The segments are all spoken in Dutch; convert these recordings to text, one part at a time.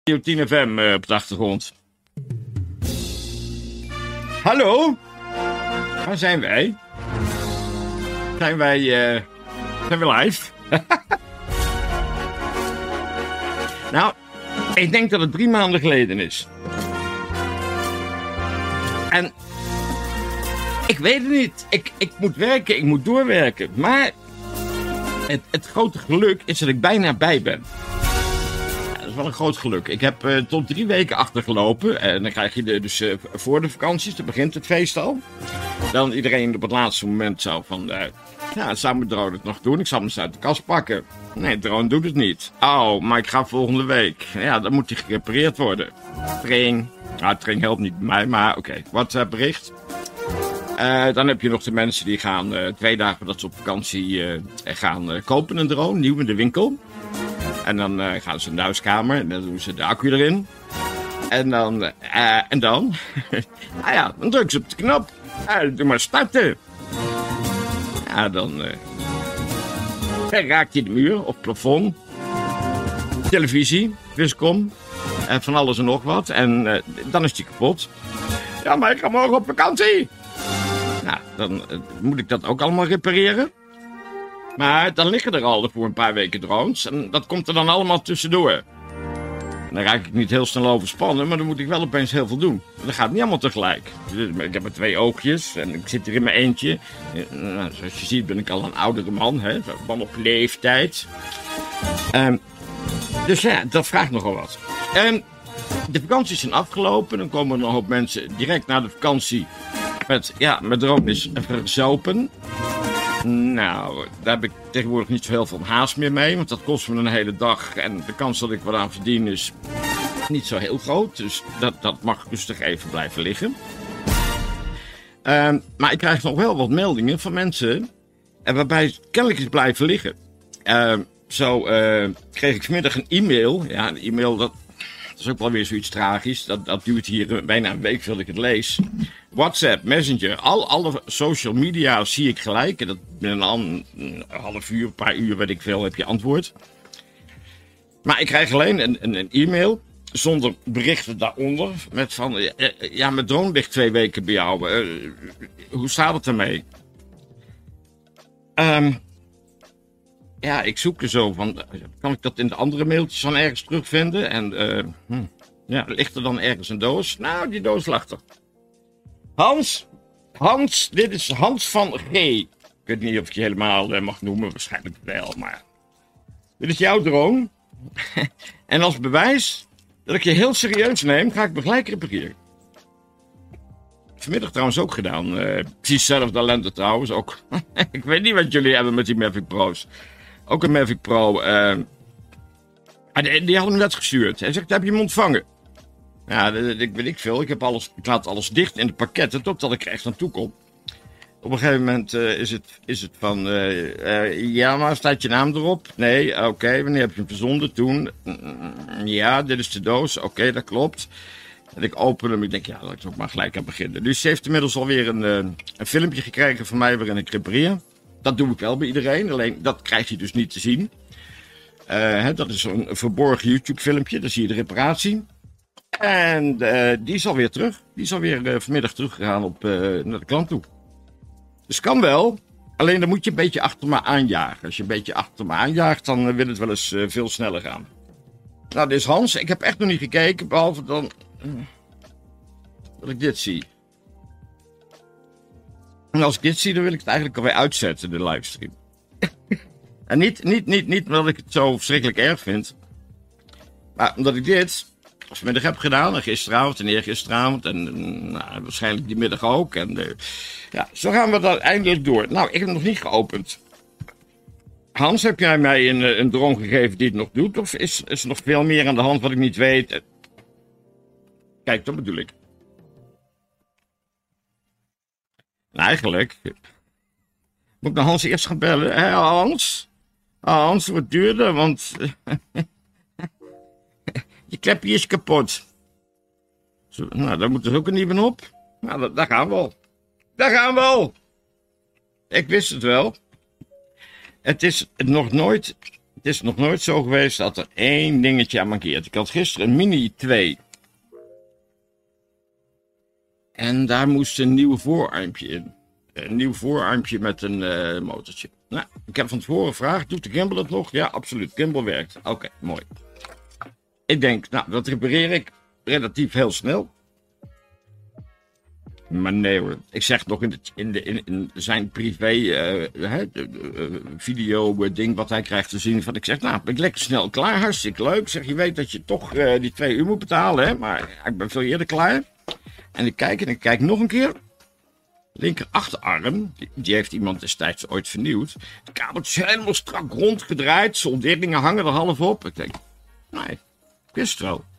10 FM op de achtergrond. Hallo? Waar zijn wij? Zijn we live? Nou, ik denk dat het 3 maanden geleden is. En ik weet het niet. Ik moet werken, ik moet doorwerken. Maar het grote geluk is dat ik bijna bij ben. Dat is wel een groot geluk. Ik heb tot 3 weken achtergelopen. En dan krijg je dus voor de vakanties, dan begint het feest al. Dan iedereen op het laatste moment zou van... zou mijn drone het nog doen? Ik zal hem eens uit de kast pakken. Nee, de drone doet het niet. Oh, maar ik ga volgende week. Ja, dan moet hij gerepareerd worden. Tring. Nou, Tring helpt niet bij mij, maar oké. WhatsApp bericht. Dan heb je nog de mensen die gaan 2 dagen dat ze op vakantie gaan kopen een drone. Nieuw in de winkel. En dan gaan ze naar de huiskamer en dan doen ze de accu erin. En dan... dan drukken ze op de knop. Doe maar starten. Ja, dan raak je de muur of plafond. Televisie, viscom. Van alles en nog wat. En dan is die kapot. Ja, maar ik ga morgen op vakantie. Nou, dan moet ik dat ook allemaal repareren. Maar dan liggen er al voor een paar weken drones. En dat komt er dan allemaal tussendoor. Dan raak ik niet heel snel overspannen, maar dan moet ik wel opeens heel veel doen. Dat gaat niet allemaal tegelijk. Ik heb maar 2 oogjes en ik zit hier in mijn eentje. Zoals je ziet ben ik al een oudere man, hè? Een man op leeftijd. Dus ja, dat vraagt nogal wat. De vakanties zijn afgelopen. Dan komen er een hoop mensen direct na de vakantie met drone is verzopen. Nou, daar heb ik tegenwoordig niet zo heel veel haast meer mee, want dat kost me een hele dag. En de kans dat ik wat aan verdien is niet zo heel groot, dus dat mag rustig even blijven liggen. Maar ik krijg nog wel wat meldingen van mensen waarbij het kennelijk is blijven liggen. Zo kreeg ik vanmiddag een e-mail. Ja, een e-mail dat is ook wel weer zoiets tragisch. Dat duurt hier bijna een week voordat ik het lees. WhatsApp, Messenger, alle social media zie ik gelijk. En dat binnen een half uur, een paar uur, weet ik veel, heb je antwoord. Maar ik krijg alleen een e-mail zonder berichten daaronder. Met van, mijn drone ligt 2 weken bij jou. Hoe staat het ermee? Ik zoek er zo van, kan ik dat in de andere mailtjes dan ergens terugvinden? En ligt er dan ergens een doos? Nou, die doos lag er. Hans, dit is Hans van G. Ik weet niet of ik je helemaal mag noemen, waarschijnlijk wel, maar... Dit is jouw drone. En als bewijs dat ik je heel serieus neem, ga ik me gelijk repareren. Vanmiddag trouwens ook gedaan. Precies hetzelfde lente trouwens ook. Ik weet niet wat jullie hebben met die Mavic Pro's. Ook een Mavic Pro. Die had hem net gestuurd. Hij zegt, heb je hem ontvangen? Ja, ik weet ik veel. Ik laat alles dicht in de pakketten totdat ik er echt aan toe kom. Op een gegeven moment is het van... maar staat je naam erop? Nee, oké. Wanneer heb je hem verzonden? Toen. Ja, dit is de doos. Oké, dat klopt. En ik open hem. Ik denk, laat ik ook maar gelijk aan beginnen. Dus ze heeft inmiddels alweer een filmpje gekregen van mij waarin ik repareer. Dat doe ik wel bij iedereen. Alleen dat krijg je dus niet te zien. Dat is een verborgen YouTube filmpje. Dan zie je de reparatie. En die is alweer terug. Die is alweer vanmiddag teruggegaan naar de klant toe. Dus kan wel. Alleen dan moet je een beetje achter me aanjagen. Als je een beetje achter me aanjaagt, dan wil het wel eens veel sneller gaan. Nou, dit is Hans. Ik heb echt nog niet gekeken. Behalve dan dat ik dit zie. En als ik dit zie, dan wil ik het eigenlijk alweer uitzetten, de livestream. En niet omdat ik het zo verschrikkelijk erg vind. Maar omdat ik dit vanmiddag heb gedaan. En gisteravond en eergisteravond. En waarschijnlijk die middag ook. En zo gaan we dat eindelijk door. Nou, ik heb hem nog niet geopend. Hans, heb jij mij een drone gegeven die het nog doet? Of is er nog veel meer aan de hand wat ik niet weet? Kijk, dat bedoel ik. Nou, eigenlijk moet ik naar Hans eerst gaan bellen. Hé, Hans? Hans, het wordt duurder, want je klepje is kapot. Zo, nou, daar moet er ook een nieuwe op. Nou, daar gaan we al. Daar gaan we al. Ik wist het wel. Het is nog nooit Het is nog nooit zo geweest dat er één dingetje aan mankeert. Ik had gisteren een Mini 2. En daar moest een nieuw voorarmpje in. Een nieuw voorarmpje met een motortje. Nou, ik heb van tevoren gevraagd, doet de gimbal het nog? Ja, absoluut. Gimbal werkt. Oké, mooi. Ik denk, nou, dat repareer ik relatief heel snel. Maar nee hoor. Ik zeg nog in zijn privé video ding wat hij krijgt te zien. Van, ik zeg, nou, ben ik lekker snel klaar. Hartstikke leuk. Ik zeg, je weet dat je toch die 2 uur moet betalen. Hè? Maar ik ben veel eerder klaar. En ik kijk nog een keer. Linker achterarm, die heeft iemand destijds ooit vernieuwd. Het kabeltje is helemaal strak rondgedraaid. Solderingen hangen er half op. Ik denk, nee, ik wist het wel.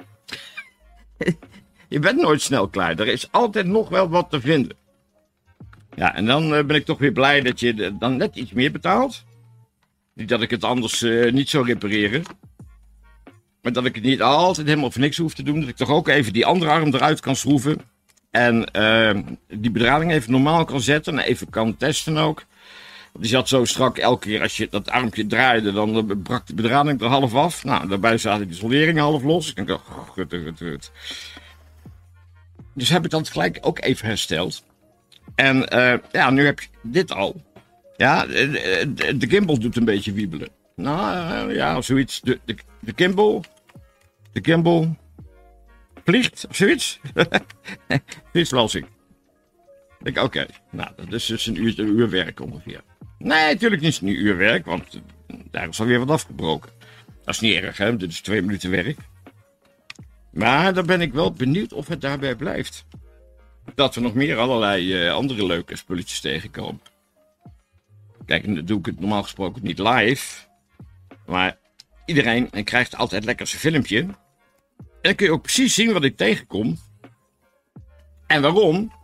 Je bent nooit snel klaar. Er is altijd nog wel wat te vinden. Ja, en dan ben ik toch weer blij dat je dan net iets meer betaalt. Niet dat ik het anders niet zou repareren. Maar dat ik het niet altijd helemaal voor niks hoef te doen. Dat ik toch ook even die andere arm eruit kan schroeven. En die bedrading even normaal kan zetten. En even kan testen ook. Die zat zo strak elke keer als je dat armpje draaide. Dan brak de bedrading er half af. Nou, daarbij zaten die solderingen half los. Ik denk, oh, gut. Dus heb ik dat gelijk ook even hersteld. En ja, nu heb je dit al. Ja, de gimbal doet een beetje wiebelen. Nou, ja, zoiets. De gimbal vliegt, of zoiets. Vliegslassing. Ik denk, oké. Nou, dat is dus een uur werk ongeveer. Nee, natuurlijk niet een uur werk, want daar is alweer wat afgebroken. Dat is niet erg, hè. Dit is 2 minuten werk. Maar dan ben ik wel benieuwd of het daarbij blijft. Dat we nog meer allerlei andere leuke spulletjes tegenkomen. Kijk, dan doe ik het normaal gesproken niet live. Maar iedereen krijgt altijd lekker zijn filmpje. En dan kun je ook precies zien wat ik tegenkom. En waarom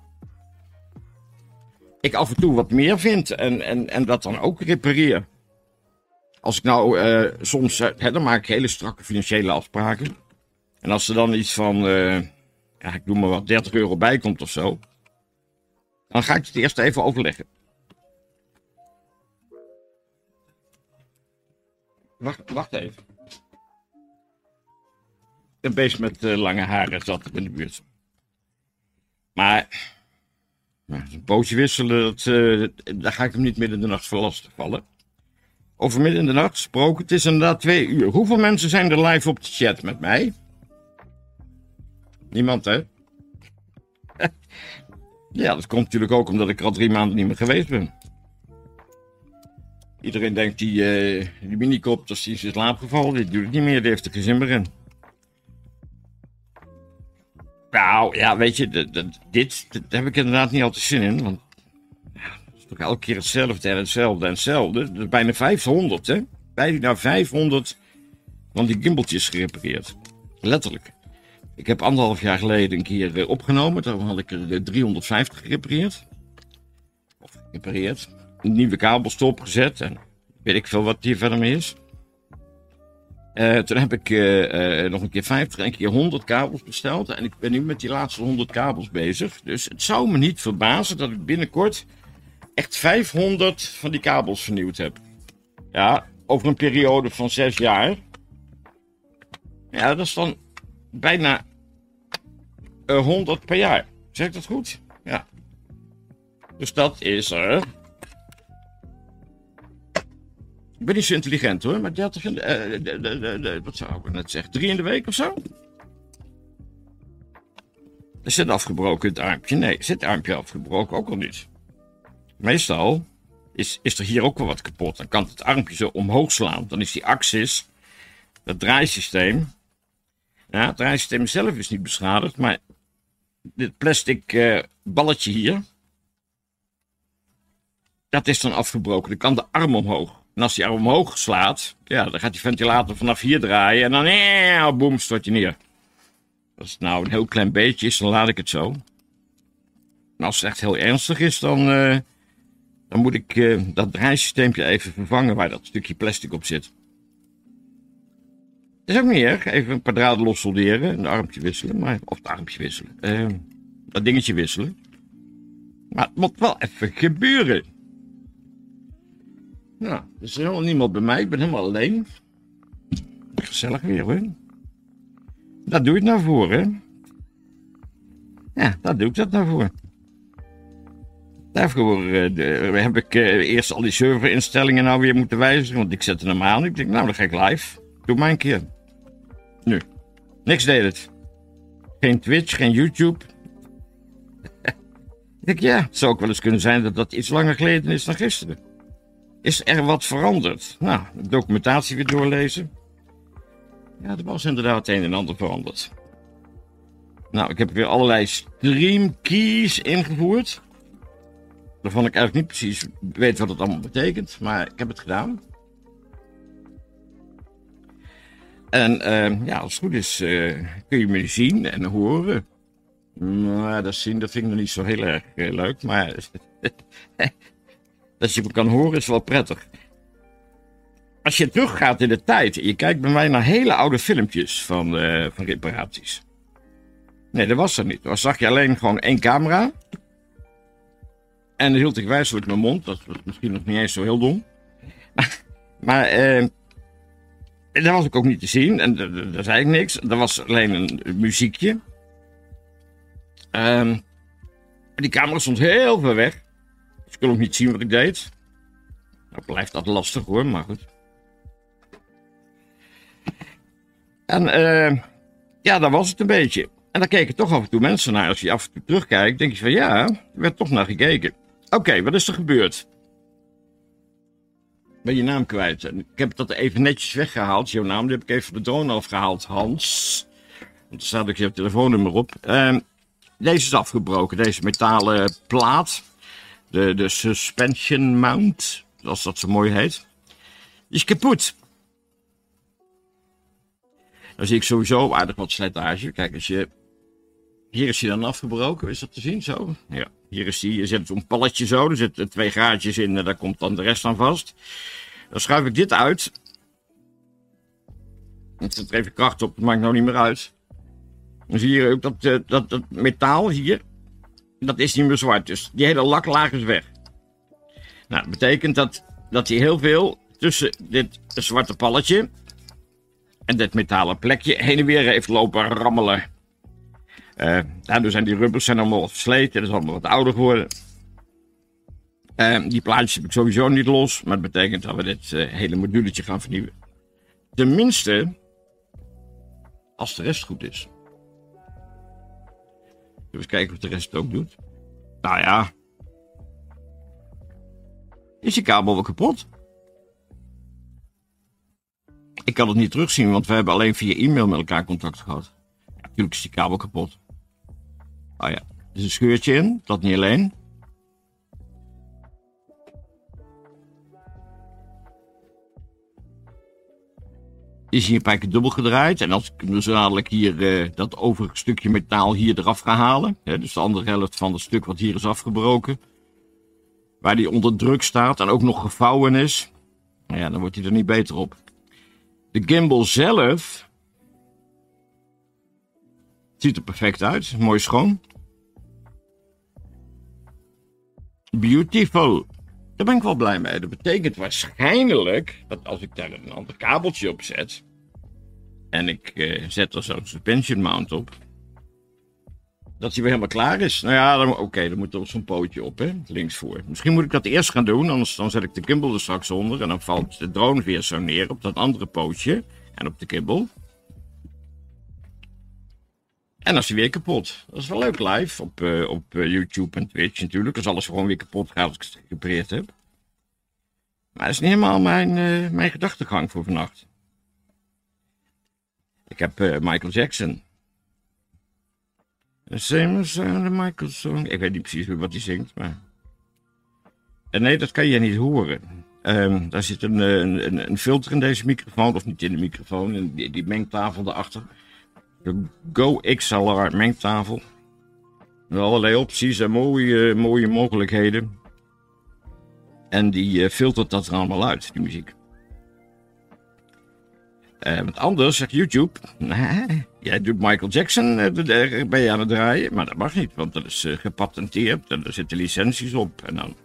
ik af en toe wat meer vind. En dat dan ook repareer. Als ik nou soms, dan maak ik hele strakke financiële afspraken. En als er dan iets van, ja, ik noem maar wat, 30 euro bij komt of zo. Dan ga ik het eerst even overleggen. Wacht even. Een beest met lange haren zat in de buurt. Maar een pootje wisselen, daar ga ik hem niet midden in de nacht voor lastig vallen. Over midden in de nacht gesproken, het is inderdaad 2 uur. Hoeveel mensen zijn er live op de chat met mij? Niemand, hè? Ja, dat komt natuurlijk ook omdat ik er al 3 maanden niet meer geweest ben. Iedereen denkt, die minicopters die is in slaap gevallen, die doet het niet meer, die heeft er geen zin meer in. Nou, ja, weet je, dit heb ik inderdaad niet altijd zin in, want ja, het is toch elke keer hetzelfde en hetzelfde en hetzelfde. Dat is bijna 500, hè? Bijna 500 van die gimbaltjes gerepareerd. Letterlijk. Ik heb 1,5 jaar geleden een keer opgenomen, toen had ik er 350 gerepareerd. Of gerepareerd. Een nieuwe kabelstop gezet en weet ik veel wat hier verder mee is. Toen heb ik nog een keer 50 en een keer 100 kabels besteld. En ik ben nu met die laatste 100 kabels bezig. Dus het zou me niet verbazen dat ik binnenkort echt 500 van die kabels vernieuwd heb. Ja, over een periode van 6 jaar. Ja, dat is dan bijna 100 per jaar. Zeg ik dat goed? Ja. Dus dat is er. Ik ben niet zo intelligent hoor, maar 30 wat zou ik net zeggen, 3 in de week of zo? Is het afgebroken het armpje? Nee, is het armpje afgebroken ook al niet. Meestal is er hier ook wel wat kapot. Dan kan het armpje zo omhoog slaan. Dan is die axis, dat draaisysteem. Ja, het draaisysteem zelf is niet beschadigd, maar dit plastic balletje hier, dat is dan afgebroken. Dan kan de arm omhoog. En als die arm omhoog slaat, ja, dan gaat die ventilator vanaf hier draaien en dan, boem, stort je neer. Als het nou een heel klein beetje is, dan laat ik het zo. En als het echt heel ernstig is, dan moet ik dat draaisysteempje even vervangen waar dat stukje plastic op zit. Dat is ook niet erg. Even een paar draden los solderen, een armpje wisselen, of het armpje wisselen. Dat dingetje wisselen. Maar het moet wel even gebeuren. Nou, er is helemaal niemand bij mij. Ik ben helemaal alleen. Gezellig weer, hoor. Daar doe je het nou voor, hè? Ja, daar doe ik dat nou voor. Daarvoor heb ik eerst al die serverinstellingen nou weer moeten wijzigen, want ik zette hem aan. Ik denk, nou, dan ga ik live. Doe maar een keer. Nu. Niks deed het. Geen Twitch, geen YouTube. Ik denk, ja, het zou ook wel eens kunnen zijn dat dat iets langer geleden is dan gisteren. Is er wat veranderd? Nou, de documentatie weer doorlezen. Ja, er was inderdaad het een en ander veranderd. Nou, ik heb weer allerlei stream keys ingevoerd. Waarvan ik eigenlijk niet precies weet wat het allemaal betekent, maar ik heb het gedaan. En ja, als het goed is kun je me zien en horen. Maar dat zien, dat vind ik nog niet zo heel erg leuk, maar dat je me kan horen is wel prettig. Als je teruggaat in de tijd en je kijkt bij mij naar hele oude filmpjes van reparaties. Nee, dat was er niet. Dan zag je alleen gewoon 1 camera. En dan hield ik wijselijk mijn mond. Dat was misschien nog niet eens zo heel dom. Maar dat was ik ook niet te zien. En daar zei ik niks. Er was alleen een muziekje. Die camera stond heel ver weg. Dus ik kon ook niet zien wat ik deed. Nou blijft dat lastig hoor, maar goed. En ja, dat was het een beetje. En daar keken toch af en toe mensen naar. Als je af en toe terugkijkt, denk je van ja, er werd toch naar gekeken. Oké, wat is er gebeurd? Ben je naam kwijt? Ik heb dat even netjes weggehaald. Jouw naam, die heb ik even van de drone afgehaald, Hans. Want er staat ook je telefoonnummer op. Deze is afgebroken, deze metalen plaat. De suspension mount, zoals dat zo mooi heet. Die is kapot. Dan zie ik sowieso aardig wat slijtage. Kijk, hier is hij dan afgebroken, is dat te zien zo? Ja, hier is die, je zet zo'n palletje zo, er zitten 2 gaatjes in en daar komt dan de rest aan vast. Dan schuif ik dit uit. Ik zet er even kracht op, dat maakt nou niet meer uit. Dan zie je ook dat metaal hier, dat is niet meer zwart, dus die hele laklaag is weg. Nou, dat betekent dat hij heel veel tussen dit zwarte palletje en dit metalen plekje heen en weer heeft lopen rammelen. Daardoor zijn die rubbers allemaal wat versleten, dat is allemaal wat ouder geworden. Die plaatjes heb ik sowieso niet los, maar dat betekent dat we dit hele moduletje gaan vernieuwen. Tenminste, als de rest goed is. Even kijken of de rest het ook doet. Nou ja. Is die kabel wel kapot? Ik kan het niet terugzien, want we hebben alleen via e-mail met elkaar contact gehad. Ja, natuurlijk is die kabel kapot. Ah ja, er is een scheurtje in, dat niet alleen. Is hier een paar keer dubbel gedraaid. En als ik dus dadelijk hier dat overige stukje metaal hier eraf ga halen. Hè, dus de andere helft van het stuk wat hier is afgebroken. Waar die onder druk staat en ook nog gevouwen is. Nou ja, dan wordt hij er niet beter op. De gimbal zelf ziet er perfect uit. Mooi schoon. Beautiful. Daar ben ik wel blij mee. Dat betekent waarschijnlijk dat als ik daar een ander kabeltje op zet. En ik zet er zo'n suspension mount op. Dat hij weer helemaal klaar is. Nou ja, oké, dan moet er zo'n pootje op, hè, linksvoor. Misschien moet ik dat eerst gaan doen, anders dan zet ik de gimbal er straks onder. En dan valt de drone weer zo neer op dat andere pootje. En op de gimbal. En dan is hij weer kapot. Dat is wel leuk live op YouTube en Twitch natuurlijk. Als alles gewoon weer kapot gaat als ik het gerepareerd heb. Maar dat is niet helemaal mijn gedachtegang voor vannacht. Ik heb Michael Jackson. Same as the Michael song. Ik weet niet precies wat hij zingt, maar... nee, dat kan je niet horen. Daar zit een filter in deze microfoon, of niet in de microfoon, in die mengtafel daarachter. De Go XLR mengtafel. Met allerlei opties en mooie mogelijkheden. En die filtert dat er allemaal uit, die muziek. Want anders zegt YouTube, nee, jij doet Michael Jackson, ben je aan het draaien. Maar dat mag niet, want dat is gepatenteerd en er zitten licenties op. En dan,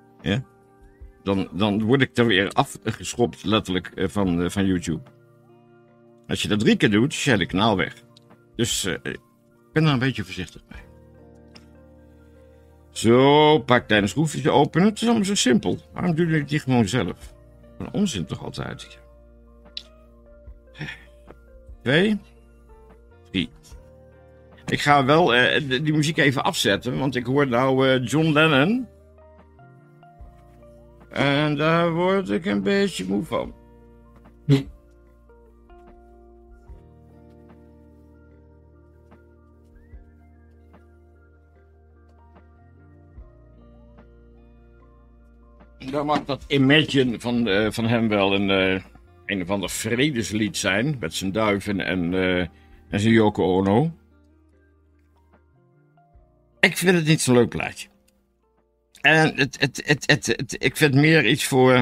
ja, dan word ik er weer afgeschopt, letterlijk, van YouTube. Als je dat 3 keer doet, is je hele kanaal weg. Dus ik ben er een beetje voorzichtig bij. Zo, pak kleine schroefjes open. Het is allemaal zo simpel. Waarom doe je het niet gewoon zelf? Een onzin toch altijd. 2, 3. Ik ga wel die muziek even afzetten, want ik hoor nou John Lennon. En daar word ik een beetje moe van. Dan mag dat Imagine van hem wel een of ander vredeslied zijn. Met zijn duiven en zijn Yoko Ono. Ik vind het niet zo'n leuk plaatje. En ik vind meer iets voor...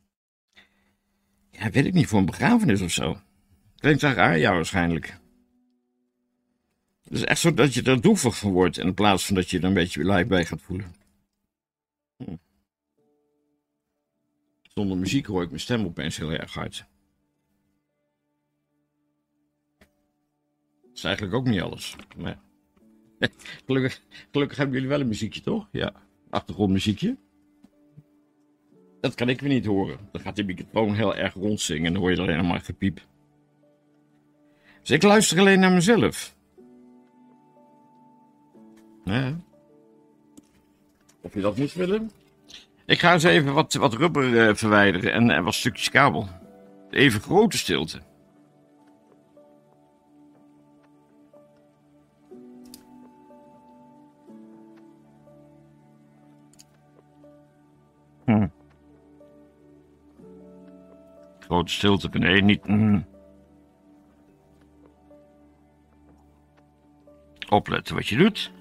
Ja, weet ik niet, voor een begrafenis of zo. Klinkt raar, ja, waarschijnlijk. Het is echt zo dat je er droevig van wordt, in plaats van dat je er een beetje live bij gaat voelen. Zonder muziek hoor ik mijn stem opeens heel erg hard. Dat is eigenlijk ook niet alles. Maar... Gelukkig hebben jullie wel een muziekje, toch? Ja, achtergrondmuziekje. Dat kan ik weer niet horen. Dan gaat die microfoon heel erg rondzingen en dan hoor je alleen maar gepiep. Dus ik luister alleen naar mezelf. Ja. Of je dat moet willen? Ik ga eens even wat rubber verwijderen en wat stukjes kabel. Even grote stilte. Grote stilte, nee, niet. Opletten wat je doet.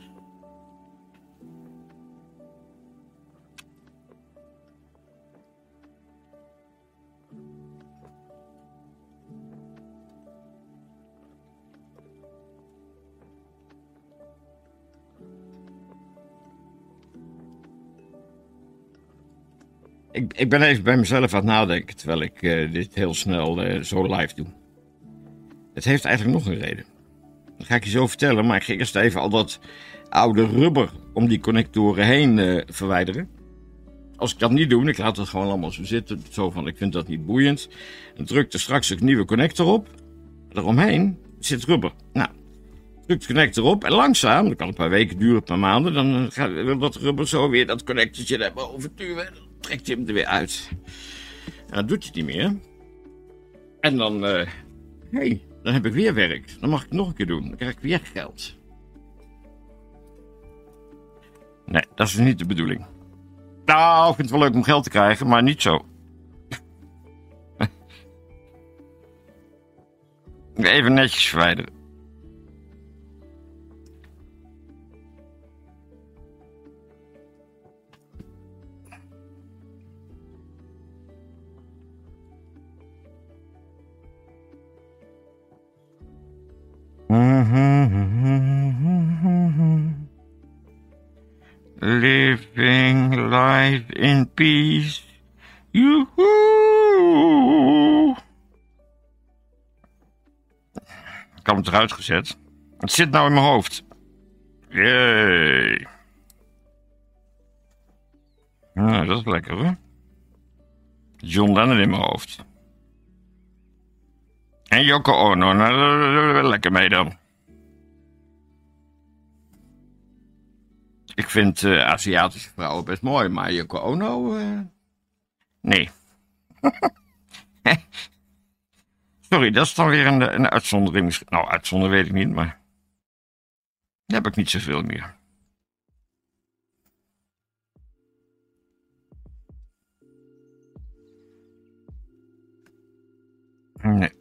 Ik ben even bij mezelf aan het nadenken, terwijl ik dit heel snel zo live doe. Het heeft eigenlijk nog een reden. Dat ga ik je zo vertellen, maar ik ga eerst even al dat oude rubber om die connectoren heen verwijderen. Als ik dat niet doe, ik laat het gewoon allemaal zo zitten, zo van ik vind dat niet boeiend. Dan druk er straks een nieuwe connector op. Eromheen zit rubber. Nou, druk de connector op en langzaam, dat kan een paar weken duren, een paar maanden, dan gaat dat rubber zo weer dat connectortje naar boven duwen. Trekt hij hem er weer uit. En dan doet hij het niet meer. En dan, dan heb ik weer werk. Dan mag ik het nog een keer doen. Dan krijg ik weer geld. Nee, dat is niet de bedoeling. Nou, ik vind het wel leuk om geld te krijgen, maar niet zo. Even netjes verwijderen. Living life in peace. Joehoe. Ik had hem eruit gezet. Het zit nou in mijn hoofd. Jee. Nou, dat is lekker hoor. John Lennon in mijn hoofd. En Yoko Ono, nou, daar lekker mee dan. Ik vind Aziatische vrouwen best mooi, maar Yoko Ono, nee. Sorry, dat is dan weer een uitzondering. Nou, uitzondering weet ik niet, maar daar heb ik niet zoveel meer. Nee.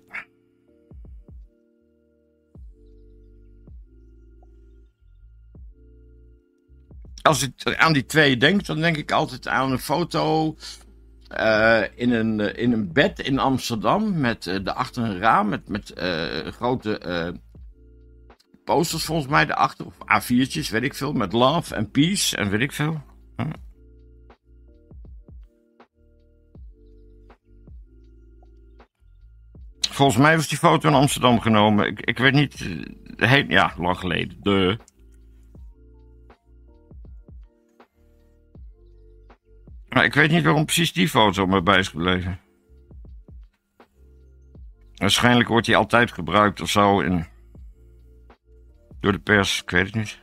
Als ik aan die twee denk, dan denk ik altijd aan een foto in een bed in Amsterdam met daarachter een raam met grote posters volgens mij daarachter, of A4'tjes, weet ik veel, met love en peace en weet ik veel. Volgens mij was die foto in Amsterdam genomen. Ik weet niet. Ja, lang geleden. Maar ik weet niet waarom precies die foto me bij is gebleven. Waarschijnlijk wordt die altijd gebruikt of zo door de pers. Ik weet het niet.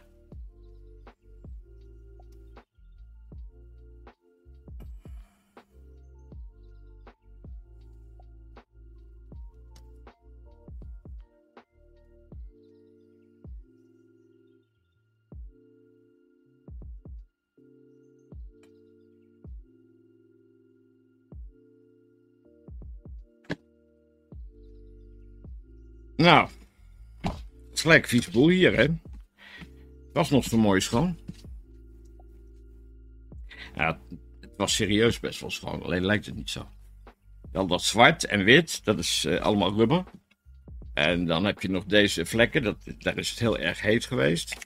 Nou, het is gelijk vies boel hier, hè. Was nog zo mooi schoon. Ja, het was serieus best wel schoon, alleen lijkt het niet zo. Wel dat zwart en wit, dat is allemaal rubber. En dan heb je nog deze vlekken, daar is het heel erg heet geweest.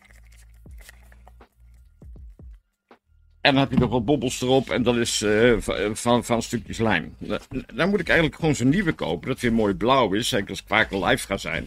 En dan heb je nog wat bobbels erop en dat is van stukjes lijm. Dan moet ik eigenlijk gewoon zo'n nieuwe kopen, dat weer mooi blauw is. Zeker als ik vaker live ga zijn.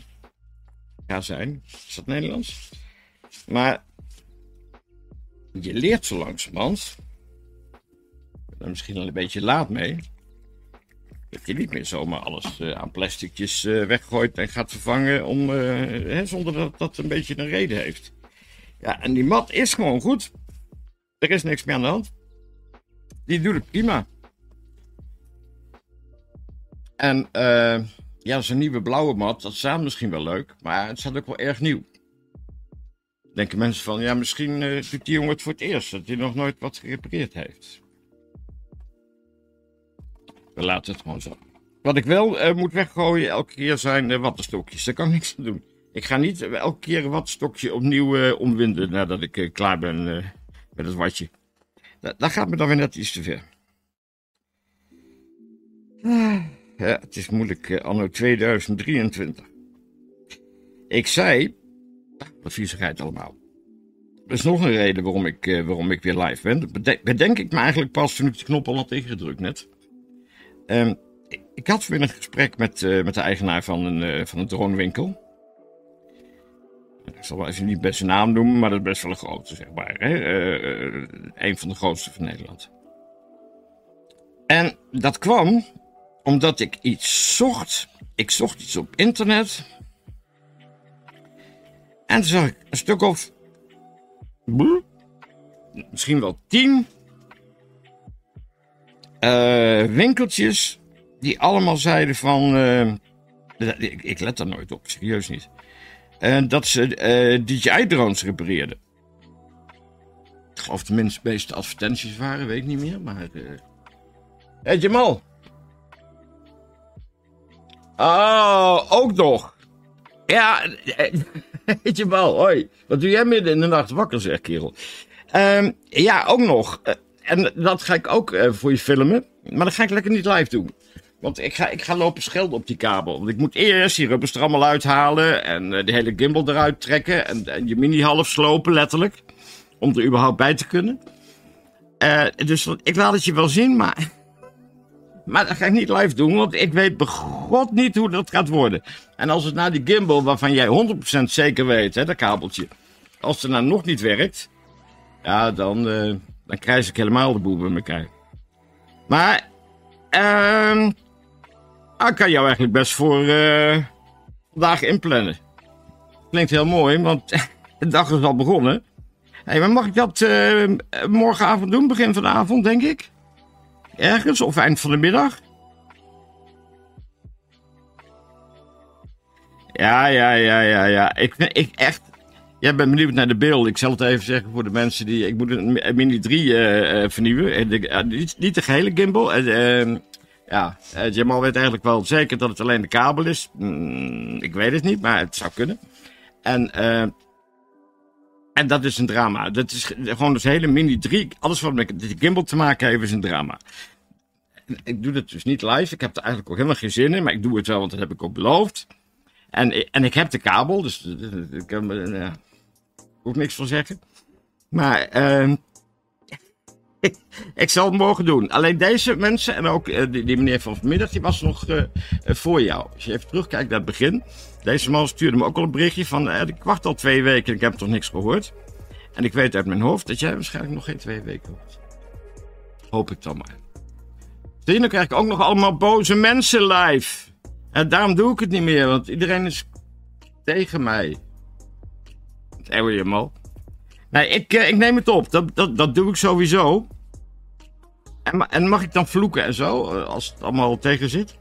Is dat Nederlands? Maar je leert zo langzamerhand. Ik ben er misschien al een beetje laat mee. Dat je niet meer zomaar alles aan plasticjes weggooit en gaat vervangen zonder dat dat een beetje een reden heeft. Ja, en die mat is gewoon goed. Er is niks meer aan de hand. Die doet het prima. En zo'n nieuwe blauwe mat, dat staat misschien wel leuk, maar het staat ook wel erg nieuw. Denken mensen van, ja, misschien doet die jongen het voor het eerst, dat hij nog nooit wat gerepareerd heeft. We laten het gewoon zo. Wat ik wel moet weggooien elke keer zijn wattenstokjes. Daar kan ik niks aan doen. Ik ga niet elke keer een wattenstokje opnieuw omwinden nadat ik klaar ben met het watje. Dat gaat me dan weer net iets te ver. Ja, het is moeilijk anno 2023. Ik zei, wat viezigheid allemaal. Er is nog een reden waarom ik weer live ben. Dat bedenk ik me eigenlijk pas toen ik de knop al had ingedrukt net. Ik had weer een gesprek met de eigenaar van een dronewinkel. Ik zal wel even niet best zijn naam noemen, maar dat is best wel een grote, zeg maar. Een van de grootste van Nederland. En dat kwam omdat ik iets zocht. Ik zocht iets op internet. En toen zag ik een stuk of misschien wel 10 winkeltjes die allemaal zeiden van... ik let daar nooit op, serieus niet. Dat ze DJI-drones repareerden. Ik geloof tenminste de meeste advertenties waren, weet ik niet meer, maar... Hé, Jamal! Oh, ook nog! Ja, Jamal, hoi. Wat doe jij midden in de nacht wakker, zeg kerel? Ja, ook nog. En dat ga ik ook voor je filmen. Maar dat ga ik lekker niet live doen. Want ik ga lopen schelden op die kabel. Want ik moet eerst die rubbers er allemaal uithalen. En de hele gimbal eruit trekken. En je mini half slopen, letterlijk. Om er überhaupt bij te kunnen. Dus ik laat het je wel zien, maar dat ga ik niet live doen. Want ik weet begot niet hoe dat gaat worden. En als het nou die gimbal, waarvan jij 100% zeker weet, hè, dat kabeltje. Als het nou nog niet werkt. Ja, dan krijg ik helemaal de boel bij elkaar. Maar... ik kan jou eigenlijk best voor vandaag inplannen. Klinkt heel mooi, want de dag is al begonnen. Hey, maar mag ik dat morgenavond doen, begin van de avond, denk ik? Ergens, of eind van de middag? Ja. Ik echt... Jij bent benieuwd naar de beelden. Ik zal het even zeggen voor de mensen die... Ik moet een Mini 3 vernieuwen. Niet de gehele gimbal. Jamal weet eigenlijk wel zeker dat het alleen de kabel is. Ik weet het niet, maar het zou kunnen. En dat is een drama. Dat is gewoon dus hele Mini 3. Alles wat met de gimbal te maken heeft is een drama. Ik doe dat dus niet live. Ik heb er eigenlijk ook helemaal geen zin in. Maar ik doe het wel, want dat heb ik ook beloofd. En ik heb de kabel, dus ik kan hoef niks van zeggen. Maar Ik zal het morgen doen. Alleen deze mensen en ook die meneer van vanmiddag, die was nog voor jou. Als je even terugkijkt naar het begin. Deze man stuurde me ook al een berichtje van, ik wacht al 2 weken en ik heb toch niks gehoord. En ik weet uit mijn hoofd dat jij waarschijnlijk nog geen 2 weken hoort. Hoop ik dan maar. Zie je, dan krijg ik ook nog allemaal boze mensen live. En daarom doe ik het niet meer, want iedereen is tegen mij. Helemaal. Nee, ik neem het op. Dat doe ik sowieso. En mag ik dan vloeken en zo, als het allemaal tegen zit?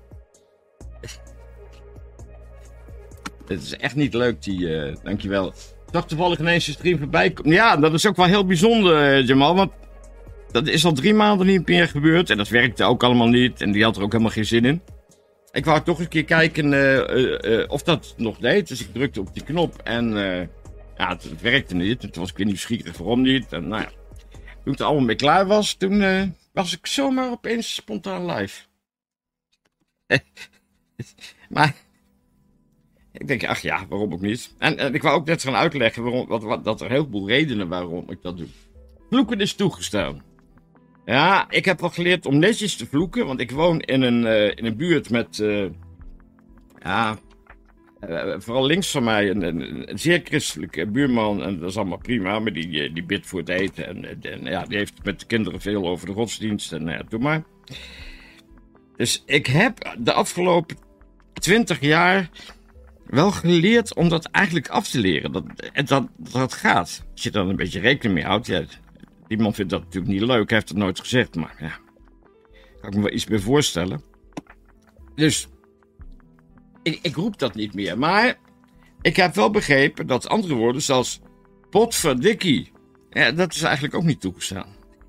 Het is echt niet leuk, dankjewel. Ik zag toevallig ineens de stream voorbij komen. Ja, dat is ook wel heel bijzonder, Jamal, want dat is al 3 maanden niet meer gebeurd. En dat werkte ook allemaal niet. En die had er ook helemaal geen zin in. Ik wou toch eens een keer kijken of dat nog deed. Dus ik drukte op die knop en ja, het werkte niet. Toen was ik weer nieuwsgierig waarom niet. En nou ja, toen het er allemaal mee klaar was, toen was ik zomaar opeens spontaan live. Maar ik denk, ach ja, waarom ook niet? En ik wou ook net gaan uitleggen dat er een heleboel redenen waarom ik dat doe. Vloeken is toegestaan. Ja, ik heb wel geleerd om netjes te vloeken, want ik woon in een buurt met, vooral links van mij, een zeer christelijke buurman. En dat is allemaal prima, maar die bidt voor het eten. En ja, die heeft met de kinderen veel over de godsdienst. En ja, doe maar. Dus ik heb de afgelopen 20 jaar wel geleerd om dat eigenlijk af te leren. Dat gaat. Als je dan een beetje rekening mee houdt. Ja, die man vindt dat natuurlijk niet leuk. Hij heeft het nooit gezegd. Maar ja, kan ik me wel iets meer voorstellen. Dus ik roep dat niet meer. Maar ik heb wel begrepen dat andere woorden zoals potverdikkie. Ja, dat is eigenlijk ook niet toegestaan.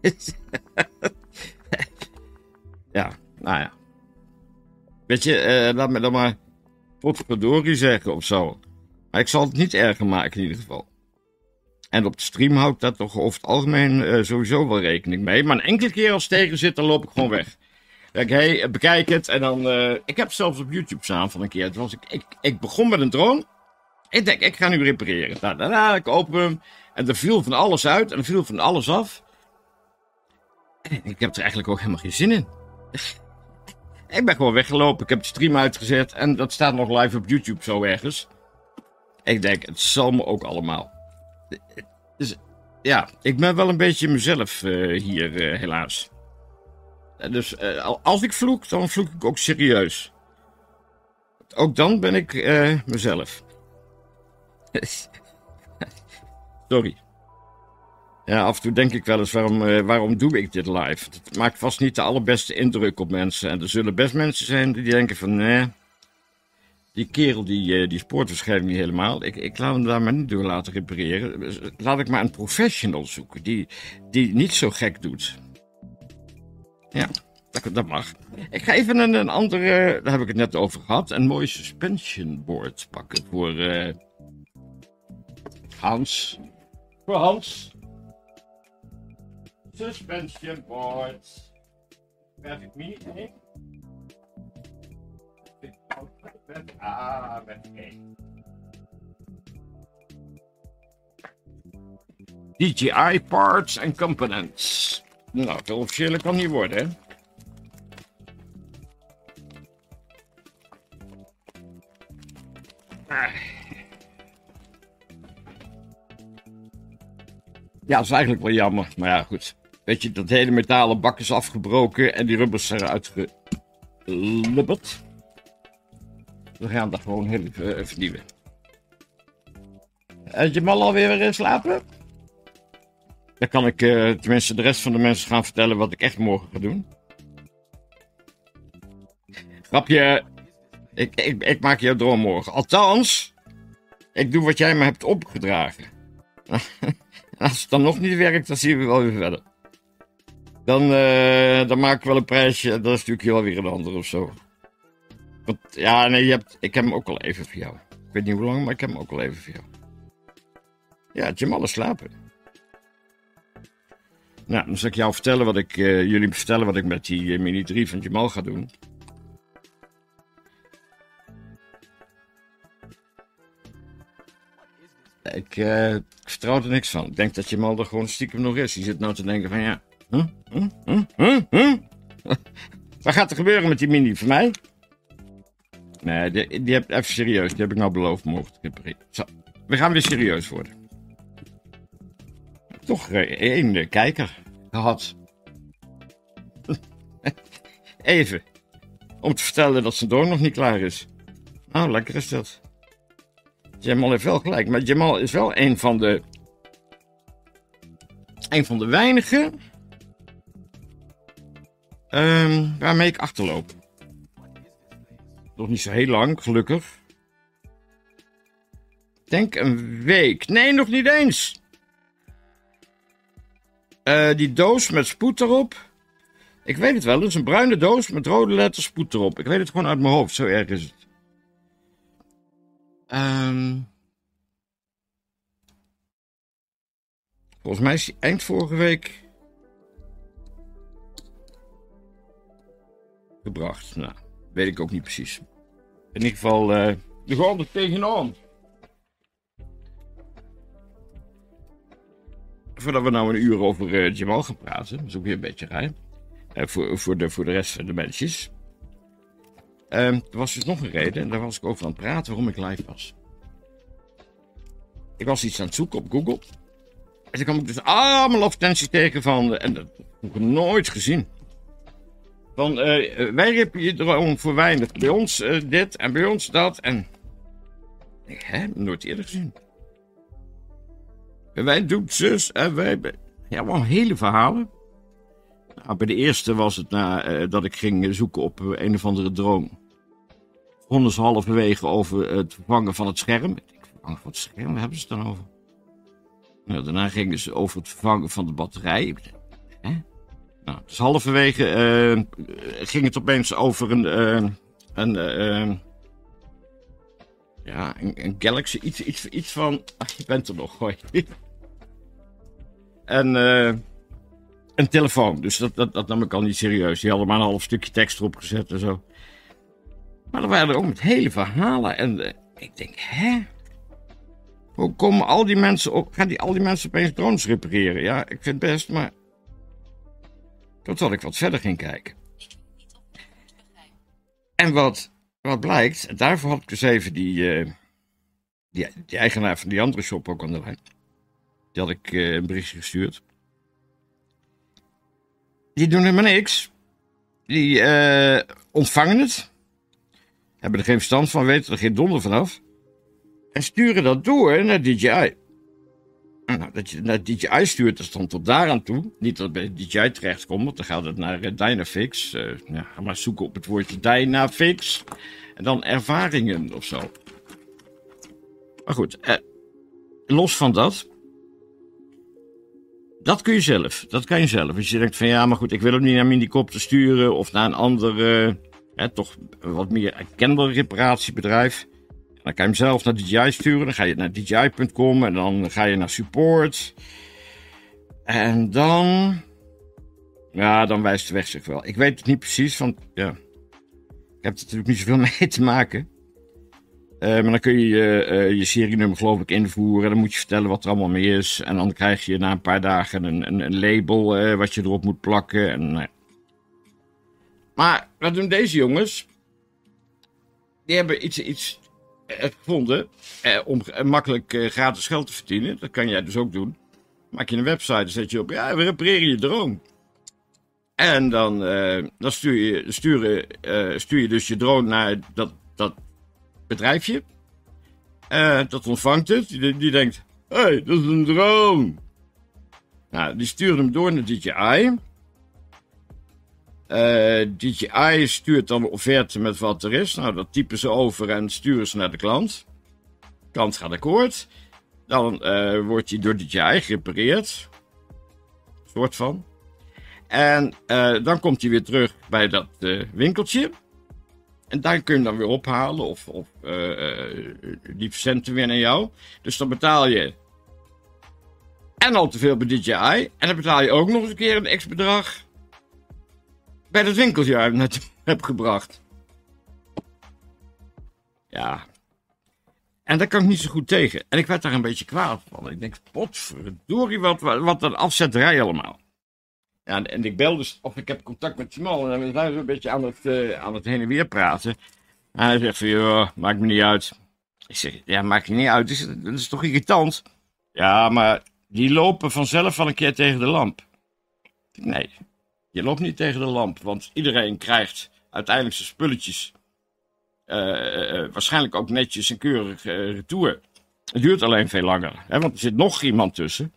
Ja, nou ja. Weet je, laat me dan maar potverdorie zeggen of zo. Maar ik zal het niet erger maken in ieder geval. En op de stream hou ik daar toch over het algemeen sowieso wel rekening mee. Maar een enkele keer als het tegen zit, dan loop ik gewoon weg. Dan denk ik, bekijk het. En dan, ik heb zelfs op YouTube staan van een keer. Toen was ik begon met een drone. Ik denk, ik ga nu repareren. Ik open hem. En er viel van alles uit. En er viel van alles af. En ik heb er eigenlijk ook helemaal geen zin in. Ik ben gewoon weggelopen. Ik heb de stream uitgezet. En dat staat nog live op YouTube zo ergens. Ik denk, het zal me ook allemaal. Dus ja, ik ben wel een beetje mezelf hier, helaas. Dus als ik vloek, dan vloek ik ook serieus. Ook dan ben ik mezelf. Sorry. Ja, af en toe denk ik wel eens, waarom doe ik dit live? Het maakt vast niet de allerbeste indruk op mensen. En er zullen best mensen zijn die denken van, nee, die kerel die spoort waarschijnlijk niet helemaal. Ik laat hem daar maar niet door laten repareren. Dus laat ik maar een professional zoeken die niet zo gek doet. Ja, dat mag. Ik ga even een andere, daar heb ik het net over gehad, een mooi suspension board pakken voor Hans. Voor Hans. Suspension board. Werf ik me niet heen? Met 1. DJI Parts and Components. Nou, veel officiële kan niet worden, hè? Ja, dat is eigenlijk wel jammer. Maar ja, goed. Weet je, dat hele metalen bak is afgebroken en die rubbers zijn eruit gelubberd. We gaan dat gewoon heel even vernieuwen. Heb je hem alweer weer slapen? Dan kan ik tenminste de rest van de mensen gaan vertellen wat ik echt morgen ga doen. Grapje, ik maak jou droom morgen. Althans, ik doe wat jij me hebt opgedragen. Als het dan nog niet werkt, dan zien we wel weer verder. Dan maak ik wel een prijsje. Dat is natuurlijk wel weer een ander of zo. Want, ja, nee, ik heb hem ook al even voor jou. Ik weet niet hoe lang, maar ik heb hem ook al even voor jou. Ja, Jamal is slapen. Nou, dan zal ik jou vertellen jullie vertellen wat ik met die Mini 3 van Jamal ga doen. Ik vertrouw er niks van. Ik denk dat Jamal er gewoon stiekem nog is. Die zit nou te denken van ja, Wat gaat er gebeuren met die mini van mij? Nee, die heb even serieus. Die heb ik nou beloofd morgen te repareren. Zo, we gaan weer serieus worden. Toch één kijker gehad. Even. Om te vertellen dat zijn droom nog niet klaar is. Nou, lekker is dat. Jamal heeft wel gelijk. Maar Jamal is wel een van de weinigen waarmee ik achterloop. Nog niet zo heel lang, gelukkig. Denk een week. Nee, nog niet eens. Die doos met spoed erop. Ik weet het wel, het is een bruine doos met rode letters spoed erop. Ik weet het gewoon uit mijn hoofd, zo erg is het. Volgens mij is die eind vorige week gebracht. Nou, weet ik ook niet precies. In ieder geval, er gewoon er tegenaan. Voordat we nou een uur over Jamal gaan praten, dat is ook weer een beetje raar. Voor de rest van de mensjes. Er was dus nog een reden, en daar was ik over aan het praten waarom ik live was. Ik was iets aan het zoeken op Google. En toen kwam ik dus allemaal advertenties tegen van, en dat heb ik nooit gezien. Van, wij rippen je drone voor weinig. Bij ons dit en bij ons dat. En ik heb nooit eerder gezien. En wij doen zus en wij... Ja, wel hele verhalen. Nou, bij de eerste was het dat ik ging zoeken op een of andere drone. Begonnen ze halverwege over het vervangen van het scherm. Ik denk, vervangen van het scherm, waar hebben ze het dan over? Nou, daarna gingen ze over het vervangen van de batterij. Ik dacht, hè? Nou, dus halverwege ging het opeens over een Galaxy, iets van... Ach, je bent er nog, hoi. En een telefoon, dus dat nam ik al niet serieus. Die hadden maar een half stukje tekst erop gezet en zo. Maar er waren er ook met hele verhalen. En ik denk, hè? Hoe komen al die mensen op... Gaan al die mensen opeens drones repareren? Ja, ik vind het best, maar... Totdat ik wat verder ging kijken. En wat blijkt, daarvoor had ik dus even die eigenaar van die andere shop ook aan de lijn. Die had ik een berichtje gestuurd. Die doen helemaal niks. Die ontvangen het. Hebben er geen verstand van, weten er geen donder vanaf. En sturen dat door naar DJI. Nou, dat je naar DJI stuurt, dat is dan tot daar aan toe. Niet dat het bij DJI terechtkomt, want dan gaat het naar Dynafix. Ga maar zoeken op het woordje Dynafix. En dan ervaringen of zo. Maar goed, los van dat. Dat kun je zelf. Dat kan je zelf. Als je denkt van ja, maar goed, ik wil hem niet naar Minicopter sturen. Of naar een ander, toch wat meer erkender reparatiebedrijf. Dan kan je hem zelf naar DJI sturen. Dan ga je naar DJI.com en dan ga je naar support. En dan... Ja, dan wijst de weg zich wel. Ik weet het niet precies, want ja... Ik heb er natuurlijk niet zoveel mee te maken. Maar dan kun je je serienummer geloof ik invoeren. Dan moet je vertellen wat er allemaal mee is. En dan krijg je na een paar dagen een label wat je erop moet plakken. En, Maar wat doen deze jongens? Die hebben iets gevonden om makkelijk gratis geld te verdienen. Dat kan jij dus ook doen. Maak je een website, dan zet je op, ja, we repareren je drone. En dan stuur je dus je drone naar dat bedrijfje. Dat ontvangt het. Die denkt, hey, dat is een drone. Nou, die sturen hem door naar DJI. DJI stuurt dan de offerte met wat er is. Nou, dat typen ze over en sturen ze naar de klant. De klant gaat akkoord. Dan wordt hij door DJI gerepareerd. Soort van. En dan komt hij weer terug bij dat winkeltje. En daar kun je hem dan weer ophalen. Of die verzenden weer naar jou. Dus dan betaal je. En al te veel bij DJI. En dan betaal je ook nog eens een keer een x-bedrag. Bij dat winkeltje waar ik net heb gebracht. Ja. En daar kan ik niet zo goed tegen. En ik werd daar een beetje kwaad van. Ik denk, potverdorie, wat een afzetterij allemaal. Ja, en ik bel dus, of ik heb contact met Simon. En we zijn een beetje aan het heen en weer praten. En hij zegt van, joh, maakt me niet uit. Ik zeg, ja, maakt je niet uit. Dat is toch irritant? Ja, maar die lopen vanzelf wel een keer tegen de lamp. Nee, je loopt niet tegen de lamp. Want iedereen krijgt uiteindelijk zijn spulletjes. Waarschijnlijk ook netjes en keurig retour. Het duurt alleen veel langer. Hè, want er zit nog iemand tussen.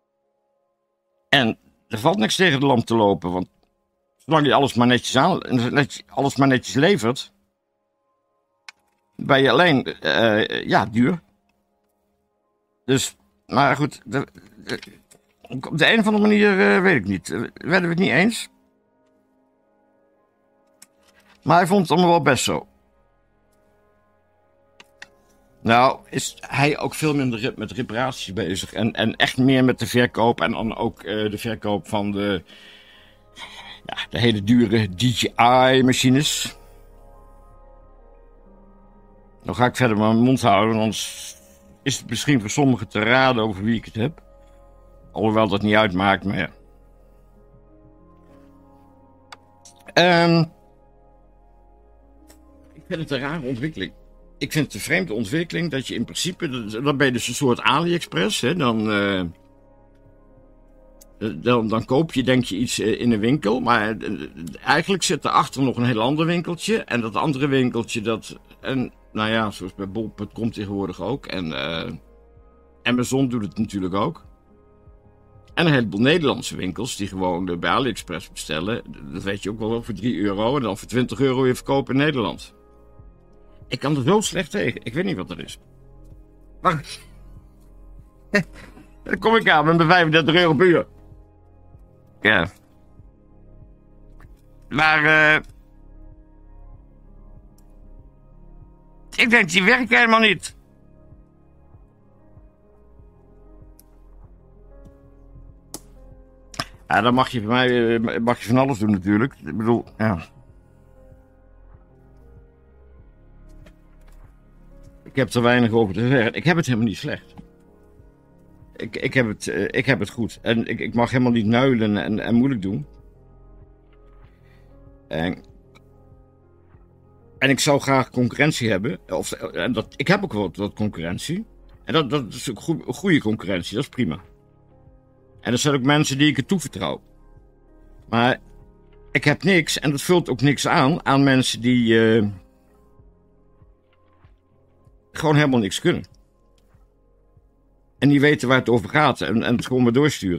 En er valt niks tegen de lamp te lopen. Want zolang je alles maar netjes levert, ben je alleen, duur. Dus, maar goed, op de een of andere manier weet ik niet. Werden we het niet eens? Maar hij vond het allemaal wel best zo. Nou, is hij ook veel minder met reparaties bezig. En echt meer met de verkoop. En dan ook de verkoop van de hele dure DJI-machines. Dan ga ik verder mijn mond houden, anders is het misschien voor sommigen te raden over wie ik het heb. Alhoewel dat niet uitmaakt, maar ja. Ik vind het een rare ontwikkeling. Ik vind het een vreemde ontwikkeling dat je in principe, dan ben je dus een soort AliExpress, hè, dan koop je, denk je, iets in een winkel. Maar eigenlijk zit erachter nog een heel ander winkeltje. En dat andere winkeltje, nou ja, zoals bij bol.com tegenwoordig ook. En Amazon doet het natuurlijk ook. En een heleboel Nederlandse winkels die gewoon bij AliExpress bestellen. Dat weet je ook wel voor €3. En dan voor €20 weer verkopen in Nederland. Ik kan er zo slecht tegen. Ik weet niet wat dat is. Wacht. Dan kom ik aan met mijn €35 per uur. Ja. Maar ik denk, die werken helemaal niet. Ja, dan mag je van mij van alles doen natuurlijk. Ik bedoel, ja. Ik heb er weinig over te zeggen. Ik heb het helemaal niet slecht. Ik heb het goed. En ik mag helemaal niet nuilen en moeilijk doen. En ik zou graag concurrentie hebben. Ik heb ook wat concurrentie. En dat is ook goede concurrentie, dat is prima. En dat zijn ook mensen die ik het toevertrouw. Maar ik heb niks, en dat vult ook niks aan mensen die gewoon helemaal niks kunnen. En die weten waar het over gaat en het gewoon maar doorsturen.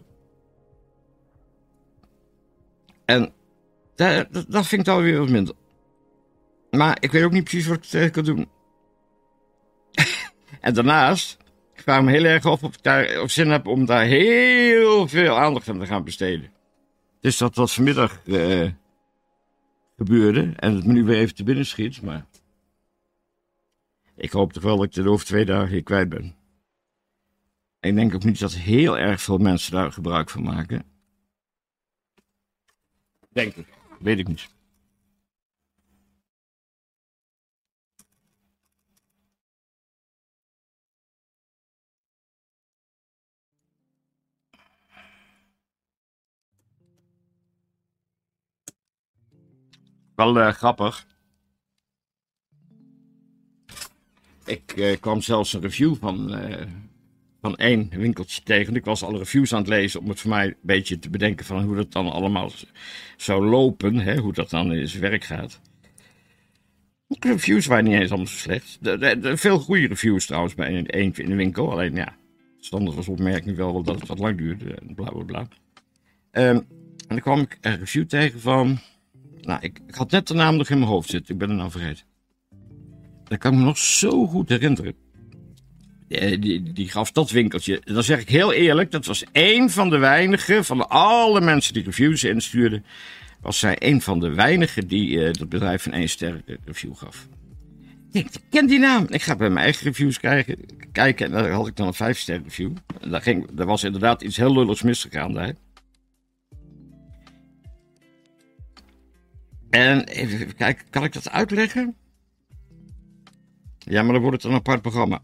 En dat vind ik dan weer wat minder. Maar ik weet ook niet precies wat ik tegen kan doen. En daarnaast, ik vraag me heel erg af of ik daar zin heb om daar heel veel aandacht aan te gaan besteden. Dus dat wat vanmiddag gebeurde en het me nu weer even te binnen schiet, maar ik hoop toch wel dat ik er over 2 dagen hier kwijt ben. En ik denk ook niet dat heel erg veel mensen daar gebruik van maken. Denk ik. Weet ik niet. Wel grappig. Ik kwam zelfs een review van één winkeltje tegen. Ik was alle reviews aan het lezen om het voor mij een beetje te bedenken van hoe dat dan allemaal zou lopen. Hè, hoe dat dan in zijn werk gaat. De reviews waren niet eens allemaal zo slecht. Veel goede reviews trouwens bij één in de winkel. Alleen ja, standaard was opmerking wel dat het wat lang duurde. En bla bla bla. En dan kwam ik een review tegen van... Nou, ik had net de naam nog in mijn hoofd zitten. Ik ben er nou vergeten. Dat kan ik me nog zo goed herinneren. Die gaf dat winkeltje. Dan zeg ik heel eerlijk, dat was één van de weinigen van alle mensen die reviews instuurden. Was zij een van de weinigen die dat bedrijf een 1-ster review gaf. Ik ken die naam. Ik ga bij mijn eigen reviews kijken en daar had ik dan een 5-ster review. Daar was inderdaad iets heel lulligs misgegaan daar. En even kijken, kan ik dat uitleggen? Ja, maar dan wordt het een apart programma.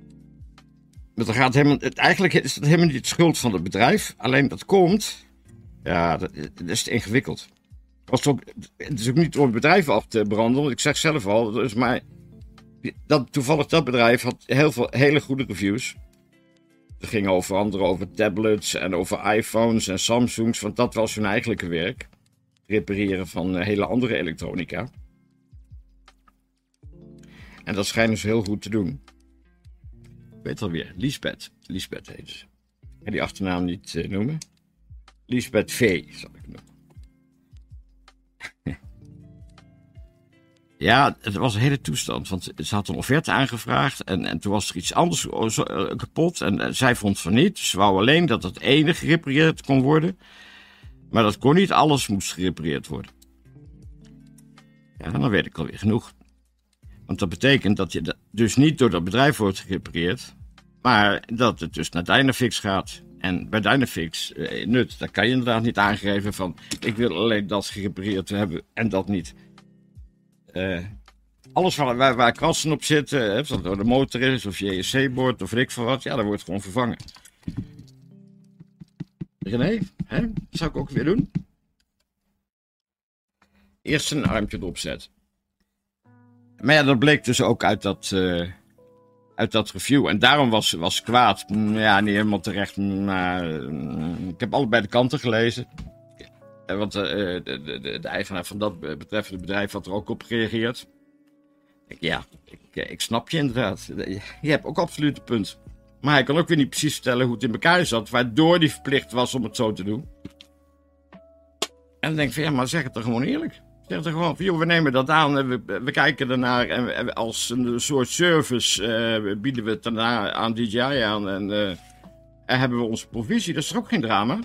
Eigenlijk is het helemaal niet de schuld van het bedrijf. Alleen dat komt Ja, dat is te ingewikkeld. Het is ook niet om het bedrijf af te branden, want ik zeg zelf al, dus maar toevallig dat bedrijf had heel veel hele goede reviews. Het ging over tablets en over iPhones en Samsungs, want dat was hun eigenlijke werk. Repareren van hele andere elektronica. En dat schijnen ze heel goed te doen. Ik weet alweer, Liesbeth. Liesbeth heet ze. Ik ga die achternaam niet noemen. Liesbeth V, zal ik noemen. Ja, het was een hele toestand, want ze had een offerte aangevraagd en toen was er iets anders kapot en zij vond van niet. Ze wou alleen dat het ene gerepareerd kon worden, maar dat kon niet, alles moest gerepareerd worden. Ja, dan weet ik alweer genoeg. Want dat betekent dat je dus niet door dat bedrijf wordt gerepareerd, maar dat het dus naar Dynafix gaat. En bij Dynafix, nut, daar kan je inderdaad niet aangeven van ik wil alleen dat gerepareerd hebben en dat niet. Alles waar krassen op zitten, of dat door de motor is, of JSC-boord, of weet ik veel wat, ja, dat wordt gewoon vervangen. René, hè? Dat zou ik ook weer doen. Eerst een armpje erop zetten. Maar ja, dat bleek dus ook uit dat review. En daarom was kwaad. Ja, niet helemaal terecht. Maar ik heb allebei de kanten gelezen. Want de eigenaar van dat betreffende bedrijf had er ook op gereageerd. Ja, ik snap je inderdaad. Je hebt ook absoluut een punt. Maar hij kan ook weer niet precies vertellen hoe het in elkaar zat, waardoor hij verplicht was om het zo te doen. En dan denk ik van ja, maar zeg het er gewoon eerlijk. Zeg er gewoon van joh, we nemen dat aan en we kijken ernaar en als een soort service bieden we het daarna aan DJI aan en hebben we onze provisie. Dat is toch ook geen drama?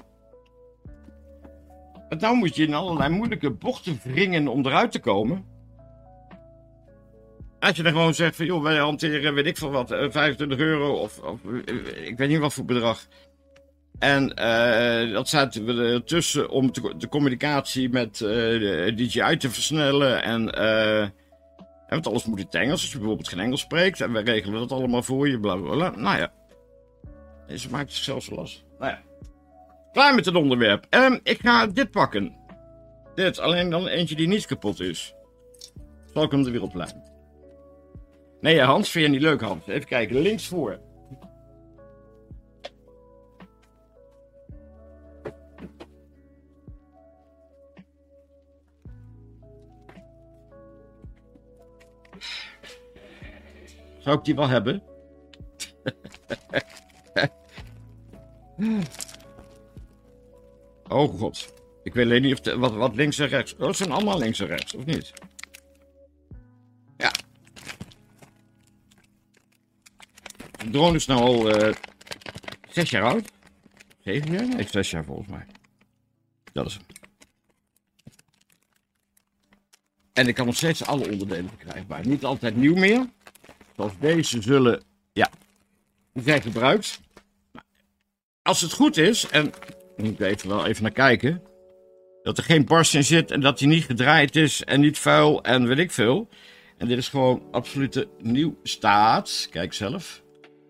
En nou moet je in allerlei moeilijke bochten wringen om eruit te komen. Als je dan gewoon zegt van joh, wij hanteren weet ik veel wat, €25 of ik weet niet wat voor bedrag. En dat zetten we ertussen om de communicatie met DJI te versnellen. Want alles moet in het Engels, als je bijvoorbeeld geen Engels spreekt. En we regelen dat allemaal voor je, blablabla. Nou ja, en ze maakt zichzelf zo last. Nou ja, klaar met het onderwerp. Ik ga dit pakken. Dit, alleen dan eentje die niet kapot is. Zal ik hem er weer op leggen. Nee, Hans, vind je niet leuk, Hans? Even kijken, links voor. Zou ik die wel hebben? Oh god. Ik weet alleen niet of wat links en rechts. Oh, het zijn allemaal links en rechts, of niet? Ja. De drone is nou al 6 jaar oud. 7 jaar? Nee, 6 jaar volgens mij. Dat is hem. En ik kan nog steeds alle onderdelen verkrijgbaar. Niet altijd nieuw meer. Zoals deze zullen, ja, die zijn gebruikt. Als het goed is, en daar moet ik even naar kijken, dat er geen barst in zit en dat hij niet gedraaid is en niet vuil en weet ik veel. En dit is gewoon absolute nieuw staat. Kijk zelf.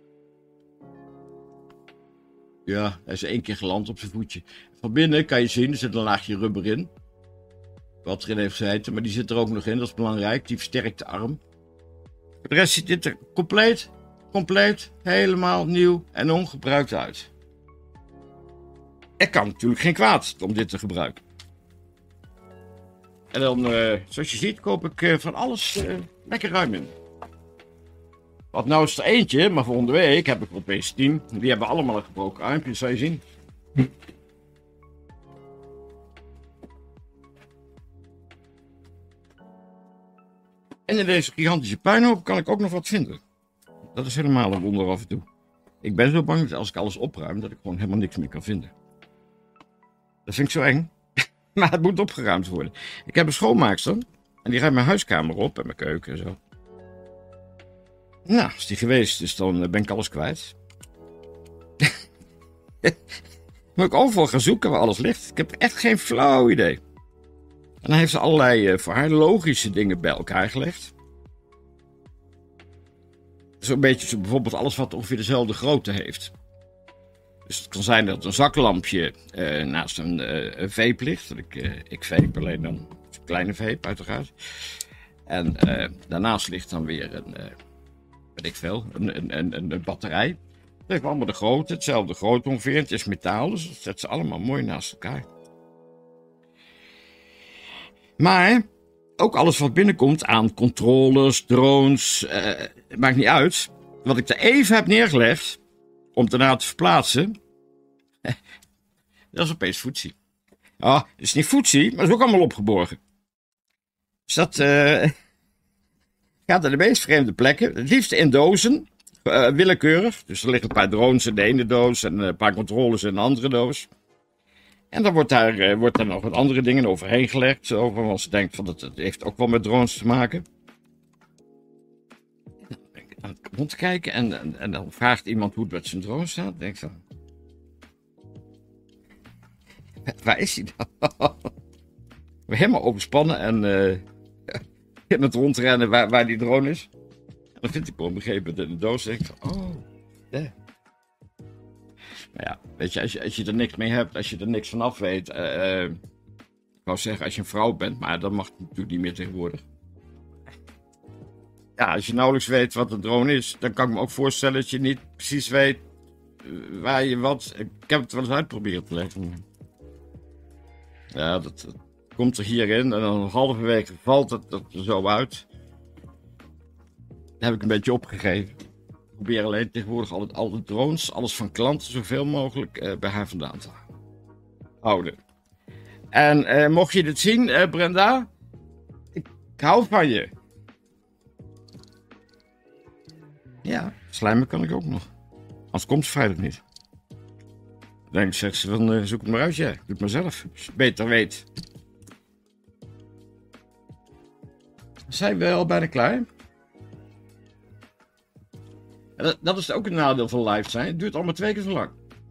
Ja, hij is 1 keer geland op zijn voetje. Van binnen kan je zien, er zit een laagje rubber in. Wat erin heeft gezeten, maar die zit er ook nog in, dat is belangrijk. Die versterkt de arm. Voor de rest ziet dit er compleet, helemaal nieuw en ongebruikt uit. Er kan natuurlijk geen kwaad om dit te gebruiken. En dan, zoals je ziet, koop ik van alles lekker ruim in. Want nou is er eentje, maar volgende week heb ik er opeens 10. Die hebben allemaal een gebroken armpje, zal je zien. En in deze gigantische puinhoop kan ik ook nog wat vinden. Dat is helemaal een wonder af en toe. Ik ben zo bang dat als ik alles opruim, dat ik gewoon helemaal niks meer kan vinden. Dat vind ik zo eng. Maar het moet opgeruimd worden. Ik heb een schoonmaakster. En die ruimt mijn huiskamer op en mijn keuken en zo. Nou, als die geweest is, dan ben ik alles kwijt. Moet ik overal gaan zoeken waar alles ligt. Ik heb echt geen flauw idee. En dan heeft ze allerlei voor haar logische dingen bij elkaar gelegd. Zo'n beetje zo bijvoorbeeld alles wat ongeveer dezelfde grootte heeft. Dus het kan zijn dat een zaklampje naast een vape ligt. Ik vape alleen dan een kleine vape, uiteraard. En daarnaast ligt dan weer weet ik veel, een batterij. Het heeft allemaal de grootte, hetzelfde grootte ongeveer. Het is metaal, dus dat zet ze allemaal mooi naast elkaar. Maar ook alles wat binnenkomt aan controllers, drones, het maakt niet uit. Wat ik er even heb neergelegd om daarna te verplaatsen, dat is opeens voetzie. Oh, het is niet voetzie, maar het is ook allemaal opgeborgen. Dus dat gaat naar de meest vreemde plekken. Het liefst in dozen, willekeurig. Dus er liggen een paar drones in de ene doos en een paar controllers in de andere doos. En dan wordt daar nog wat andere dingen overheen gelegd. Zo, want ze denkt van dat heeft ook wel met drones te maken. En dan ben ik aan het rondkijken en dan vraagt iemand hoe het met zijn drone staat. Dan denk ik van, waar is hij dan? We helemaal overspannen en in het rondrennen waar die drone is. En dan vind ik op een gegeven moment in de doos. En denk ik van, oh, daar. Maar ja, weet je, als je er niks mee hebt, als je er niks vanaf weet. Ik wou zeggen als je een vrouw bent, maar dat mag natuurlijk niet meer tegenwoordig. Ja, als je nauwelijks weet wat een drone is, dan kan ik me ook voorstellen dat je niet precies weet waar je wat. Ik heb het wel eens uitproberen te leggen. Ja, dat komt er hierin en dan halverwege valt het er zo uit. Dat heb ik een beetje opgegeven. Ik probeer alleen tegenwoordig altijd al de drones, alles van klanten, zoveel mogelijk bij haar vandaan te houden. En mocht je dit zien, Brenda, ik hou van je. Ja, slijmen kan ik ook nog. Anders komt ze vrijdag niet. Dan zegt ze van, zoek het maar uit, ja. Doe het maar zelf, als je het beter weet. Zijn we al bijna klaar? Dat is ook een nadeel van live zijn. Het duurt allemaal 2 keer zo lang.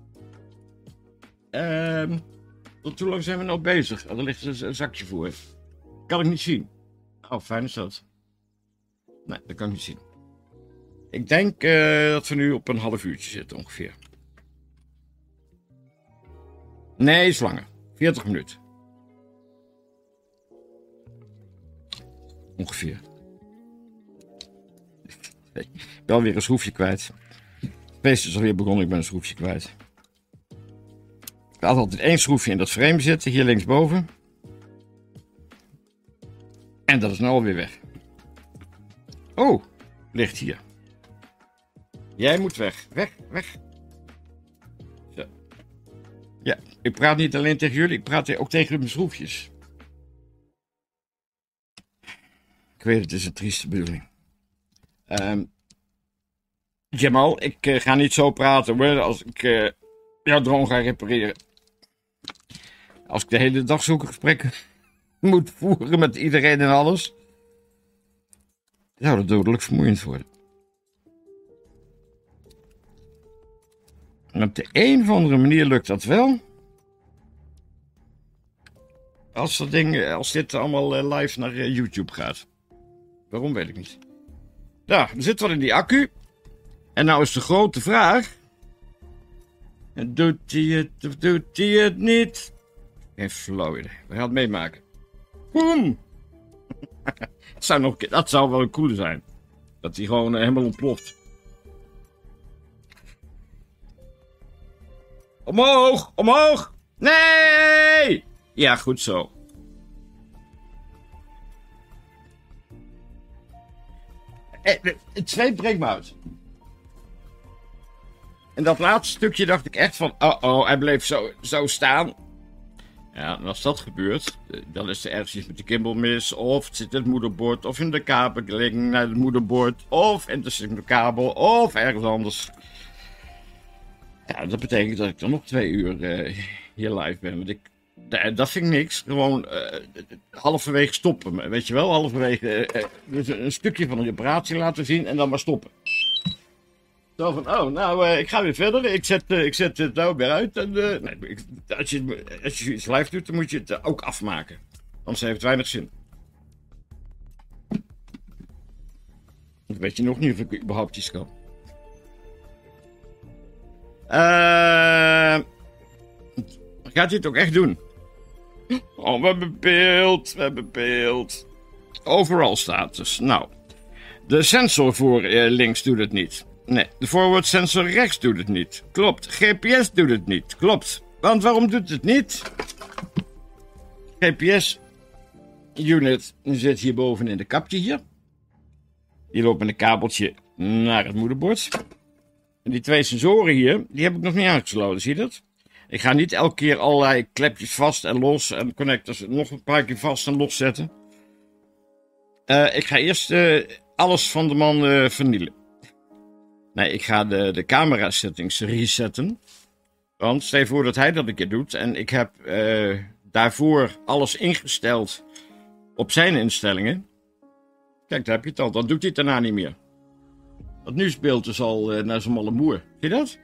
Tot hoe lang zijn we nou bezig? Er ligt een zakje voor. Kan ik niet zien. Oh, fijn is dat. Nee, dat kan ik niet zien. Ik denk dat we nu op een half uurtje zitten ongeveer. Nee, is langer. 40 minuten. Ongeveer. Ik ben alweer een schroefje kwijt. Het feest is alweer begonnen, ik ben een schroefje kwijt. Er had altijd 1 schroefje in dat frame zitten, hier linksboven. En dat is nu alweer weg. Oh, ligt hier. Jij moet weg. Weg. Zo. Ja, ik praat niet alleen tegen jullie, ik praat ook tegen mijn schroefjes. Ik weet, het is een trieste bedoeling. Jamal, ik ga niet zo praten hoor, als ik jouw drone ga repareren. Als ik de hele dag zulke gesprekken moet voeren met iedereen en alles, zou dat dodelijk vermoeiend worden. En op de een of andere manier lukt dat wel. Als dit allemaal live naar YouTube gaat. Waarom weet ik niet. Nou, er zit wat in die accu. En nou is de grote vraag. Doet hij het of doet hij het niet? Geen flauw idee. We gaan het meemaken. Boom! Dat zou wel een coole zijn. Dat hij gewoon helemaal ontploft. Omhoog! Omhoog! Nee! Ja, goed zo. Het zweet breekt me uit. En dat laatste stukje dacht ik echt van, hij bleef zo staan. Ja, en als dat gebeurt, dan is er ergens iets met de gimbal mis, of het zit in het moederbord, of in de kabeling naar het moederbord, of in de kabel, of ergens anders. Ja, dat betekent dat ik dan nog 2 uur hier live ben, want dat vind ik niks. Gewoon halverwege stoppen, weet je wel, halverwege dus een stukje van de reparatie laten zien en dan maar stoppen. Zo van, ik ga weer verder. Ik zet het nou weer uit. En, als je iets live doet, dan moet je het ook afmaken. Anders heeft het weinig zin. Dan weet je nog niet of ik überhaupt iets kan. Gaat hij het ook echt doen? Oh, we hebben beeld. Overall status. Nou, de sensor voor links doet het niet. Nee, de forward sensor rechts doet het niet. Klopt. GPS doet het niet. Klopt. Want waarom doet het niet? GPS unit zit hierboven in de kapje hier. Die loopt met een kabeltje naar het moederbord. En die 2 sensoren hier, die heb ik nog niet aangesloten. Zie je dat? Ik ga niet elke keer allerlei klepjes vast en los en connectors nog een paar keer vast en los zetten. Ik ga eerst alles van de man vernielen. Nee, ik ga de camera settings resetten. Want stel je voor dat hij dat een keer doet. En ik heb daarvoor alles ingesteld op zijn instellingen. Kijk, daar heb je het al. Dan doet hij het daarna niet meer. Dat nieuwsbeeld is al naar zijn malle moer. Zie je dat?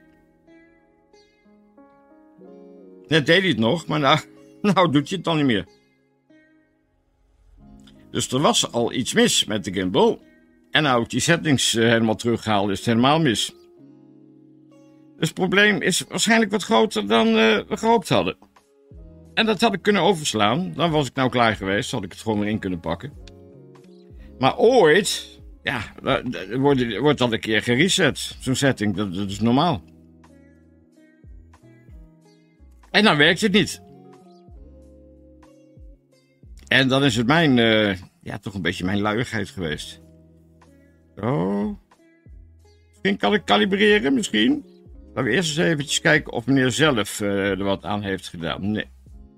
Net deed hij het nog, maar nou doet hij het dan niet meer. Dus er was al iets mis met de gimbal. En nou ik die settings helemaal teruggehaald, is het helemaal mis. Dus het probleem is waarschijnlijk wat groter dan we gehoopt hadden. En dat had ik kunnen overslaan. Dan was ik nou klaar geweest, had ik het gewoon erin kunnen pakken. Maar ooit, ja, wordt dat een keer gereset. Zo'n setting, dat is normaal. En dan werkt het niet. En dan is het toch een beetje mijn luiigheid geweest. Oh. Misschien kan ik kalibreren, misschien. Laten we eerst eens eventjes kijken of meneer zelf er wat aan heeft gedaan. Nee.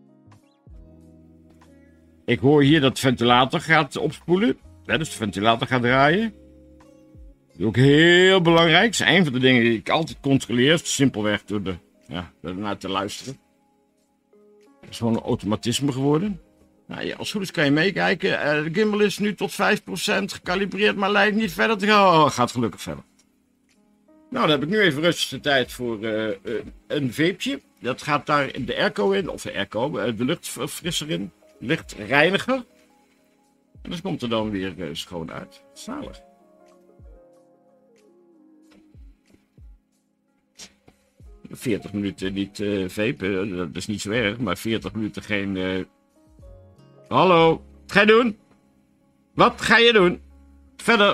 Ik hoor hier dat de ventilator gaat opspoelen. Ja, dus de ventilator gaat draaien. Dat is ook heel belangrijk. Dat is een van de dingen die ik altijd controleer. Simpelweg door ernaar te luisteren. Dat is gewoon een automatisme geworden. Nou, ja, als het goed is kan je meekijken. De gimbal is nu tot 5% gecalibreerd, maar lijkt niet verder te gaan. Oh, gaat gelukkig verder. Nou, dan heb ik nu even rustig de tijd voor een veepje. Dat gaat daar de airco in, of de airco, de luchtverfrisser in. Lichtreiniger. En dat komt er dan weer schoon uit. Zalig. Uh, 40 minuten niet vapen, dat is niet zo erg, maar 40 minuten geen... Hallo, wat ga je doen? Wat ga je doen? Verder.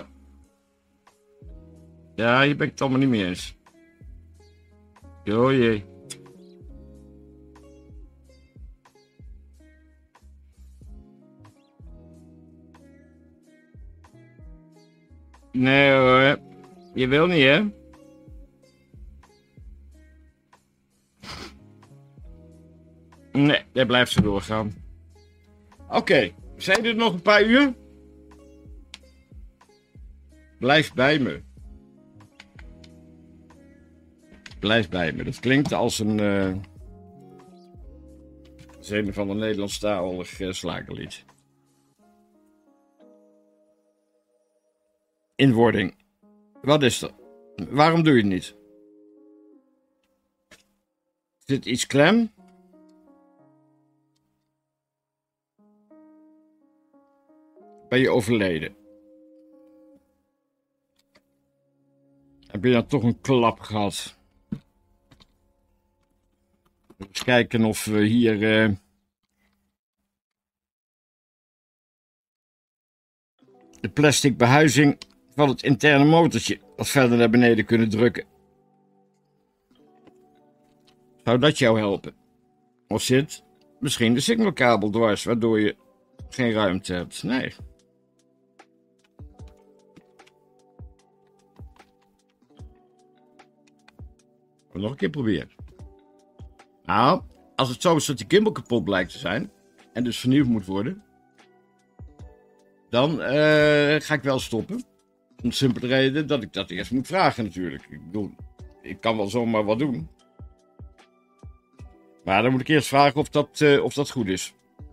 Ja, hier ben ik het allemaal niet mee eens. Oh jee. Nee hoor, je wil niet hè? Nee, dat blijft zo doorgaan. Oké, zijn er nog een paar uur? Blijf bij me. Blijf bij me. Dat klinkt als een van een Nederlandstalig slagerlied. Inwording. Wat is er? Waarom doe je het niet? Zit iets klem? Ben je overleden? Heb je dan toch een klap gehad? Eens kijken of we hier de plastic behuizing van het interne motortje wat verder naar beneden kunnen drukken. Zou dat jou helpen? Of zit misschien de signalkabel dwars, waardoor je geen ruimte hebt? Nee. Nog een keer proberen. Nou, als het zo is dat die gimbal kapot blijkt te zijn en dus vernieuwd moet worden, dan ga ik wel stoppen. Om de simpele reden dat ik dat eerst moet vragen natuurlijk. Ik bedoel, ik kan wel zomaar wat doen. Maar dan moet ik eerst vragen of dat goed is.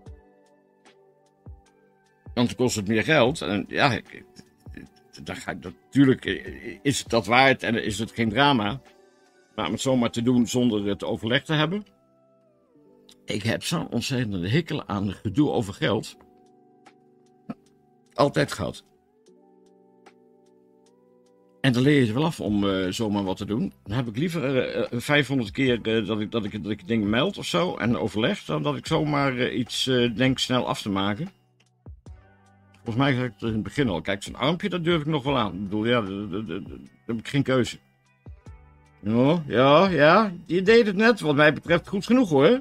Want dan kost het meer geld. En ja, natuurlijk is het dat waard en is het geen drama. Maar om het zomaar te doen zonder het overleg te hebben. Ik heb zo'n ontzettende hekel aan gedoe over geld. Altijd gehad. En dan leer je ze wel af om zomaar wat te doen. Dan heb ik liever 500 keer dat ik dingen meld of zo en overleg, dan dat ik zomaar iets denk snel af te maken. Volgens mij zei ik het in het begin al. Kijk, zo'n armpje, dat durf ik nog wel aan. Ik bedoel, ja, daar heb ik geen keuze. Ja, je deed het net, wat mij betreft goed genoeg hoor.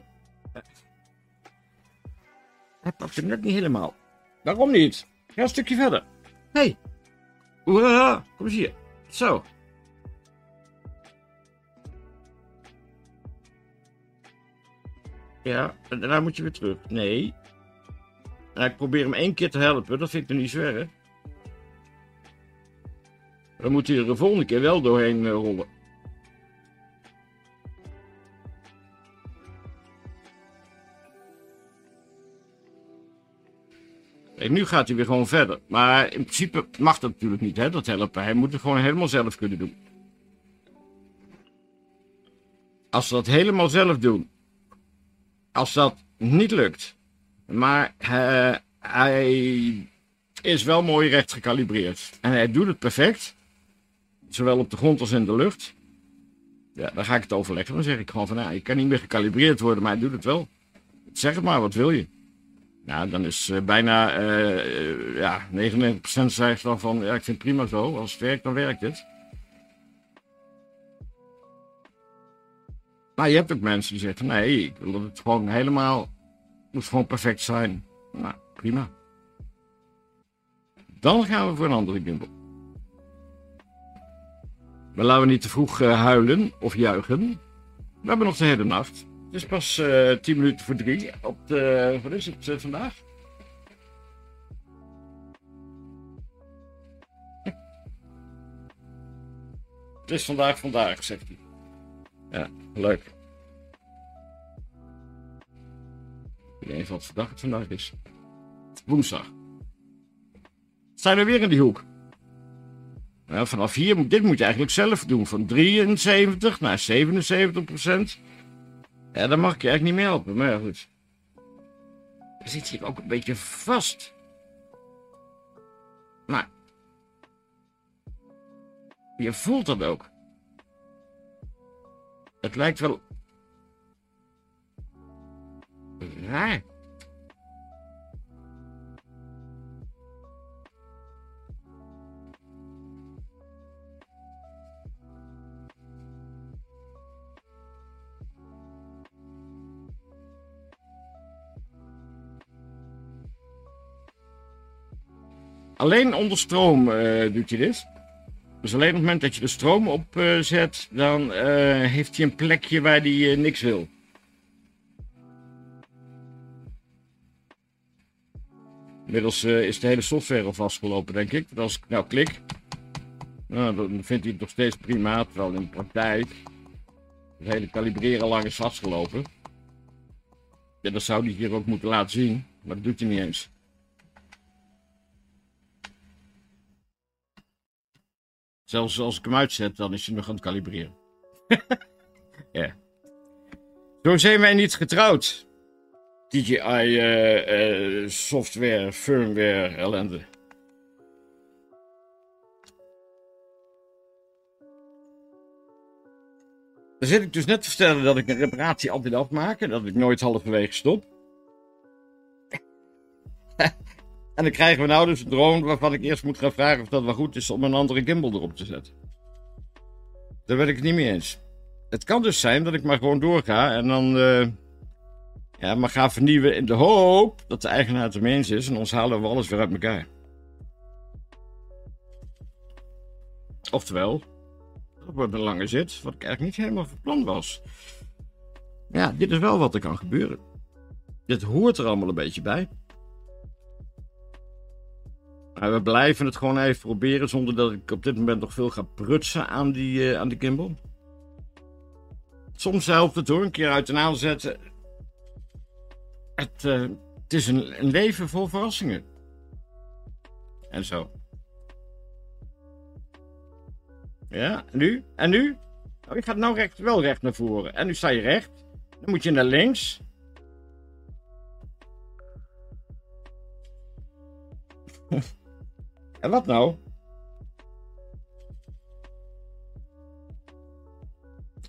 Hij pakt hem net niet helemaal. Waarom niet? Ga een stukje verder. Hé. Hoera, kom eens hier. Zo. Ja, en daarna moet je weer terug. Nee. Nou, ik probeer hem 1 keer te helpen, dat vind ik er niet zo erg. Dan moet hij er de volgende keer wel doorheen rollen. Kijk, nu gaat hij weer gewoon verder. Maar in principe mag dat natuurlijk niet, hè, dat helpen. Hij moet het gewoon helemaal zelf kunnen doen. Als ze dat helemaal zelf doen. Als dat niet lukt. Maar hij is wel mooi recht gekalibreerd. En hij doet het perfect. Zowel op de grond als in de lucht. Ja, dan ga ik het overleggen. Dan zeg ik gewoon van, nou, je kan niet meer gekalibreerd worden, maar hij doet het wel. Zeg het maar, wat wil je? Nou, dan is bijna 99% zegt dan van, ja, ik vind het prima zo. Als het werkt, dan werkt het. Maar je hebt ook mensen die zeggen, nee, ik wil dat het gewoon helemaal, het moet gewoon perfect zijn. Nou, prima. Dan gaan we voor een andere gimbal. Maar laten we niet te vroeg huilen of juichen. We hebben nog de hele nacht. Het is pas 10 minuten voor 3 op de, wat is het vandaag? Het is vandaag, zegt hij. Ja, leuk. Ik weet niet wat voor dag het vandaag is. Woensdag. Zijn we weer in die hoek? Nou, vanaf hier, dit moet je eigenlijk zelf doen. Van 73 naar 77%. Ja, dan mag ik je eigenlijk niet meer helpen. Maar ja, goed. Dan zit hier ook een beetje vast. Maar je voelt dat ook. Het lijkt wel raar. Alleen onder stroom doet je dit. Dus alleen op het moment dat je de stroom opzet, dan heeft hij een plekje waar hij niks wil. Inmiddels is de hele software al vastgelopen, denk ik. Want als ik nou klik, nou, dan vindt hij het nog steeds prima. Terwijl in de praktijk het hele kalibreren lang is vastgelopen. Ja, dat zou hij hier ook moeten laten zien, maar dat doet hij niet eens. Zelfs als ik hem uitzet, dan is hij nog aan het kalibreren. Ja. Zo zijn wij niet getrouwd. DJI software, firmware, ellende. Dan zit ik dus net te vertellen dat ik een reparatie altijd afmaak. Dat ik nooit halverwege stop. En dan krijgen we nou dus een drone waarvan ik eerst moet gaan vragen of dat wel goed is om een andere gimbal erop te zetten. Daar ben ik het niet mee eens. Het kan dus zijn dat ik maar gewoon doorga en dan maar ga vernieuwen in de hoop dat de eigenaar het ermee eens is. En anders halen we alles weer uit elkaar. Oftewel, dat wordt een lange zit, wat ik eigenlijk niet helemaal van plan was. Ja, dit is wel wat er kan gebeuren. Dit hoort er allemaal een beetje bij. Maar we blijven het gewoon even proberen zonder dat ik op dit moment nog veel ga prutsen aan die gimbal. Soms helpt het hoor, een keer uit en aanzetten. Het is een leven vol verrassingen. En zo. Ja, en nu? En nu? Oh, je gaat nou wel recht naar voren. En nu sta je recht. Dan moet je naar links. En wat nou?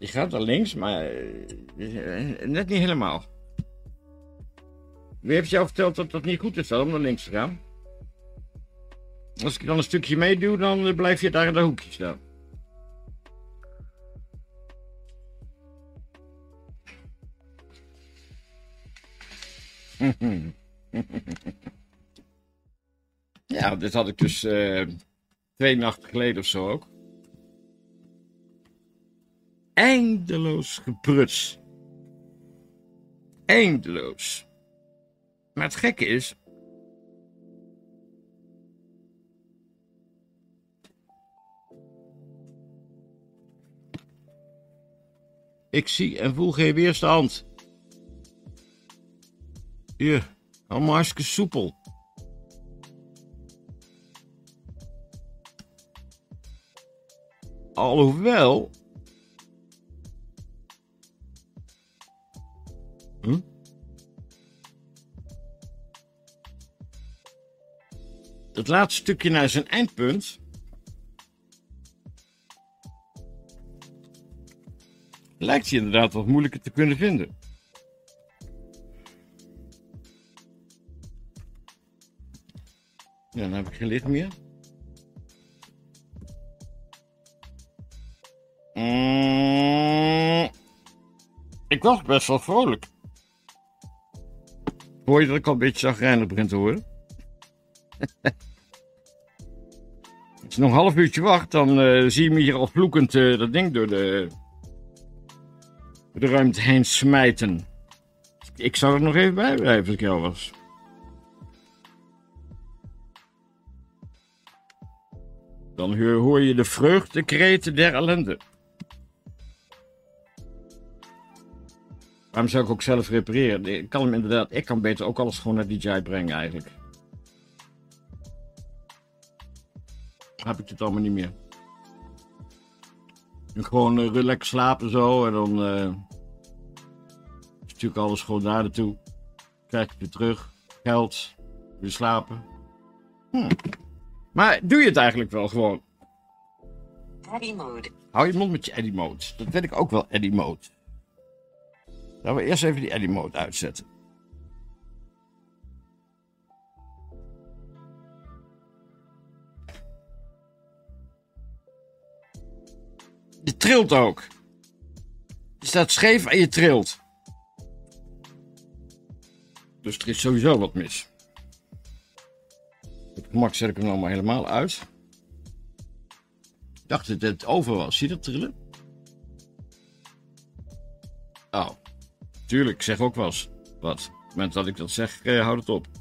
Die gaat naar links, maar net niet helemaal. Wie heeft jou verteld dat dat niet goed is om naar links te gaan? Als ik dan een stukje meedoe, dan blijf je daar in dat hoekje staan. Ja, dit had ik dus 2 nachten geleden of zo ook. Eindeloos gepruts. Eindeloos. Maar het gekke is... Ik zie en voel geen weerstand. Hier, allemaal hartstikke soepel. Alhoewel... Het laatste stukje naar zijn eindpunt... lijkt hij inderdaad wat moeilijker te kunnen vinden. Ja, dan heb ik geen licht meer. Ik was best wel vrolijk. Hoor je dat ik al een beetje chagrijnig begin te worden? Als je nog een half uurtje wacht, dan zie je me hier al vloekend dat ding door de ruimte heen smijten. Ik zou er nog even bij blijven als ik jou was. Dan hoor je de vreugdekreten der ellende. Waarom zou ik ook zelf repareren? Ik kan beter ook alles gewoon naar DJI brengen eigenlijk. Heb ik dit allemaal niet meer. En gewoon relax slapen zo en dan stuur ik alles gewoon naar naartoe. Krijg ik weer terug. Geld. Weer slapen. Maar doe je het eigenlijk wel gewoon? Eddy mode. Hou je mond met je eddy mode. Dat weet ik ook wel, eddy mode. Laten we eerst even die eddy mode uitzetten. Je trilt ook. Je staat scheef en je trilt. Dus er is sowieso wat mis. Op het gemak zet ik hem nou maar helemaal uit. Ik dacht dat het over was. Zie je dat trillen? Oh. Tuurlijk, ik zeg ook wel eens wat. Op het moment dat ik dat zeg, houd het op.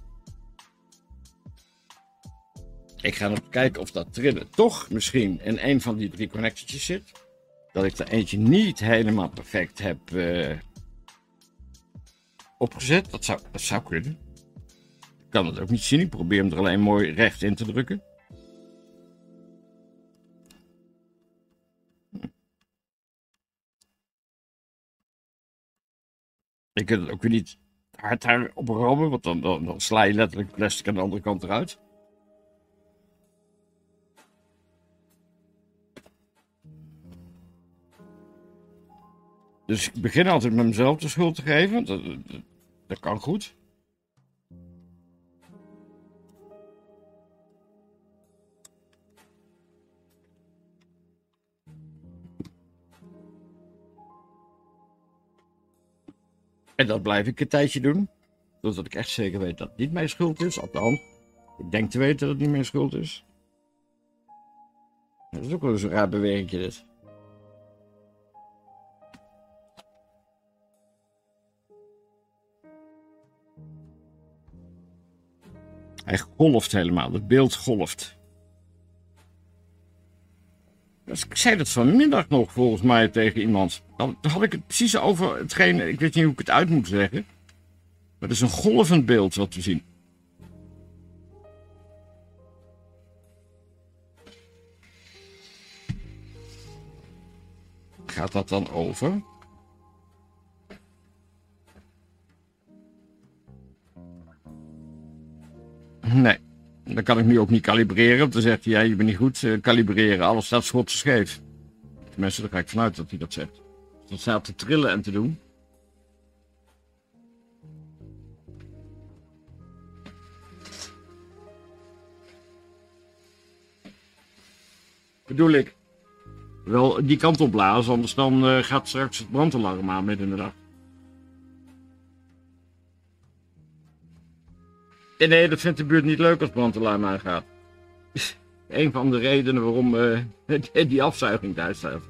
Ik ga nog kijken of dat trillen toch misschien in een van die 3 connectortjes zit. Dat ik er eentje niet helemaal perfect heb opgezet. Dat zou kunnen. Ik kan het ook niet zien. Ik probeer hem er alleen mooi recht in te drukken. Je kunt het ook weer niet hard op rammen, want dan sla je letterlijk het plastic aan de andere kant eruit. Dus ik begin altijd met mezelf de schuld te geven. Dat kan goed. En dat blijf ik een tijdje doen. Totdat ik echt zeker weet dat het niet mijn schuld is. Althans, ik denk te weten dat het niet mijn schuld is. Dat is ook wel zo'n raar bewegingje dit. Hij golft helemaal, het beeld golft. Dus ik zei dat vanmiddag nog volgens mij tegen iemand. Dan had ik het precies over hetgeen, ik weet niet hoe ik het uit moet zeggen. Maar het is een golvend beeld wat we zien. Gaat dat dan over? Nee, dat kan ik nu ook niet kalibreren. Want dan zegt hij, ja, je bent niet goed kalibreren. Alles staat schotse scheef. Tenminste, daar ga ik vanuit dat hij dat zegt. Het staat te trillen en te doen. Bedoel ik. Wel die kant op blazen, anders dan gaat straks het brandalarm aan midden in de dag. Nee, dat vindt de buurt niet leuk als brandalarm aangaat. Een van de redenen waarom die afzuiging thuis staat.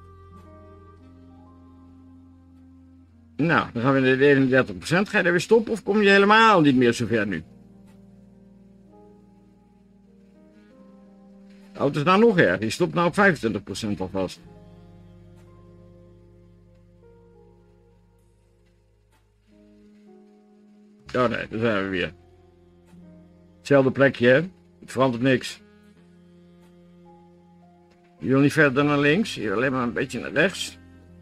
Nou, dan gaan we naar de 31%. Ga je daar weer stoppen of kom je helemaal niet meer zover nu? Oh, het is nou nog erg. Je stopt nou op 25% alvast. Oh nee, daar zijn we weer. Hetzelfde plekje, hè? Het verandert niks. Je wil niet verder naar links, je wil alleen maar een beetje naar rechts.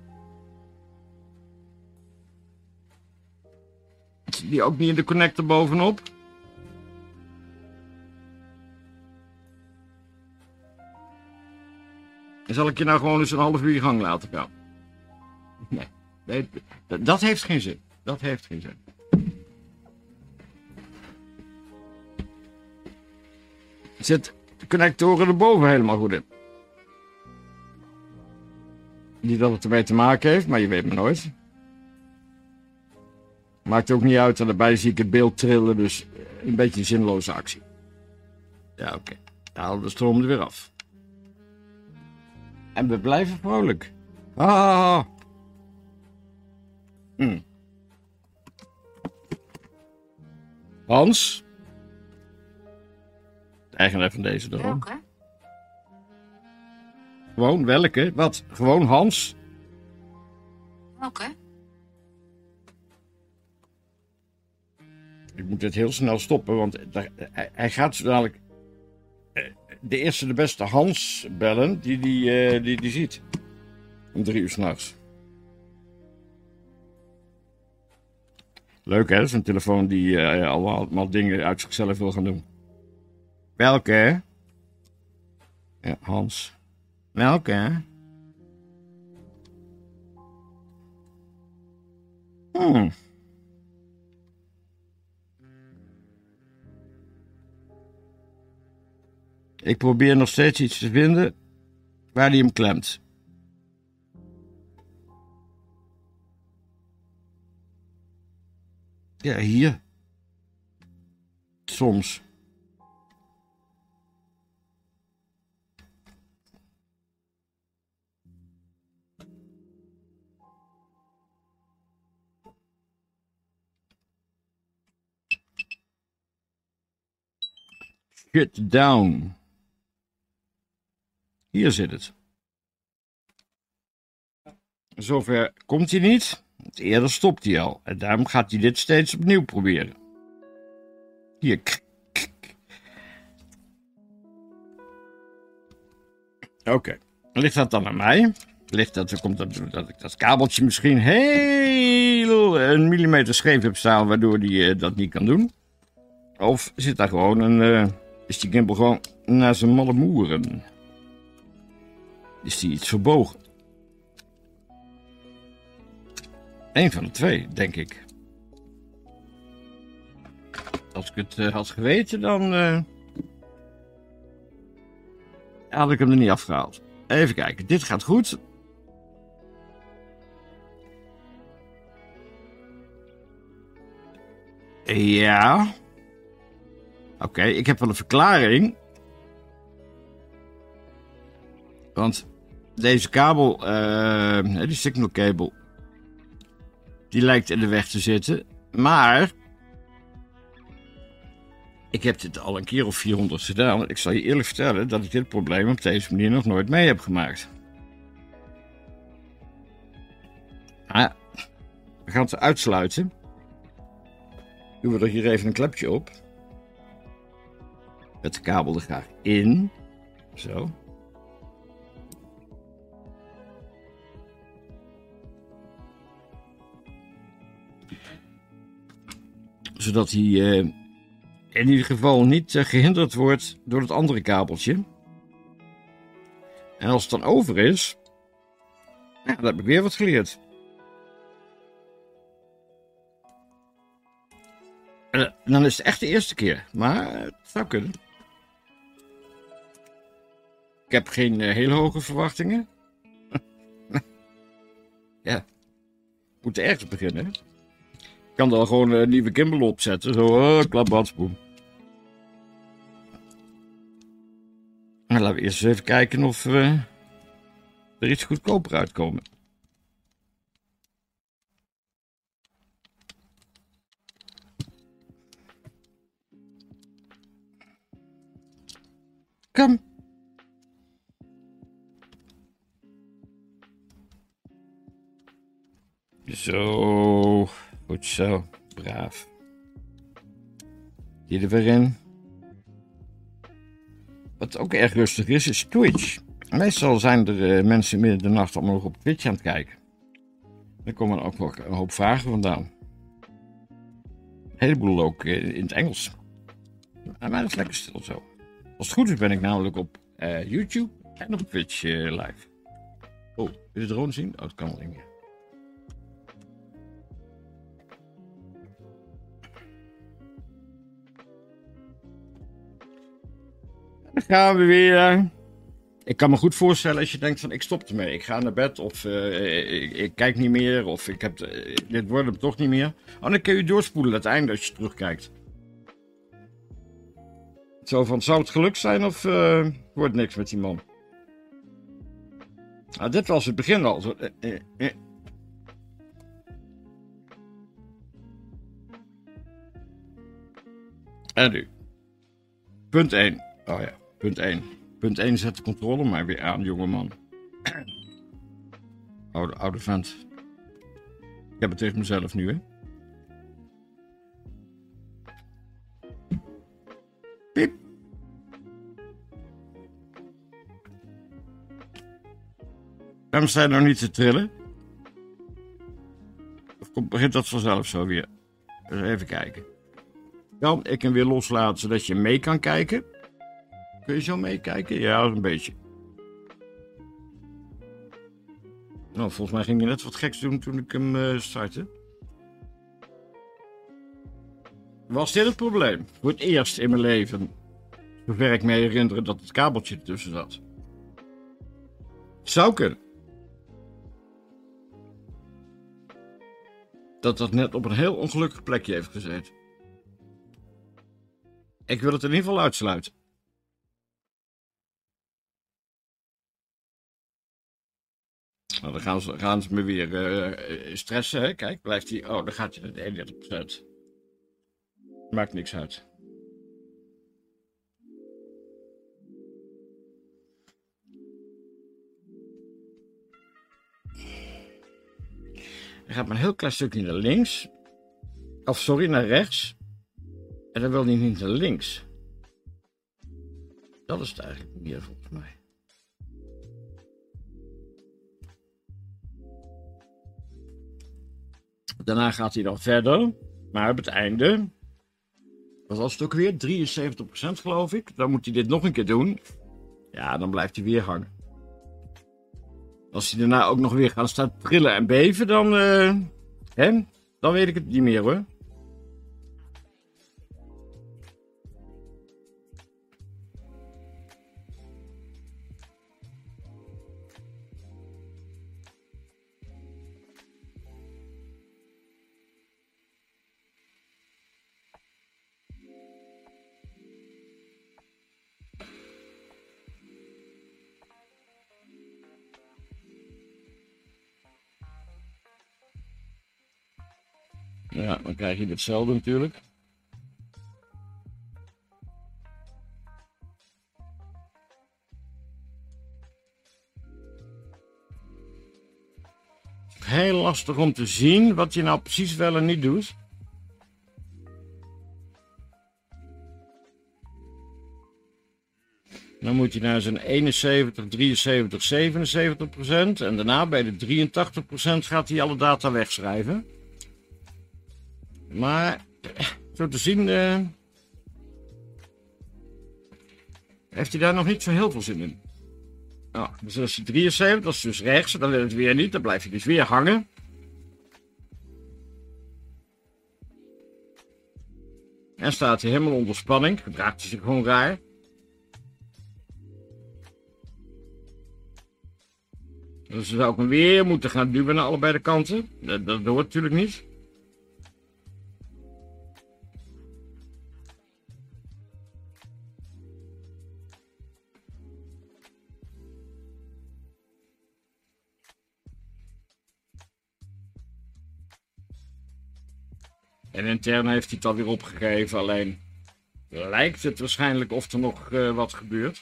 Zit die ook niet in de connector bovenop? En zal ik je nou gewoon eens een half uur je gang laten gaan? Nee, dat heeft geen zin. Dat heeft geen zin. Zit de connectoren erboven helemaal goed in? Niet dat het ermee te maken heeft, maar je weet maar nooit. Maakt ook niet uit, en daarbij zie ik het beeld trillen, dus een beetje een zinloze actie. Ja, oké. Dan halen we de stroom er weer af. En we blijven vrolijk. Ah. Hans? De eigenaar van deze droom. Welke? Gewoon, welke? Wat? Gewoon Hans? Welke? Ik moet dit heel snel stoppen, want hij gaat zo dadelijk de eerste de beste Hans bellen die ziet. Om 3 uur 's nachts. Leuk hè, zo'n telefoon die allemaal dingen uit zichzelf wil gaan doen. Welke? Ja, Hans. Welke? Ik probeer nog steeds iets te vinden waar hij hem klemt. Ja, hier. Soms. Shut down. Hier zit het. Zover komt hij niet. Eerder stopt hij al. En daarom gaat hij dit steeds opnieuw proberen. Hier. Oké. Ligt dat dan aan mij? Ligt dat, komt dat ik dat kabeltje misschien heel een millimeter scheef heb staan, waardoor hij dat niet kan doen? Of zit daar gewoon is die gimbal gewoon naar zijn malle moeren? Is die iets verbogen? Eén van de twee, denk ik. Als ik het had geweten, dan had ik hem er niet afgehaald. Even kijken, dit gaat goed. Ja. Oké, ik heb wel een verklaring. Want deze kabel, die signalkabel, die lijkt in de weg te zitten. Maar ik heb dit al een keer of 400 gedaan. Ik zal je eerlijk vertellen dat ik dit probleem op deze manier nog nooit mee heb gemaakt. Maar we gaan het uitsluiten. Doen we er hier even een klepje op. Met de kabel er graag in. Zo. Zodat hij in ieder geval niet gehinderd wordt door het andere kabeltje. En als het dan over is, Ja, dan heb ik weer wat geleerd. Dan is het echt de eerste keer. Maar het zou kunnen. Ik heb geen hele hoge verwachtingen. Ja. Ik moet ergens beginnen. Ik kan dan gewoon een nieuwe gimbal opzetten. Zo, klapbatsboom. Nou, laten we eerst eens even kijken of we er iets goedkoper uitkomen. Kom. Zo. Goed zo. Braaf. Die er weer in. Wat ook erg rustig is Twitch. Meestal zijn er mensen midden in de nacht allemaal nog op Twitch aan het kijken. Daar komen ook nog een hoop vragen vandaan. Een heleboel ook in het Engels. Maar dat is lekker stil zo. Als het goed is ben ik namelijk op YouTube en op Twitch live. Oh, wil je de drone zien? Oh, dat kan wel niet meer. Dan gaan we weer. Ik kan me goed voorstellen als je denkt van ik stop ermee. Ik ga naar bed of ik kijk niet meer of dit wordt hem toch niet meer. Oh, dan kun je doorspoelen het einde als je terugkijkt. Zo van, zou het geluk zijn of wordt niks met die man? Nou, dit was het begin al. Zo, En nu. Punt 1. Oh ja, punt 1. Punt 1 zet de controle maar weer aan, jongeman. Oude vent. Ik heb het tegen mezelf nu, hè. Piep. Waarom sta je nou niet te trillen? Of begint dat vanzelf zo weer? Dus even kijken. Kan ik hem weer loslaten zodat je mee kan kijken? Kun je zo meekijken? Ja, een beetje. Nou, volgens mij ging je net wat geks doen toen ik hem startte. Was dit het probleem? Voor het eerst in mijn leven. Zover ik me herinner dat het kabeltje ertussen zat. Zou kunnen. Dat net op een heel ongelukkig plekje heeft gezeten. Ik wil het in ieder geval uitsluiten. Nou, dan gaan ze me weer stressen. Hè? Kijk, blijft hij. Oh, dan gaat hij naar 31%. Maakt niks uit. Dan gaat maar een heel klein stukje naar links. Of sorry, naar rechts. En dan wil hij niet naar links. Dat is het eigenlijk meer volgens mij. Daarna gaat hij dan verder. Maar op het einde. Wat was het ook weer? 73% geloof ik. Dan moet hij dit nog een keer doen. Ja, dan blijft hij weer hangen. Als hij daarna ook nog weer gaat staan trillen en beven, dan weet ik het niet meer hoor. Ja, dan krijg je hetzelfde natuurlijk. Heel lastig om te zien wat je nou precies wel en niet doet. Dan moet je naar zijn 71, 73, 77% en daarna bij de 83% gaat hij alle data wegschrijven. Maar zo te zien heeft hij daar nog niet zo heel veel zin in. Oh, dus als je 73, dat is dus rechts, dan wil het weer niet. Dan blijf je dus weer hangen. En staat hij helemaal onder spanning. Gedraagt hij zich gewoon raar. Dus dan zou ik hem weer moeten gaan duwen naar allebei de kanten. Dat hoort natuurlijk niet. En intern heeft hij het alweer opgegeven, alleen lijkt het waarschijnlijk of er nog wat gebeurt.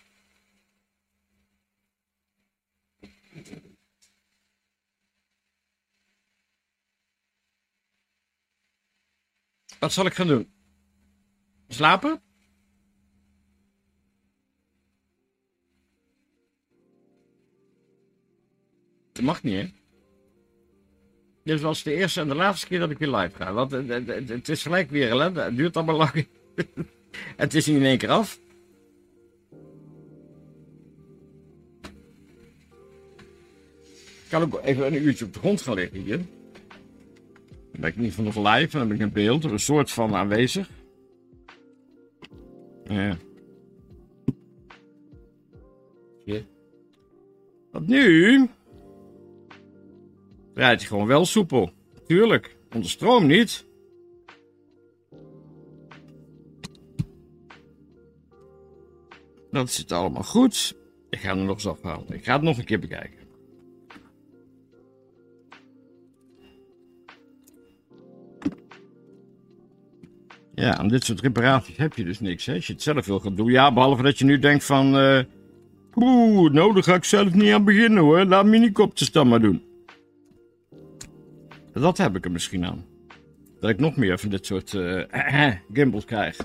Wat zal ik gaan doen? Slapen? Dat mag niet, hè? Dit was de eerste en de laatste keer dat ik weer live ga. Want het is gelijk weer ellende. Het duurt allemaal lang. Het is niet in één keer af. Ik kan ook even een uurtje op de grond gaan liggen hier. Dan ben ik niet van nog live en dan ben ik in beeld. Een soort van aanwezig. Ja. Wat nu? Rijdt hij gewoon wel soepel. Tuurlijk. Onder stroom niet. Dat zit allemaal goed. Ik ga hem er nog eens afhalen. Ik ga het nog een keer bekijken. Ja, aan dit soort reparaties heb je dus niks, hè? Als je het zelf wil gaan doen. Ja, behalve dat je nu denkt van... nou, daar ga ik zelf niet aan beginnen, hoor. Laat minicopters dan maar doen. Dat heb ik er misschien aan. Dat ik nog meer van dit soort gimbals krijg.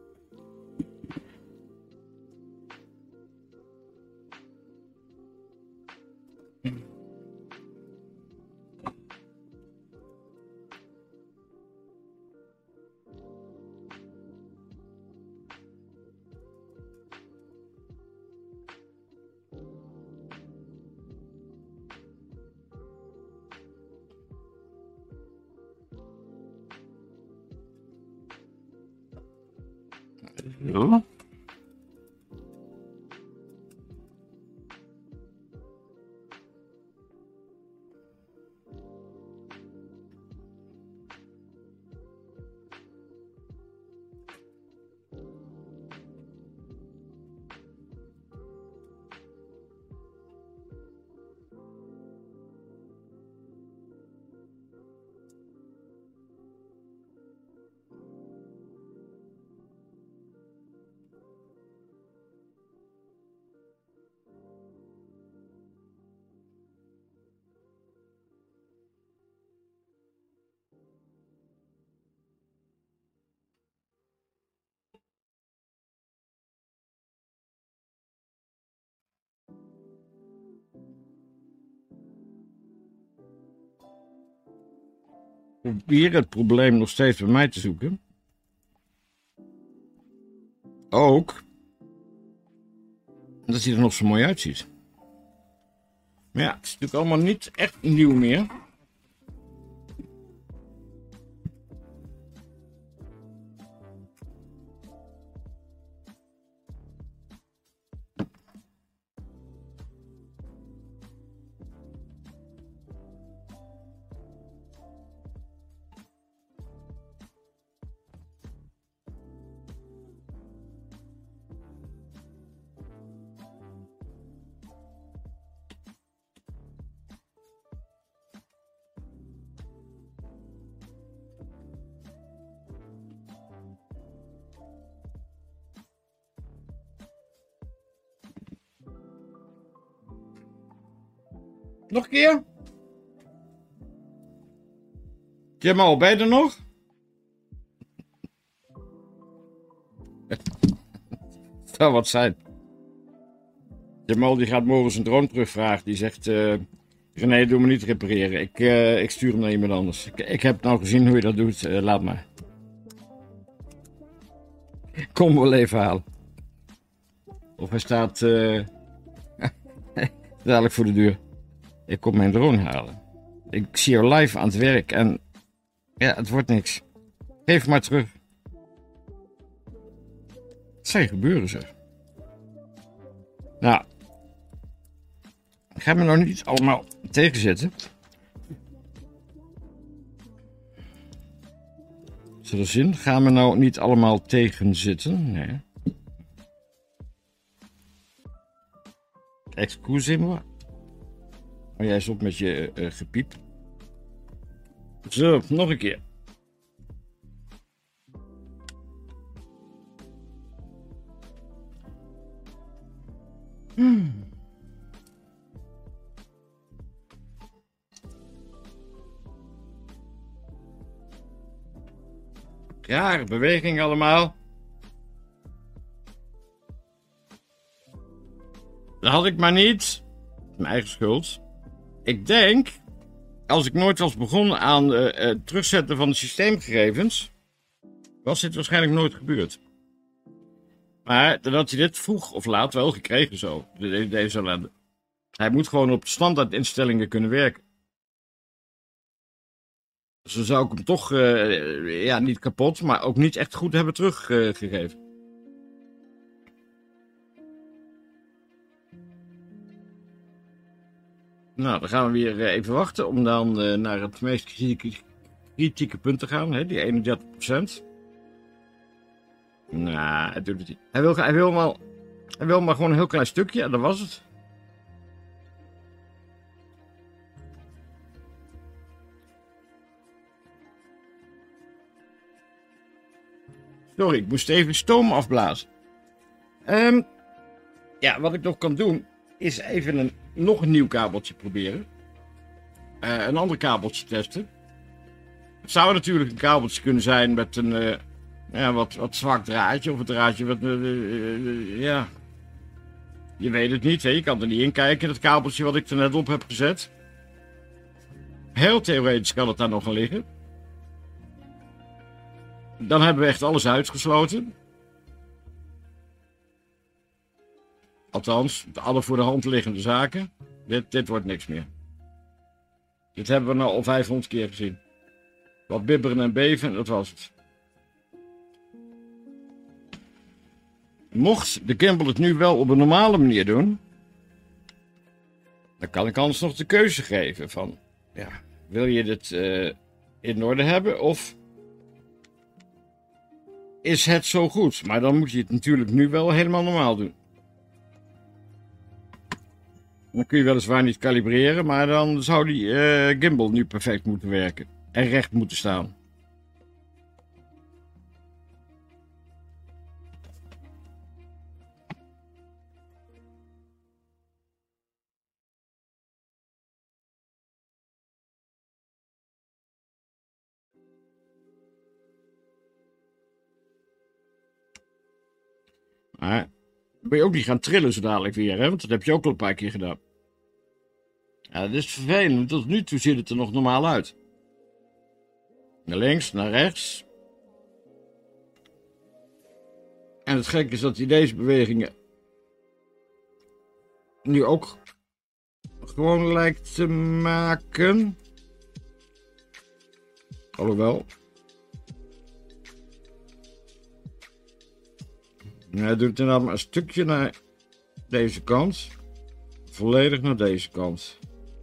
Zo. Probeer het probleem nog steeds bij mij te zoeken. Ook dat hij er nog zo mooi uitziet. Maar ja, het is natuurlijk allemaal niet echt nieuw meer. Nog een keer? Jamal, ben je er nog? Het zou wat zijn. Jamal die gaat morgen zijn drone terugvragen. Die zegt, René, doe me niet repareren. Ik stuur hem naar iemand anders. Ik heb nou gezien hoe je dat doet. Laat maar. Kom wel even halen. Of hij staat... Dadelijk voor de deur. Ik kom mijn drone halen. Ik zie jou live aan het werk en... Ja, het wordt niks. Geef maar terug. Wat zou je gebeuren, zeg? Nou... Ga me nou niet allemaal tegenzitten. Is er zin? Ga me nou niet allemaal tegenzitten? Nee. Excusez-moi. Oh, jij stopt met je gepiep. Zo, nog een keer. Rare beweging allemaal. Dat had ik maar niet. Mijn eigen schuld. Ik denk, als ik nooit was begonnen aan het terugzetten van de systeemgegevens, was dit waarschijnlijk nooit gebeurd. Maar doordat hij dit vroeg of laat wel gekregen zo, deze ellende. Hij moet gewoon op de standaardinstellingen kunnen werken. Zo zou ik hem toch niet kapot, maar ook niet echt goed hebben teruggegeven. Nou, dan gaan we weer even wachten om dan naar het meest kritieke punt te gaan, hè, die 31%. Nou, hij doet het niet. Hij wil maar gewoon een heel klein stukje en dat was het. Sorry, ik moest even stoom afblazen. Ja, wat ik nog kan doen, is even nog een nieuw kabeltje proberen. Een ander kabeltje testen. Het zou natuurlijk een kabeltje kunnen zijn met een wat zwak draadje. Of een draadje wat... ja... Je weet het niet, hè? Je kan er niet in kijken, dat kabeltje wat ik er net op heb gezet. Heel theoretisch kan het daar nog aan liggen. Dan hebben we echt alles uitgesloten. Althans, alle voor de hand liggende zaken. Dit wordt niks meer. Dit hebben we nou al 500 keer gezien. Wat bibberen en beven, dat was het. Mocht de gimbal het nu wel op een normale manier doen, dan kan ik anders nog de keuze geven van, ja, wil je dit in orde hebben of is het zo goed? Maar dan moet je het natuurlijk nu wel helemaal normaal doen. Dan kun je weliswaar niet kalibreren, maar dan zou die gimbal nu perfect moeten werken en recht moeten staan. Maar wil je ook niet gaan trillen zo dadelijk weer, hè? Want dat heb je ook al een paar keer gedaan. Ja, dat is vervelend. Tot nu toe ziet het er nog normaal uit. Naar links, naar rechts. En het gekke is dat hij deze bewegingen nu ook gewoon lijkt te maken. Alhoewel. Hij doet inderdaad maar een stukje naar deze kant. Volledig naar deze kant.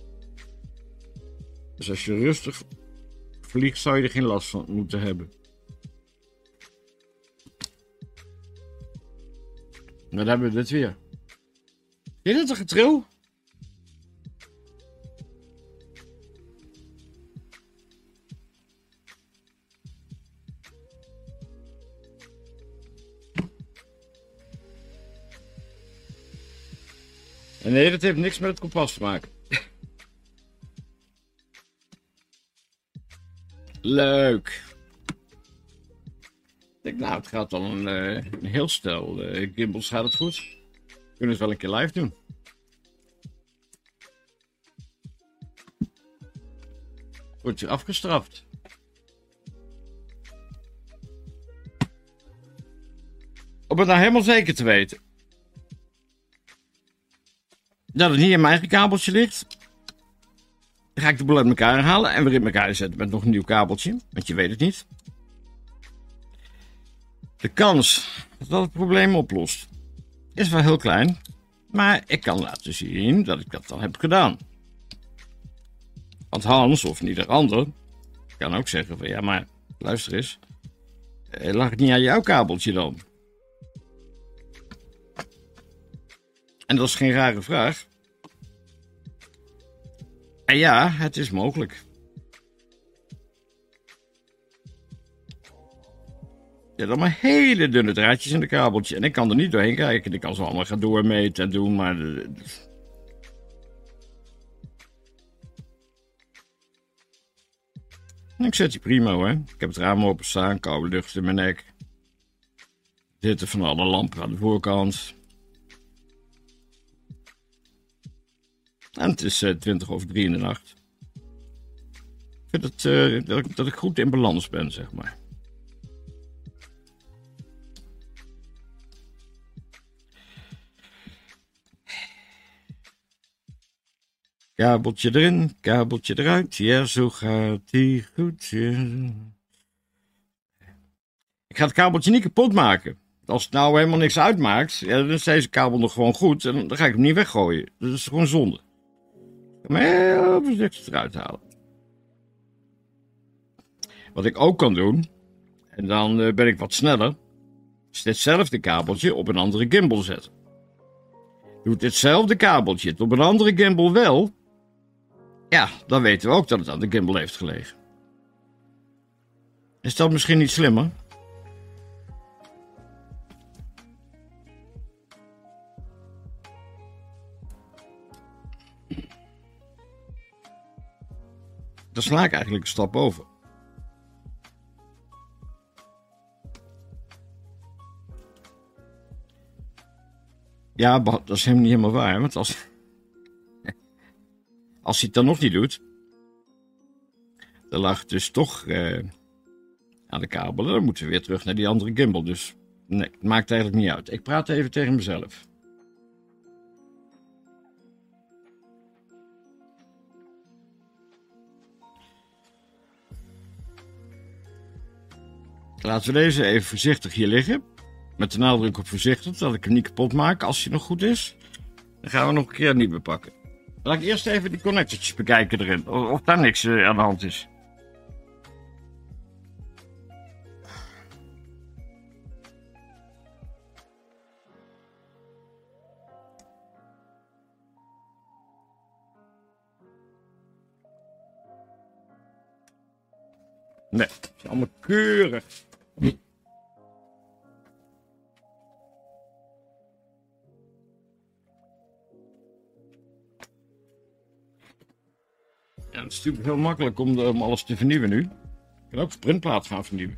Dus als je rustig vliegt, zou je er geen last van moeten hebben. Dan hebben we dit weer. Is het een getril? Nee, dat heeft niks met het kompas te maken. Leuk. Ik denk, nou, het gaat al een heel stel. Gimbals gaat het goed. We kunnen het wel een keer live doen. Wordt je afgestraft. Om het nou helemaal zeker te weten. dat het niet in mijn eigen kabeltje ligt. Dan ga ik de boel uit elkaar halen en weer in elkaar zetten met nog een nieuw kabeltje. Want je weet het niet. De kans dat het probleem oplost is wel heel klein. Maar ik kan laten zien dat ik dat dan heb gedaan. Want Hans of ieder ander kan ook zeggen van ja, maar luister eens. Lag het niet aan jouw kabeltje dan? En dat is geen rare vraag. En ja, het is mogelijk. Je hebt allemaal hele dunne draadjes in de kabeltje. En ik kan er niet doorheen kijken. Ik kan ze allemaal gaan doormeten en doen, maar... Ik zet die prima hoor. Ik heb het raam openstaan, koude lucht in mijn nek. Zitten van alle lampen aan de voorkant. En het is 3:20 in de nacht. Ik vind dat ik goed in balans ben, zeg maar. Kabeltje erin, kabeltje eruit. Ja, zo gaat die goed. Ja. Ik ga het kabeltje niet kapot maken. Als het nou helemaal niks uitmaakt, ja, dan is deze kabel nog gewoon goed. En dan ga ik hem niet weggooien. Dat is gewoon zonde. Ik ga hem heel voorzichtig eruit halen. Wat ik ook kan doen, en dan ben ik wat sneller, is ditzelfde kabeltje op een andere gimbal zetten. Doet ditzelfde kabeltje het op een andere gimbal wel, ja, dan weten we ook dat het aan de gimbal heeft gelegen. Is dat misschien niet slimmer? Dan sla ik eigenlijk een stap over. Ja, dat is helemaal niet helemaal waar, want als hij het dan nog niet doet, dan lag het dus toch aan de kabel. Dan moeten we weer terug naar die andere gimbal. Dus nee, het maakt eigenlijk niet uit. Ik praat even tegen mezelf. Laten we deze even voorzichtig hier liggen. Met de nadruk op voorzichtig, dat ik hem niet kapot maak als hij nog goed is. Dan gaan we nog een keer niet bepakken. Laat ik eerst even die connectortjes bekijken erin. Of daar niks aan de hand is. Nee, het is allemaal keurig. Ja, het is natuurlijk heel makkelijk om alles te vernieuwen nu. Ik kan ook de printplaat gaan vernieuwen.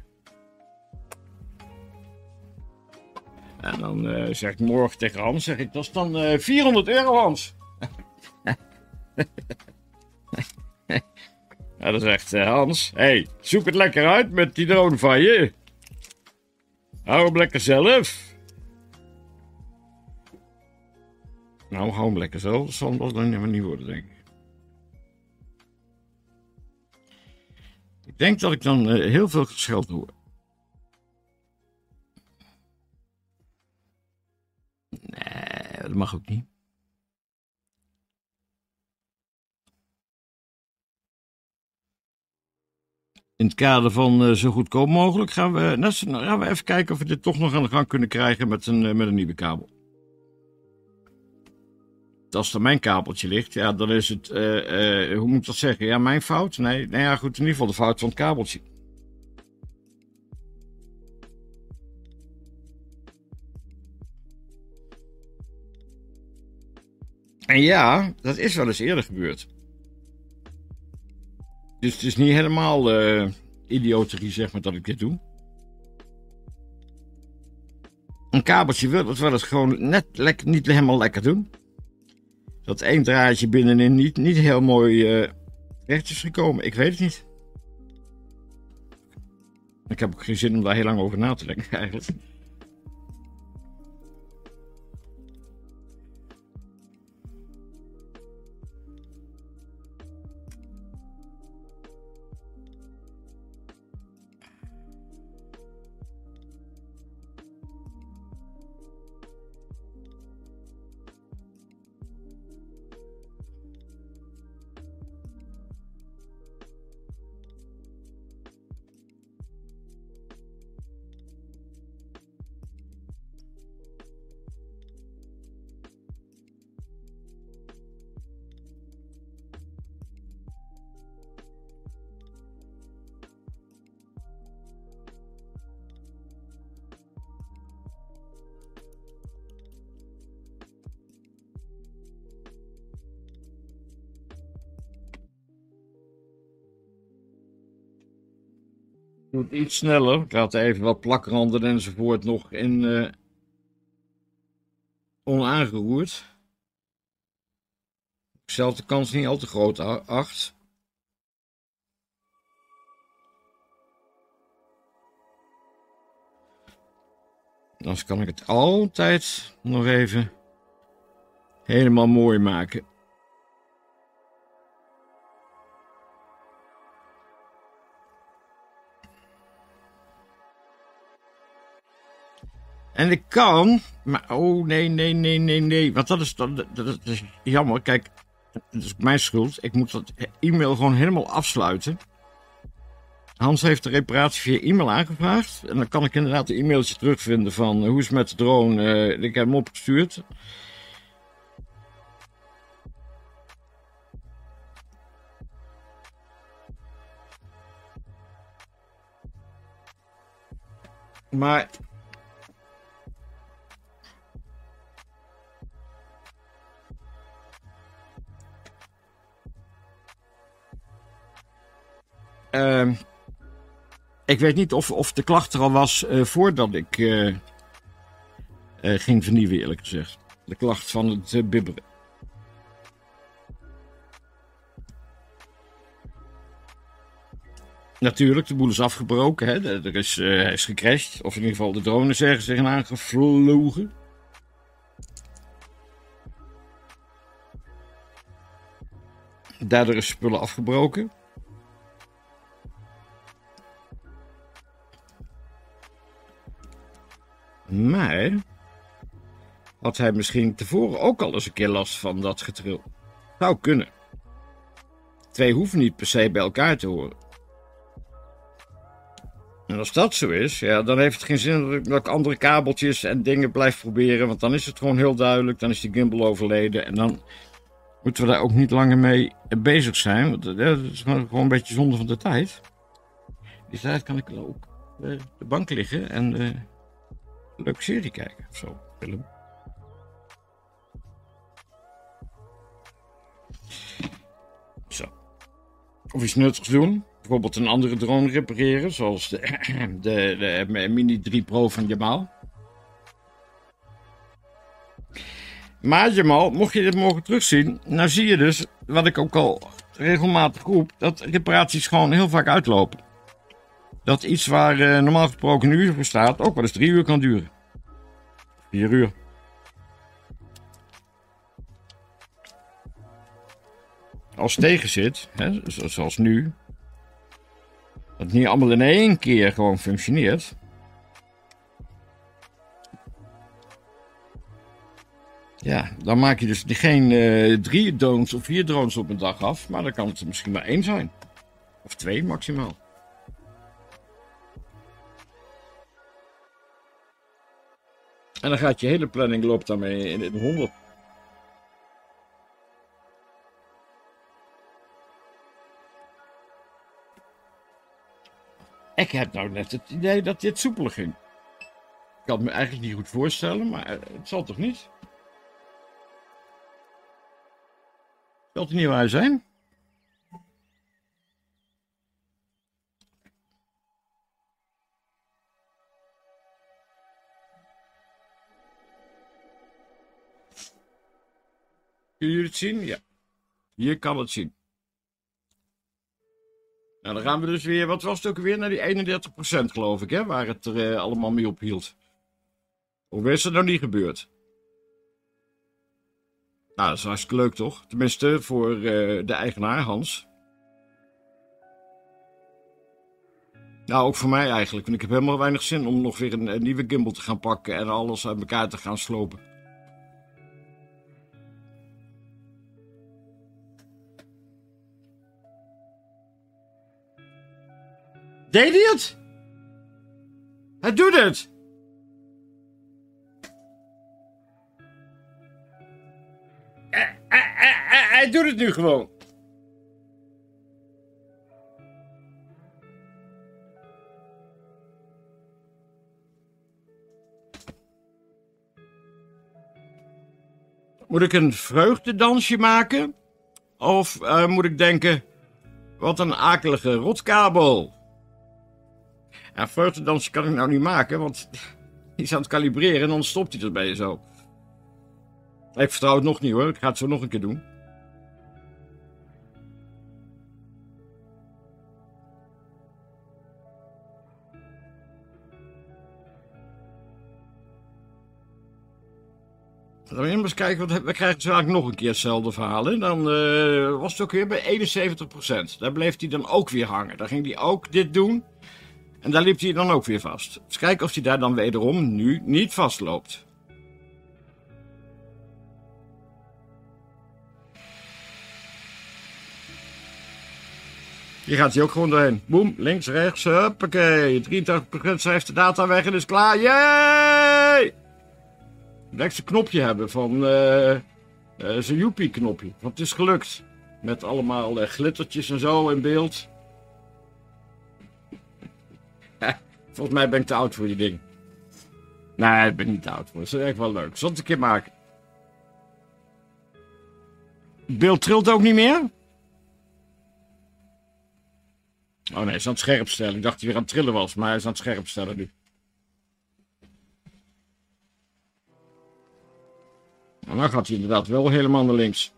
En dan zeg ik morgen tegen Hans, zeg ik, dat is dan €400 Hans. Ja, dan zegt Hans, hey, zoek het lekker uit met die drone van je. Hou hem lekker zelf. Nou, hou hem lekker zelf, dat zal dan helemaal niet worden, denk ik. Ik denk dat ik dan heel veel gescheld hoor. Nee, dat mag ook niet. In het kader van zo goedkoop mogelijk gaan we even kijken of we dit toch nog aan de gang kunnen krijgen met een nieuwe kabel. Als er mijn kabeltje ligt, ja, dan is het, hoe moet ik dat zeggen? Ja, mijn fout? Nee, nou ja, goed, in ieder geval de fout van het kabeltje. En ja, dat is wel eens eerder gebeurd. Dus het is niet helemaal idioterie, zeg maar, dat ik dit doe. Een kabeltje wil het wel eens gewoon net niet helemaal lekker doen. Dat één draadje binnenin niet heel mooi recht is gekomen. Ik weet het niet. Ik heb ook geen zin om daar heel lang over na te denken eigenlijk. Doe het iets sneller. Ik laat even wat plakranden enzovoort nog in onaangeroerd. Ik zelf de kans niet al te groot acht. Anders kan ik het altijd nog even helemaal mooi maken. En ik kan, maar oh nee. Want dat is jammer. Kijk, dat is mijn schuld. Ik moet dat e-mail gewoon helemaal afsluiten. Hans heeft de reparatie via e-mail aangevraagd. En dan kan ik inderdaad een e-mailtje terugvinden van hoe is het met de drone. Ik heb hem opgestuurd. Maar ik weet niet of de klacht er al was voordat ik ging vernieuwen, eerlijk gezegd. De klacht van het bibberen. Natuurlijk, de boel is afgebroken. Hè? Hij is gecrashed. Of in ieder geval de drone is ergens tegenaan gevlogen. Daardoor is spullen afgebroken. Maar had hij misschien tevoren ook al eens een keer last van dat getril? Zou kunnen. Twee hoeven niet per se bij elkaar te horen. En als dat zo is, ja, dan heeft het geen zin dat ik andere kabeltjes en dingen blijf proberen. Want dan is het gewoon heel duidelijk. Dan is die gimbal overleden. En dan moeten we daar ook niet langer mee bezig zijn. Want dat is gewoon een beetje zonde van de tijd. Die tijd kan ik ook op de bank liggen en een leuke serie kijken. Of zo, film. Zo. Of iets nuttigs doen. Bijvoorbeeld een andere drone repareren, zoals de Mini 3 Pro van Jamal. Maar Jamal, mocht je dit morgen terugzien, nou zie je dus, wat ik ook al regelmatig roep, dat reparaties gewoon heel vaak uitlopen. Dat iets waar normaal gesproken een uur voor staat, ook wel eens 3 uur kan duren. 4 uur. Als het tegen zit, hè, zoals nu, dat het niet allemaal in één keer gewoon functioneert. Ja, dan maak je dus geen 3 drones of 4 drones op een dag af, maar dan kan het er misschien maar 1 zijn. Of 2 maximaal. En dan gaat je hele planning loopt daarmee in de 100. Ik heb nou net het idee dat dit soepeler ging. Ik kan het me eigenlijk niet goed voorstellen, maar het zal toch niet? Zal het niet waar zijn? Kunnen jullie het zien? Ja. Hier kan het zien. Nou, dan gaan we dus weer, wat was het ook weer, naar die 31% geloof ik, hè, waar het er allemaal mee ophield. Of is het nou niet gebeurd? Nou, dat is hartstikke leuk toch? Tenminste, voor de eigenaar, Hans. Nou, ook voor mij eigenlijk, want ik heb helemaal weinig zin om nog weer een nieuwe gimbal te gaan pakken en alles uit elkaar te gaan slopen. Deed hij het? Hij doet het! Hij doet het nu gewoon. Moet ik een vreugdedansje maken? Of moet ik denken, wat een akelige rotkabel. Ja, fotodansje kan ik nou niet maken, want die is aan het kalibreren en dan stopt hij erbij zo. Ik vertrouw het nog niet hoor, ik ga het zo nog een keer doen. Laten we eens kijken, want we krijgen dus nog een keer hetzelfde verhaal. Hè? Dan was het ook weer bij 71%. Daar bleef hij dan ook weer hangen. Daar ging hij ook dit doen. En daar liep hij dan ook weer vast. Dus kijken of hij daar dan wederom nu niet vastloopt. Hier gaat hij ook gewoon doorheen. Boem, links, rechts, huppakee. 83% schrijft de data weg en is klaar. Yay! Ik zijn knopje hebben van zijn Joepie knopje. Want het is gelukt. Met allemaal glittertjes en zo in beeld. Volgens mij ben ik te oud voor die ding. Nee, ik ben niet te oud voor. Dat is echt wel leuk. Zal het een keer maken. Het beeld trilt ook niet meer? Oh nee, hij is aan het scherp stellen. Ik dacht dat hij weer aan het trillen was, maar hij is aan het scherp stellen nu. En dan gaat hij inderdaad wel helemaal naar links.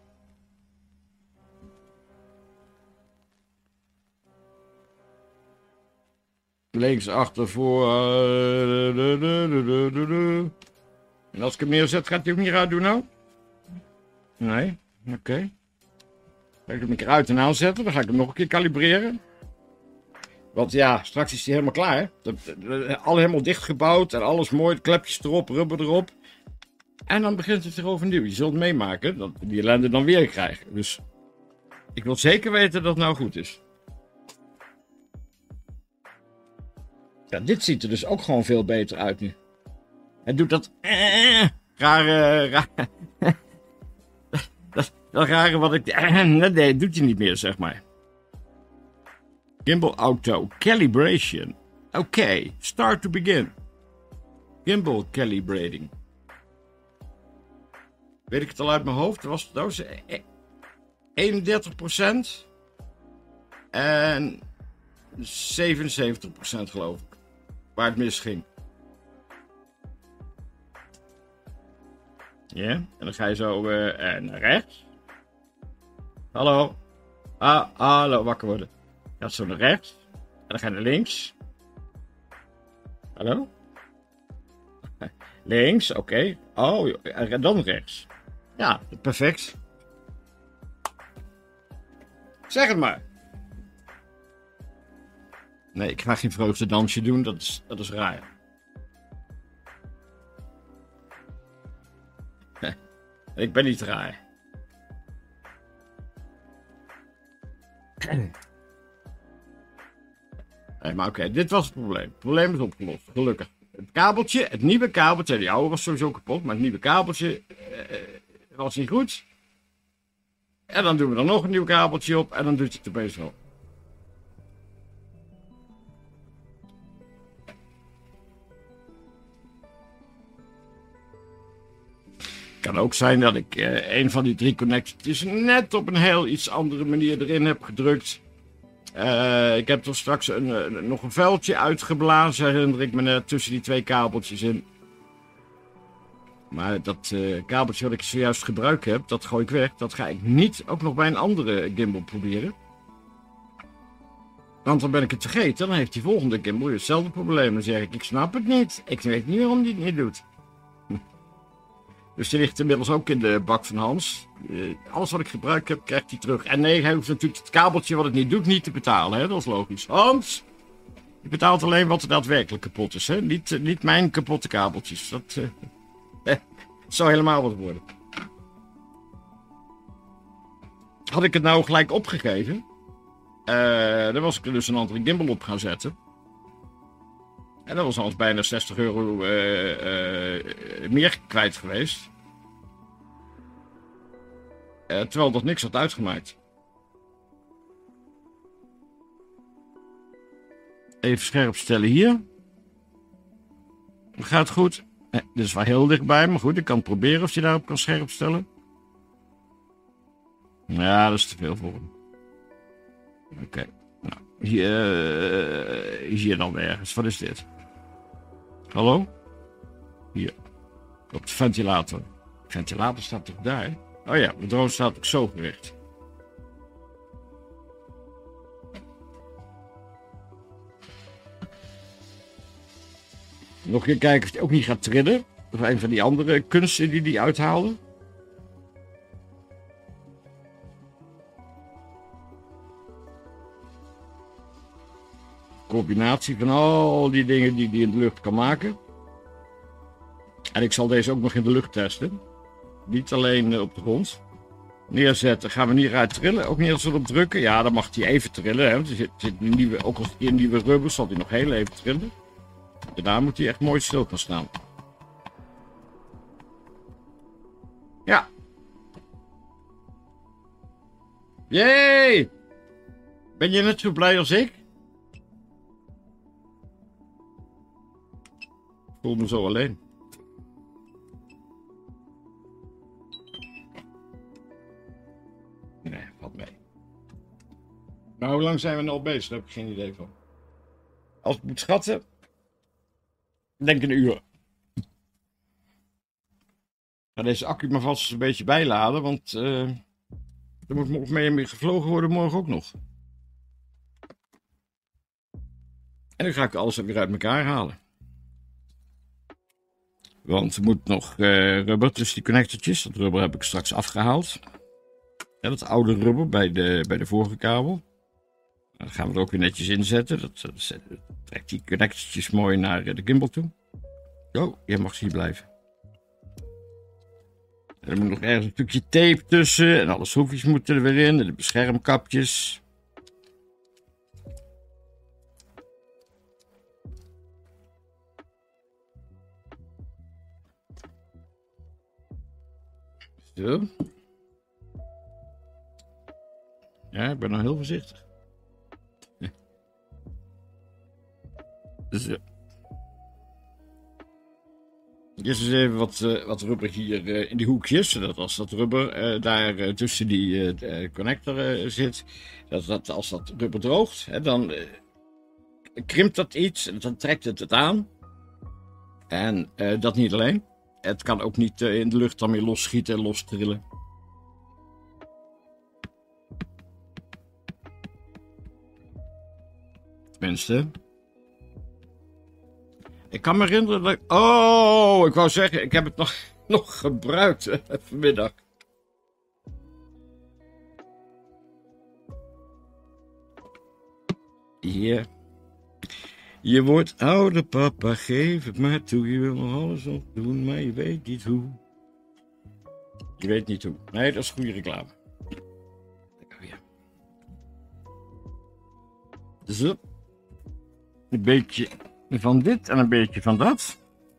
Links, achter, voor. En als ik hem neerzet, gaat hij ook niet eruit doen nou? Nee, oké. Ga ik hem een keer uit en aanzetten, dan ga ik hem nog een keer kalibreren. Want ja, straks is hij helemaal klaar. Al helemaal dichtgebouwd en alles mooi, klepjes erop, rubber erop. En dan begint het weer overnieuw. Je zult meemaken dat we die ellende dan weer krijgen. Dus ik wil zeker weten dat het nou goed is. Ja, dit ziet er dus ook gewoon veel beter uit nu. Het doet dat rare... dat rare wat ik... nee, doet hij niet meer, zeg maar. Gimbal Auto Calibration. Oké, start to begin. Gimbal Calibrating. Weet ik het al uit mijn hoofd? Dat was 31% en 77% geloof ik. Waar het mis ging. Ja, en dan ga je zo naar rechts. Hallo. Hallo, wakker worden. Je gaat zo naar rechts. En dan ga je naar links. Hallo? Links, oké. Oh, en dan rechts. Ja, perfect. Zeg het maar. Nee, ik ga geen vreugdedansje doen, dat is raar. Ik ben niet raar. Nee, maar oké, dit was het probleem. Het probleem is opgelost, gelukkig. Het kabeltje, het nieuwe kabeltje, die oude was sowieso kapot, maar het nieuwe kabeltje was niet goed. En dan doen we er nog een nieuw kabeltje op en dan doet het opeens wel. Kan ook zijn dat ik een van die 3 connecties net op een heel iets andere manier erin heb gedrukt. Ik heb er straks nog een vuiltje uitgeblazen, herinner ik me net, tussen die 2 kabeltjes in. Maar dat kabeltje wat ik zojuist gebruikt heb, dat gooi ik weg. Dat ga ik niet ook nog bij een andere gimbal proberen. Want dan ben ik het vergeten, dan heeft die volgende gimbal hetzelfde probleem. Dan zeg ik snap het niet. Ik weet niet waarom die het niet doet. Dus die ligt inmiddels ook in de bak van Hans. Alles wat ik gebruikt heb, krijgt hij terug. En nee, hij hoeft natuurlijk het kabeltje wat het niet doet, niet te betalen. Hè? Dat is logisch. Hans, je betaalt alleen wat er daadwerkelijk kapot is. Hè? Niet mijn kapotte kabeltjes. Dat zou helemaal wat worden. Had ik het nou gelijk opgegeven, dan was ik er dus een andere gimbal op gaan zetten. En dat was anders bijna €60 meer kwijt geweest. Terwijl dat niks had uitgemaakt. Even scherp stellen hier. Gaat goed. Dit is wel heel dichtbij, maar goed, ik kan proberen of je daarop kan scherp stellen. Ja, dat is te veel voor hem. Oké, nou. Hier dan ergens. Wat is dit? Hallo? Hier. Op de ventilator. De ventilator staat toch daar? Oh ja, de drone staat ook zo gericht. Nog een keer kijken of hij ook niet gaat trillen. Of een van die andere kunsten die hij uithaalde. Combinatie van al die dingen die hij in de lucht kan maken. En ik zal deze ook nog in de lucht testen. Niet alleen op de grond. Neerzetten, gaan we niet eruit trillen. Ook niet als we erop drukken. Ja, dan mag hij even trillen. Hè. Er zit een nieuwe, ook als hij een nieuwe rubber zal hij nog heel even trillen. Daarna moet hij echt mooi stil gaan staan. Ja. Jee! Ben je net zo blij als ik? Ik voel me zo alleen. Nee, valt mee. Nou, hoe lang zijn we nou bezig? Daar heb ik geen idee van. Als ik moet schatten, denk een uur. Ga deze accu maar vast eens een beetje bijladen, want er moet mee gevlogen worden morgen ook nog. En dan ga ik alles weer uit elkaar halen. Want er moet nog rubber tussen die connectortjes. Dat rubber heb ik straks afgehaald. Ja, dat oude rubber bij de vorige kabel. Dan gaan we er ook weer netjes inzetten. Dat trekt die connectortjes mooi naar de gimbal toe. Oh, jij mag hier blijven. En er moet nog ergens een stukje tape tussen. En alle schroefjes moeten er weer in. En de beschermkapjes. Zo. Ja, ik ben nog heel voorzichtig. Zo. Eerst eens even wat rubber hier in die hoekjes. Zodat als dat rubber daar tussen die connector zit. Dat als dat rubber droogt, hè, dan krimpt dat iets. En dan trekt het aan. En dat niet alleen. Het kan ook niet in de lucht dan weer losschieten en lostrillen. Tenminste. Ik kan me herinneren dat ik... Oh, ik wou zeggen, ik heb het nog gebruikt vanmiddag. Hier. Je wordt ouder, papa, geef het maar toe. Je wil nog alles op doen, maar je weet niet hoe. Je weet niet hoe. Nee, dat is goede reclame. Lekker weer. Zo. Een beetje van dit en een beetje van dat.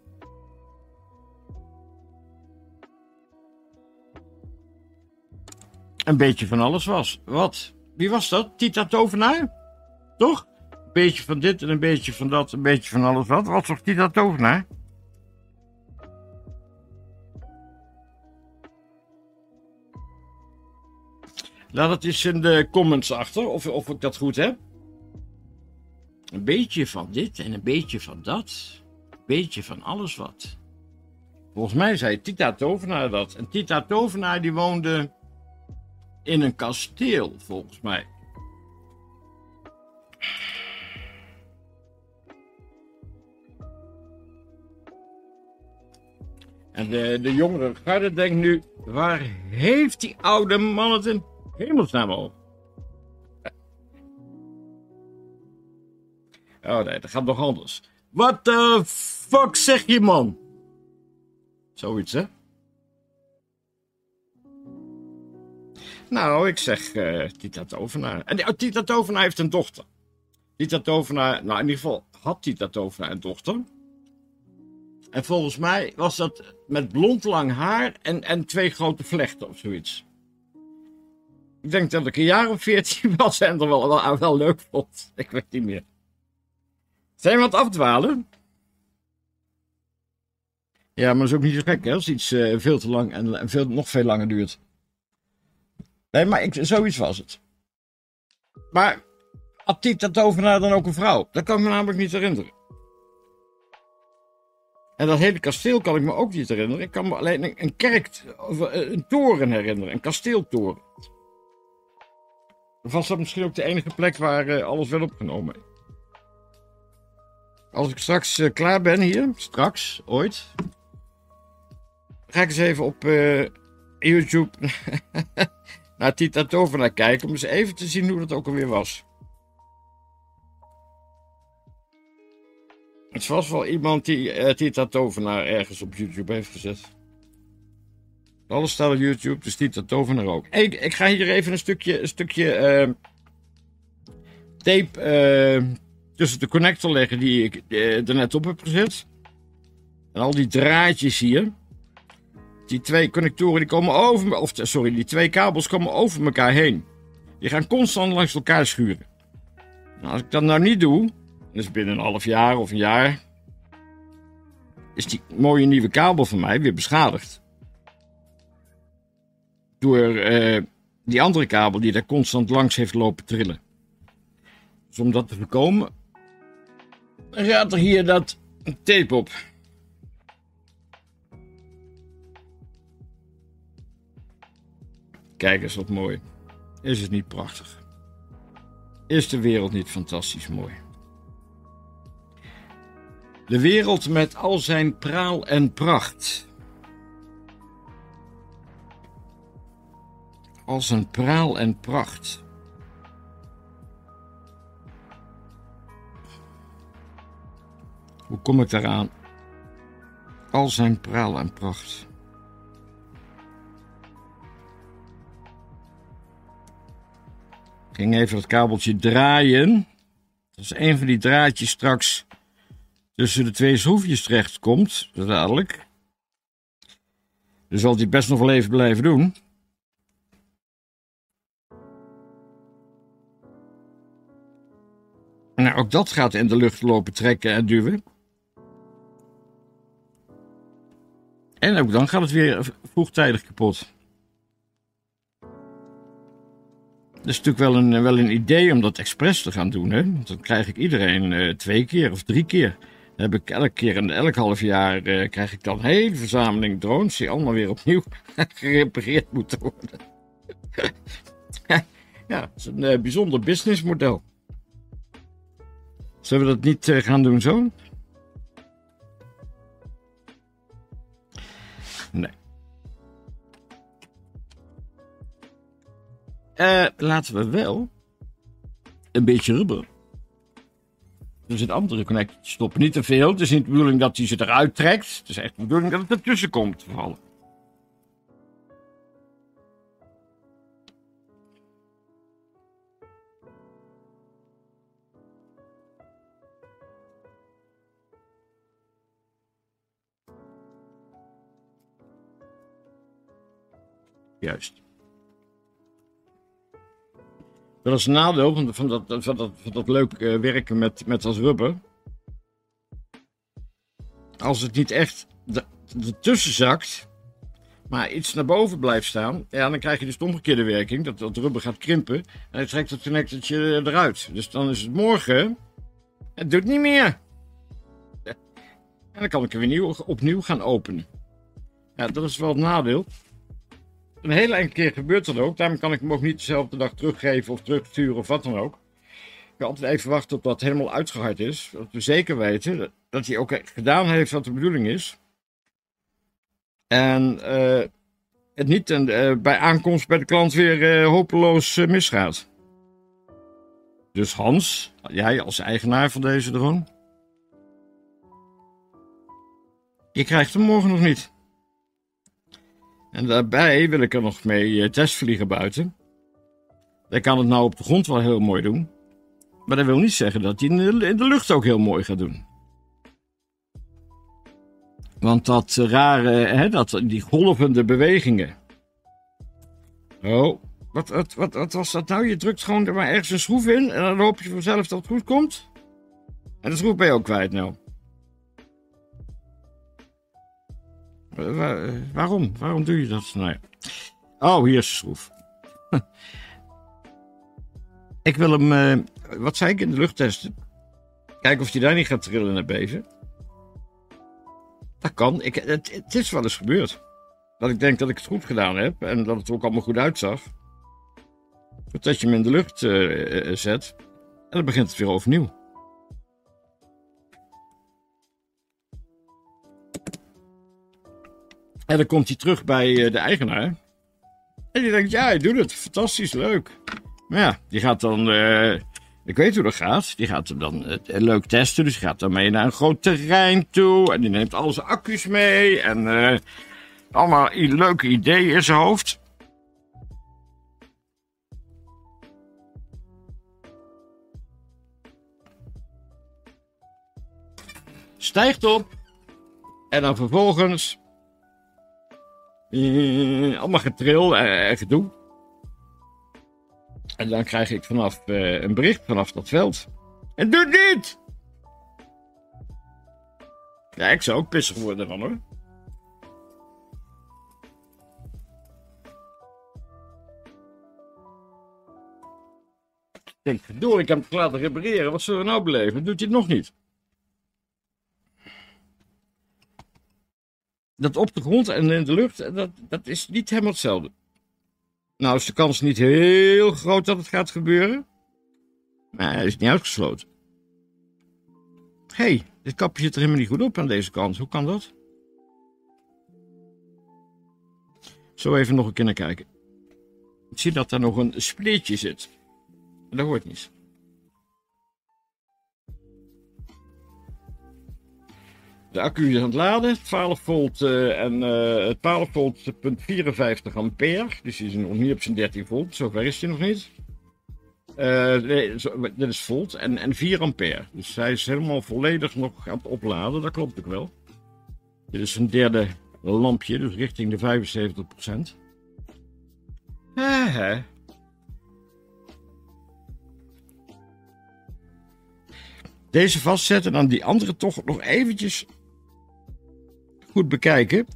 Een beetje van alles was. Wat? Wie was dat? Tita Tovenaar? Toch? Een beetje van dit en een beetje van dat, een beetje van alles wat. Wat was Tita Tovenaar? Laat het eens in de comments achter, of ik dat goed heb. Een beetje van dit en een beetje van dat. Een beetje van alles wat. Volgens mij zei Tita Tovenaar dat. En Tita Tovenaar die woonde in een kasteel, volgens mij. En de jongere garde denkt nu, waar heeft die oude man het in hemelsnaam over? Oh nee, dat gaat nog anders. What the fuck zeg je, man? Zoiets, hè? Nou, ik zeg Tita Tovenaar. En Tita Tovenaar heeft een dochter. Tita Tovenaar, nou in ieder geval had Tita Tovenaar een dochter. En volgens mij was dat met blond lang haar en 2 grote vlechten of zoiets. Ik denk dat ik een jaar of 14 was en er wel leuk vond. Ik weet niet meer. Zijn we aan het afdwalen? Ja, maar dat is ook niet zo gek, hè? Als iets veel te lang en nog veel langer duurt. Nee, maar zoiets was het. Maar Had Tita Tovenaar dan ook een vrouw? Dat kan ik me namelijk niet herinneren. En dat hele kasteel kan ik me ook niet herinneren. Ik kan me alleen een kerk, of een toren herinneren. Een kasteeltoren. Was dat misschien ook de enige plek waar alles werd opgenomen? Als ik straks klaar ben hier, straks, ooit, ga ik eens even op YouTube naar Tita Tovenaar kijken, om eens even te zien hoe dat ook alweer was. Het was wel iemand die Tita Tovenaar ergens op YouTube heeft gezet. Alles staat op YouTube, dus Tita Tovenaar ook. Ik ga hier even een stukje tape tussen de connector leggen die ik er net op heb gezet. En al die draadjes hier. Die twee connectoren die komen over, die twee kabels komen over elkaar heen. Die gaan constant langs elkaar schuren. Nou, als ik dat nou niet doe, dus binnen een half jaar of een jaar, is die mooie nieuwe kabel van mij weer beschadigd. Door die andere kabel die daar constant langs heeft lopen trillen. Dus om dat te voorkomen, gaat er hier dat tape op. Kijk eens wat mooi. Is het niet prachtig? Is de wereld niet fantastisch mooi? De wereld met al zijn praal en pracht. Al zijn praal en pracht. Hoe kom ik daaraan? Al zijn praal en pracht. Ik ging even dat kabeltje draaien. Als een van die draadjes straks tussen de twee schroefjes terecht komt, dadelijk, dan zal hij best nog wel even blijven doen. Nou, ook dat gaat in de lucht lopen trekken en duwen. En ook dan gaat het weer vroegtijdig kapot. Dat is natuurlijk wel een idee om dat expres te gaan doen, hè? Want dan krijg ik iedereen 2 keer of 3 keer. Dan heb ik elke keer en elk half jaar krijg ik dan een hele verzameling drones die allemaal weer opnieuw gerepareerd moeten worden. Ja, dat is een bijzonder businessmodel. Zullen we dat niet gaan doen zo? Nee. Laten we wel een beetje rubber dus het andere connector stoppen. Niet te veel. Het is niet de bedoeling dat hij ze eruit trekt. Het is echt de bedoeling dat het ertussen komt te vallen. Juist. Dat is een nadeel van dat leuk werken met dat rubber. Als het niet echt ertussen zakt, maar iets naar boven blijft staan, ja, dan krijg je dus de omgekeerde werking. Dat rubber gaat krimpen en dan trekt het connectortje eruit. Dus dan is het morgen, het doet niet meer. En dan kan ik er weer opnieuw gaan openen. Ja, dat is wel het nadeel. Een hele enkele keer gebeurt dat ook. Daarom kan ik hem ook niet dezelfde dag teruggeven of terugsturen of wat dan ook. Ik wil altijd even wachten tot dat helemaal uitgehard is. Dat we zeker weten dat hij ook gedaan heeft wat de bedoeling is. En het niet bij aankomst bij de klant weer hopeloos misgaat. Dus Hans, jij als eigenaar van deze drone, je krijgt hem morgen nog niet. En daarbij wil ik er nog mee testvliegen buiten. Hij kan het nou op de grond wel heel mooi doen. Maar dat wil niet zeggen dat hij in de lucht ook heel mooi gaat doen. Want dat rare, die golvende bewegingen. Oh, wat was dat nou? Je drukt gewoon er maar ergens een schroef in en dan hoop je vanzelf dat het goed komt. En de schroef ben je ook kwijt nou. Waarom? Waarom doe je dat? Nou ja. Oh, hier is de schroef. Ik wil hem Wat zei ik? In de lucht testen. Kijken of hij daar niet gaat trillen en beven. Dat kan. Het is wel eens gebeurd. Dat ik denk dat ik het goed gedaan heb. En dat het er ook allemaal goed uitzag. Totdat je hem in de lucht zet. En dan begint het weer overnieuw. En dan komt hij terug bij de eigenaar. En die denkt, ja, je doet het. Fantastisch, leuk. Maar ja, die gaat dan... ik weet hoe dat gaat. Die gaat hem dan leuk testen. Dus die gaat dan mee naar een groot terrein toe. En die neemt al zijn accu's mee. En allemaal leuke ideeën in zijn hoofd. Stijgt op. En dan vervolgens... allemaal getril en gedoe. En dan krijg ik een bericht vanaf dat veld. En doe dit! Ja, ik zou ook pissig worden dan, hoor. Ik denk, verdorie, ik heb het laten repareren. Wat zullen we nou beleven? Doet hij het nog niet? Dat op de grond en in de lucht, dat is niet helemaal hetzelfde. Nou is de kans niet heel groot dat het gaat gebeuren. Maar hij is niet uitgesloten. Hé, dit kapje zit er helemaal niet goed op aan deze kant. Hoe kan dat? Zo even nog een keer naar kijken. Ik zie dat daar nog een spleetje zit. Dat hoort niet. De accu is aan het laden, 12 volt en 12 volt, punt 54 ampère. Dus die is nog niet op zijn 13 volt, zover is hij nog niet. Dit is volt en 4 ampère. Dus hij is helemaal volledig nog aan het opladen, dat klopt ook wel. Dit is een derde lampje, dus richting de 75%. Deze vastzetten en dan die andere toch nog eventjes goed bekijken.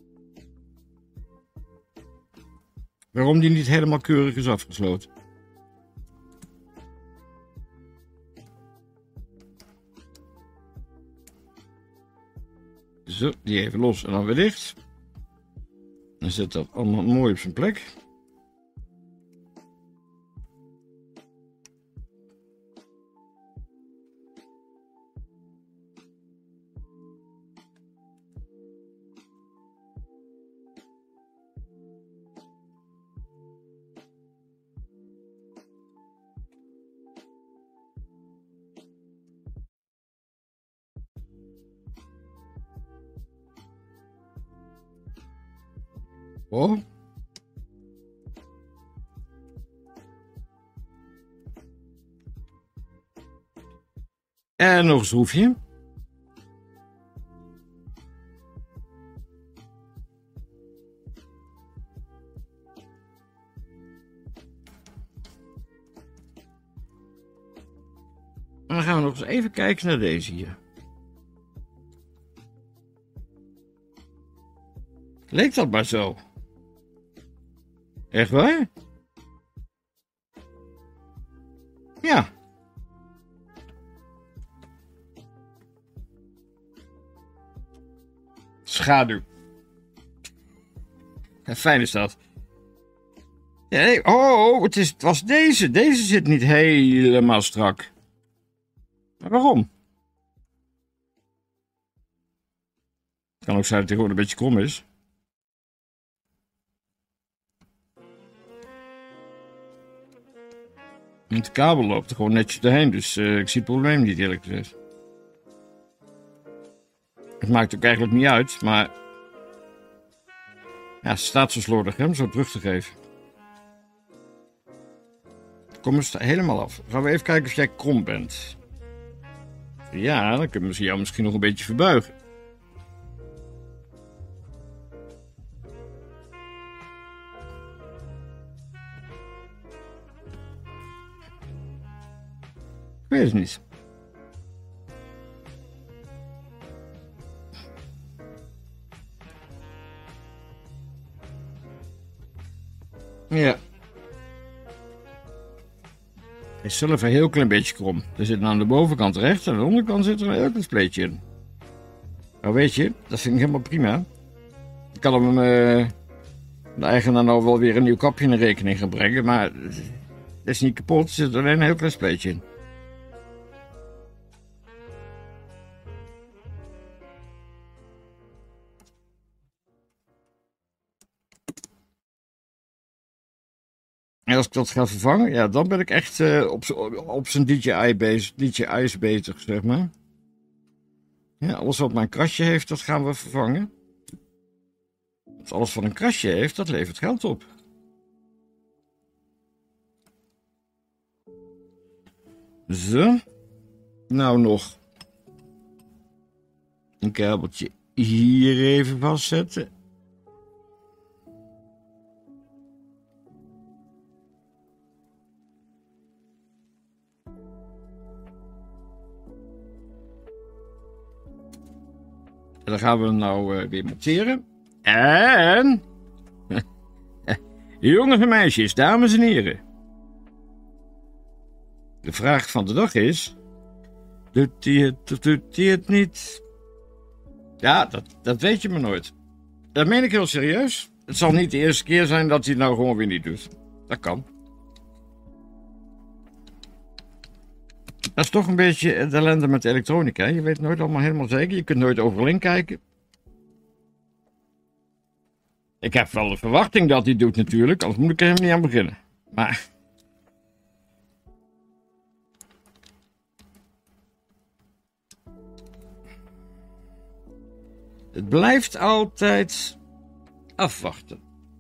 Waarom die niet helemaal keurig is afgesloten. Zo, die even los en dan weer dicht. Dan zit dat allemaal mooi op zijn plek. Oh. En nog een schroefje. En dan gaan we nog eens even kijken naar deze hier. Leek dat maar zo? Echt waar? Ja. Schaduw. Ja, fijn is dat. Ja, nee. Oh, het was deze. Deze zit niet helemaal strak. Maar waarom? Het kan ook zijn dat hij gewoon een beetje krom is. De kabel loopt er gewoon netjes doorheen, dus ik zie het probleem niet, eerlijk gezegd. Het maakt ook eigenlijk niet uit, maar... Ja, het staat zo slordig, hè, om zo terug te geven. Kom eens helemaal af. Gaan we even kijken of jij krom bent. Ja, dan kunnen we jou misschien nog een beetje verbuigen. Ik weet het niet. Ja. is zelf een heel klein beetje krom. Er zit aan de bovenkant rechts en aan de onderkant zit er een heel klein spleetje in. Nou weet je, dat vind ik helemaal prima. Ik kan hem de eigenaar nou wel weer een nieuw kapje in de rekening gaan brengen, maar het is niet kapot, er zit alleen een heel klein spleetje in. En als ik dat ga vervangen, ja, dan ben ik echt op zijn DJI's bezig, zeg maar. Ja, alles wat maar een krasje heeft, dat gaan we vervangen. Want alles wat een krasje heeft, dat levert geld op. Zo. Nou nog een kabeltje hier even vastzetten. En dan gaan we hem nou weer monteren. En... jongens en meisjes, dames en heren. De vraag van de dag is... doet hij het niet? Ja, dat weet je maar nooit. Dat meen ik heel serieus. Het zal niet de eerste keer zijn dat hij het nou gewoon weer niet doet. Dat kan. Dat is toch een beetje het ellende met elektronica. Je weet nooit allemaal helemaal zeker. Je kunt nooit overal kijken. Ik heb wel de verwachting dat hij het doet natuurlijk. Anders moet ik er helemaal niet aan beginnen. Maar... het blijft altijd afwachten.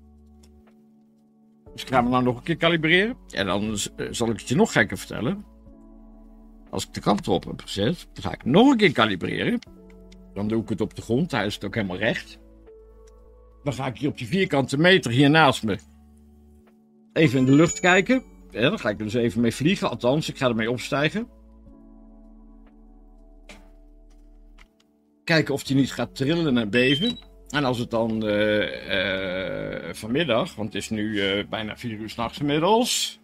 Dus ik ga hem nou nog een keer kalibreren. En dan zal ik het je nog gekker vertellen. Als ik de kant erop heb gezet, dan ga ik nog een keer kalibreren. Dan doe ik het op de grond, daar is het ook helemaal recht. Dan ga ik hier op die vierkante meter hier naast me even in de lucht kijken. Ja, dan ga ik er dus even mee vliegen, althans, ik ga ermee opstijgen. Kijken of hij niet gaat trillen en beven. En als het dan vanmiddag, want het is nu bijna 4 uur 's nachts inmiddels.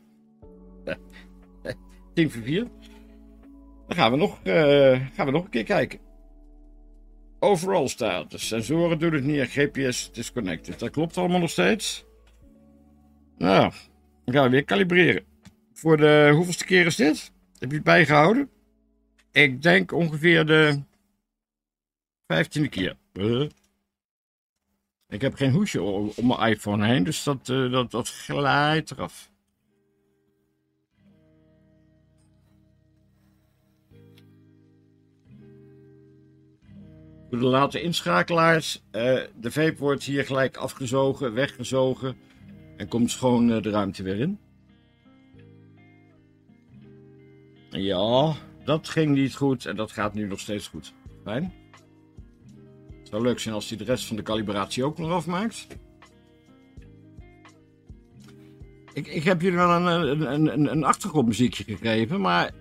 10 voor 4. Dan gaan we nog een keer kijken. Overall staat. De sensoren doen het niet. GPS, het is connected. Dat klopt allemaal nog steeds. Nou, dan gaan we weer kalibreren. Voor de hoeveelste keer is dit? Heb je het bijgehouden? Ik denk ongeveer de 15e keer. Ik heb geen hoesje om mijn iPhone heen, dus dat glijdt eraf. Door de late inschakelaars, de vape wordt hier gelijk afgezogen, weggezogen en komt schoon de ruimte weer in. Ja, dat ging niet goed en dat gaat nu nog steeds goed. Fijn. Het zou leuk zijn als hij de rest van de kalibratie ook nog afmaakt. Ik heb jullie wel een achtergrondmuziekje gegeven, maar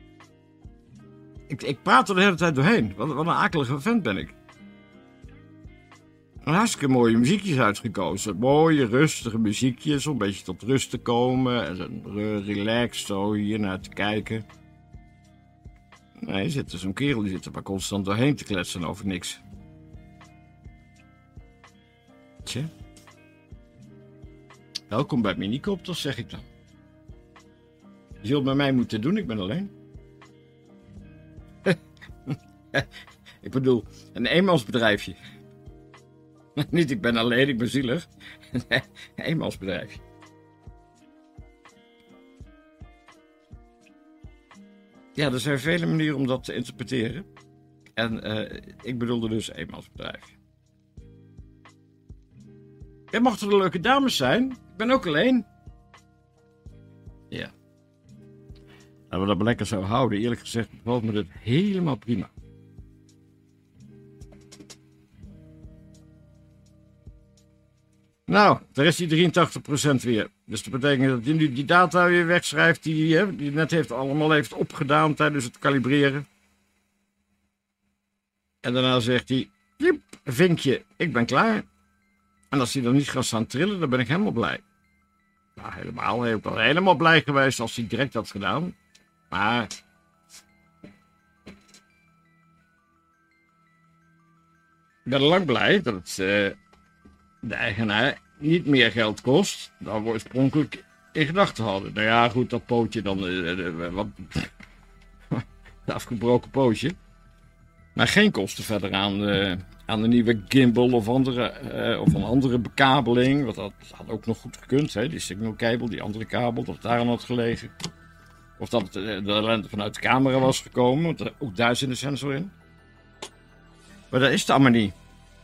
ik praat er de hele tijd doorheen. Wat een akelige vent ben ik. Een hartstikke mooie muziekjes uitgekozen. Mooie, rustige muziekjes om een beetje tot rust te komen. En relaxed zo hier naar te kijken. Nee, zit er zo'n kerel die zit er maar constant doorheen te kletsen over niks. Tje. Welkom bij Minicopters, zeg ik dan. Je zult met mij moeten doen, ik ben alleen. Ik bedoel, een eenmansbedrijfje. Niet ik ben alleen, ik ben zielig. Een eenmansbedrijfje. Ja, er zijn vele manieren om dat te interpreteren. En ik bedoelde dus eenmansbedrijfje. Er mochten er leuke dames zijn. Ik ben ook alleen. Ja. Als we dat maar lekker zo houden, eerlijk gezegd, bevalt me dit helemaal prima. Nou, daar is die 83% weer. Dus dat betekent dat hij nu die data weer wegschrijft die net allemaal heeft opgedaan tijdens het kalibreren. En daarna zegt hij, jip, vinkje, ik ben klaar. En als hij dan niet gaat staan trillen, dan ben ik helemaal blij. Nou, helemaal. Ik ben helemaal blij geweest als hij direct had gedaan. Maar... ik ben lang blij dat het de eigenaar niet meer geld kost dan we oorspronkelijk in gedachten hadden. Nou ja, goed, dat pootje dan... wat een afgebroken pootje. Maar geen kosten verder aan de nieuwe gimbal of een andere bekabeling. Want dat had ook nog goed gekund, hè? Die signal cable, die andere kabel, dat daar aan had gelegen. Of dat de ellende vanuit de camera was gekomen, want ook daar zit een sensor in. Maar dat is het allemaal niet.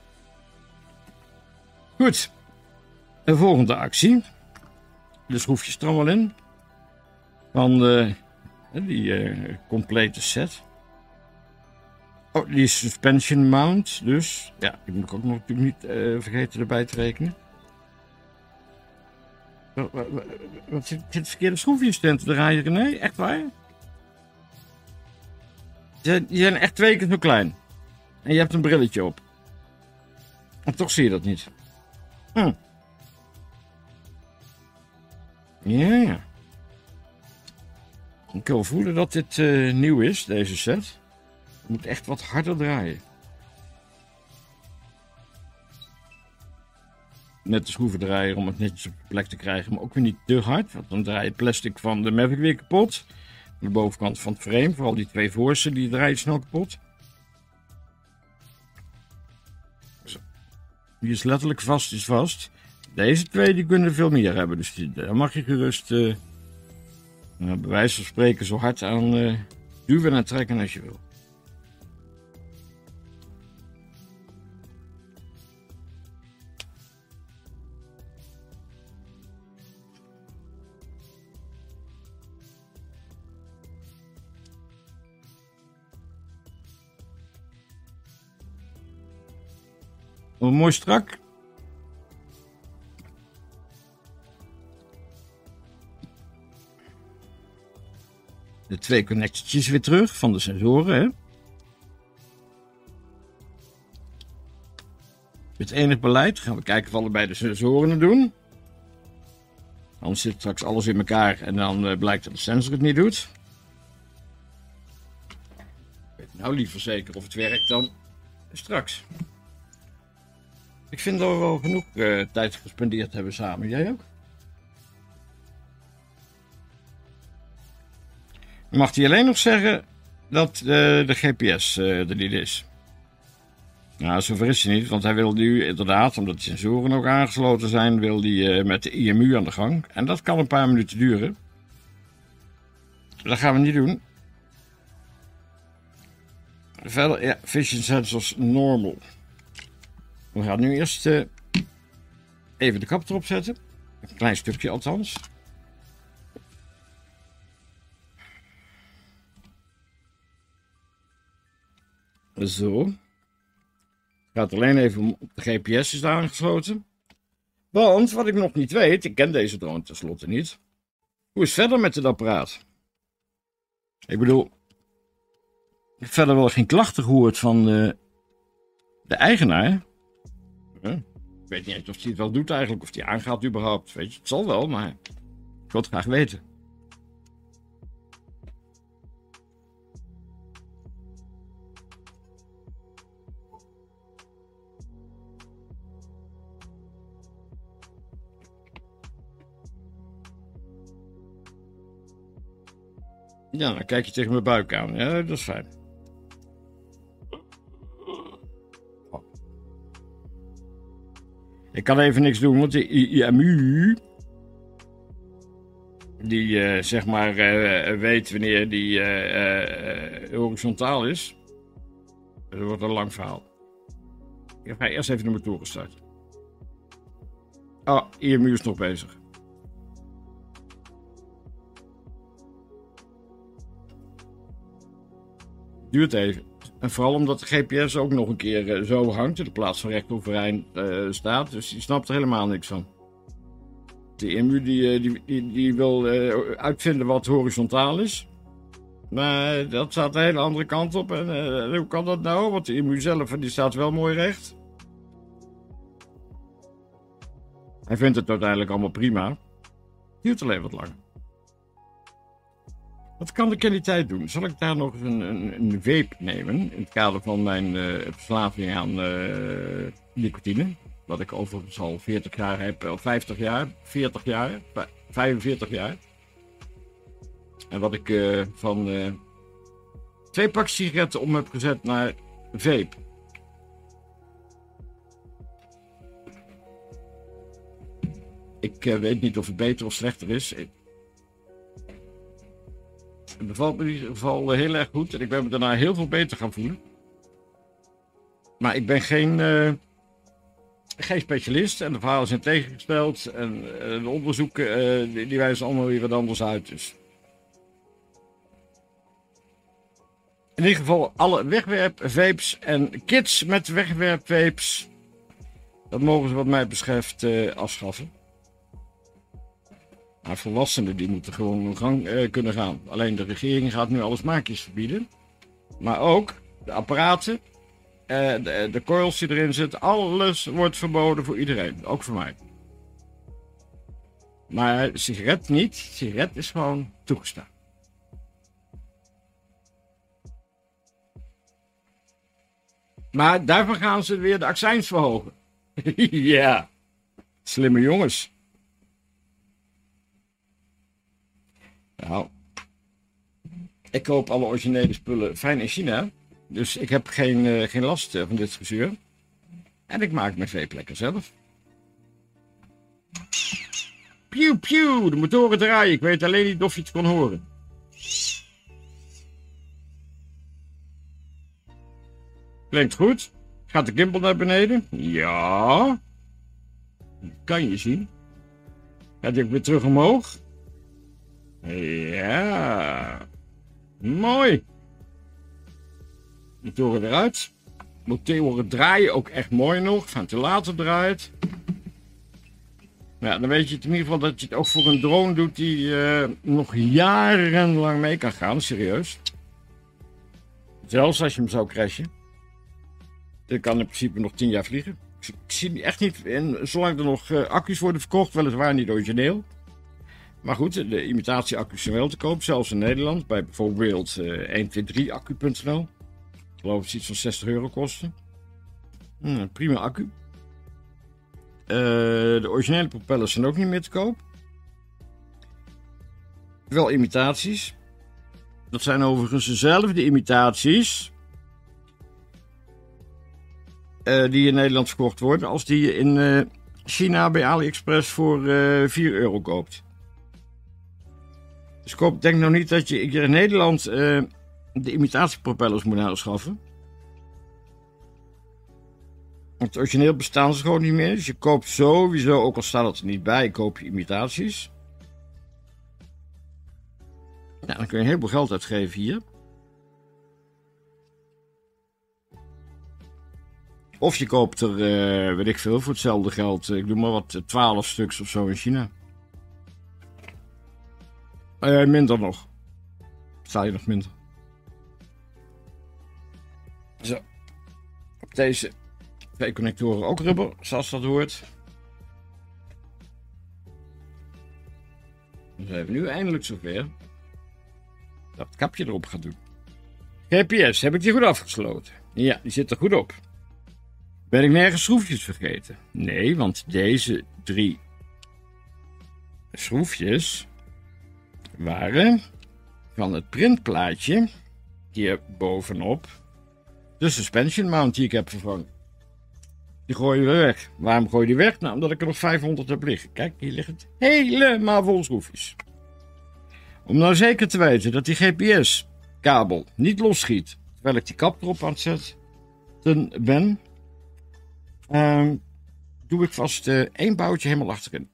Goed. De volgende actie. De schroefjes er allemaal in. Van die complete set. Oh, die suspension mount dus. Ja, die moet ik ook nog natuurlijk niet vergeten erbij te rekenen. Wat zit verkeerde schroefjes te draaien, René? Echt waar? Die zijn echt 2 keer zo klein. En je hebt een brilletje op. En toch zie je dat niet. Ja. Ik kan wel voelen dat dit nieuw is, deze set. Het moet echt wat harder draaien. Net de schroevendraaier om het netjes op de plek te krijgen, maar ook weer niet te hard. Want dan draai je het plastic van de Mavic weer kapot. De bovenkant van het frame, vooral die 2 voorste, die draaien snel kapot. Zo. Die is letterlijk vast, is vast. Deze 2 die kunnen veel meer hebben, dus daar mag je gerust bij wijze van spreken zo hard aan duwen en trekken als je wil. Mooi strak. De 2 connectortjes weer terug van de sensoren. Hè? Het enig beleid. Gaan we kijken of allebei de sensoren het doen. Anders zit straks alles in elkaar en dan blijkt dat de sensor het niet doet. Ik weet nou liever zeker of het werkt dan straks. Ik vind dat we wel genoeg tijd gespendeerd hebben samen. Jij ook? Mag hij alleen nog zeggen dat de GPS er niet is? Nou, zover is hij niet, want hij wil nu inderdaad, omdat de sensoren ook aangesloten zijn, wil hij met de IMU aan de gang. En dat kan een paar minuten duren. Dat gaan we niet doen. Verder, ja, vision sensors normal. We gaan nu eerst even de kap erop zetten. Een klein stukje althans. Zo. Het gaat alleen even om de GPS is daar aangesloten. Want wat ik nog niet weet, ik ken deze drone tenslotte niet. Hoe is het verder met het apparaat? Ik bedoel, ik heb verder wel geen klachten gehoord van de eigenaar. Ik weet niet eens of hij het wel doet eigenlijk, of hij aangaat überhaupt. Weet je, het zal wel, maar ik wil het graag weten. Ja, dan kijk je tegen mijn buik aan. Ja, dat is fijn. Ik kan even niks doen, want de IMU... die zeg maar weet wanneer die horizontaal is. Dat wordt een lang verhaal. Ik ga eerst even de motoren starten. Oh, IMU is nog bezig. Duurt even. En vooral omdat de GPS ook nog een keer zo hangt, in de plaats van recht overeind staat. Dus die snapt er helemaal niks van. De IMU die wil uitvinden wat horizontaal is. Maar dat staat de hele andere kant op. En hoe kan dat nou? Want de IMU zelf die staat wel mooi recht. Hij vindt het uiteindelijk allemaal prima. Duurt alleen wat langer. Wat kan ik in die tijd doen? Zal ik daar nog eens een vape nemen? In het kader van mijn verslaving aan nicotine. Wat ik overigens al 40 jaar heb, al 50 jaar, 40 jaar, 45 jaar. En wat ik van 2 pakjes sigaretten om heb gezet naar vape. Ik weet niet of het beter of slechter is. Het bevalt me in ieder geval heel erg goed. En ik ben me daarna heel veel beter gaan voelen. Maar ik ben geen specialist. En de verhalen zijn tegengesteld. En de onderzoeken die wijzen allemaal weer wat anders uit. Dus. In ieder geval alle wegwerpvapes en kids met wegwerpvapes. Dat mogen ze wat mij betreft afschaffen. Maar volwassenen die moeten gewoon hun gang kunnen gaan. Alleen de regering gaat nu alle smaakjes verbieden. Maar ook de apparaten, de coils die erin zitten, alles wordt verboden voor iedereen. Ook voor mij. Maar sigaret niet. Sigaret is gewoon toegestaan. Maar daarvan gaan ze weer de accijns verhogen. Ja, slimme jongens. Nou, ik koop alle originele spullen fijn in China. Dus ik heb geen last van dit gezeur. En ik maak mijn vape lekker zelf. Pieuw, pieuw, de motoren draaien. Ik weet alleen niet of je het kon horen. Klinkt goed. Gaat de gimbal naar beneden? Ja. Kan je zien. Gaat hij ook weer terug omhoog? Ja. Mooi. Motoren eruit. Motoren draaien ook echt mooi nog. Ventilator draait. Ja, dan weet je in ieder geval dat je het ook voor een drone doet die nog jarenlang mee kan gaan. Serieus. Zelfs als je hem zou crashen. Dan kan in principe nog 10 jaar vliegen. Ik zie echt niet, en zolang er nog accu's worden verkocht, weliswaar niet origineel. Maar goed, de imitatie-accu's zijn wel te koop, zelfs in Nederland. Bij bijvoorbeeld 123accu.nl. Ik geloof dat het iets van €60 kosten. Prima accu. De originele propellers zijn ook niet meer te koop. Wel imitaties. Dat zijn overigens dezelfde imitaties die in Nederland verkocht worden als die je in China bij AliExpress voor €4 koopt. Dus denk nou niet dat je in Nederland de imitatiepropellers moet aanschaffen. Het origineel bestaan ze gewoon niet meer. Dus je koopt sowieso, ook al staat het er niet bij, koop je imitaties. Nou, dan kun je een heleboel geld uitgeven hier. Of je koopt er, weet ik veel, voor hetzelfde geld, ik doe maar wat, 12 stuks of zo in China. Minder nog. Betaal je nog minder. Zo. Op deze 2 connectoren ook rubber, zoals dat hoort. Dan zijn we nu eindelijk zover dat het kapje erop gaat doen. GPS, heb ik die goed afgesloten? Ja, die zit er goed op. Ben ik nergens schroefjes vergeten? Nee, want deze 3 schroefjes waren van het printplaatje hier bovenop de suspension mount die ik heb vervangen. Die gooi je weer weg. Waarom gooi je die weg? Nou, omdat ik er nog 500 heb liggen. Kijk, hier ligt het helemaal vol schroefjes. Om nou zeker te weten dat die GPS-kabel niet losschiet terwijl ik die kap erop aan het zetten ben, doe ik vast 1 boutje helemaal achterin.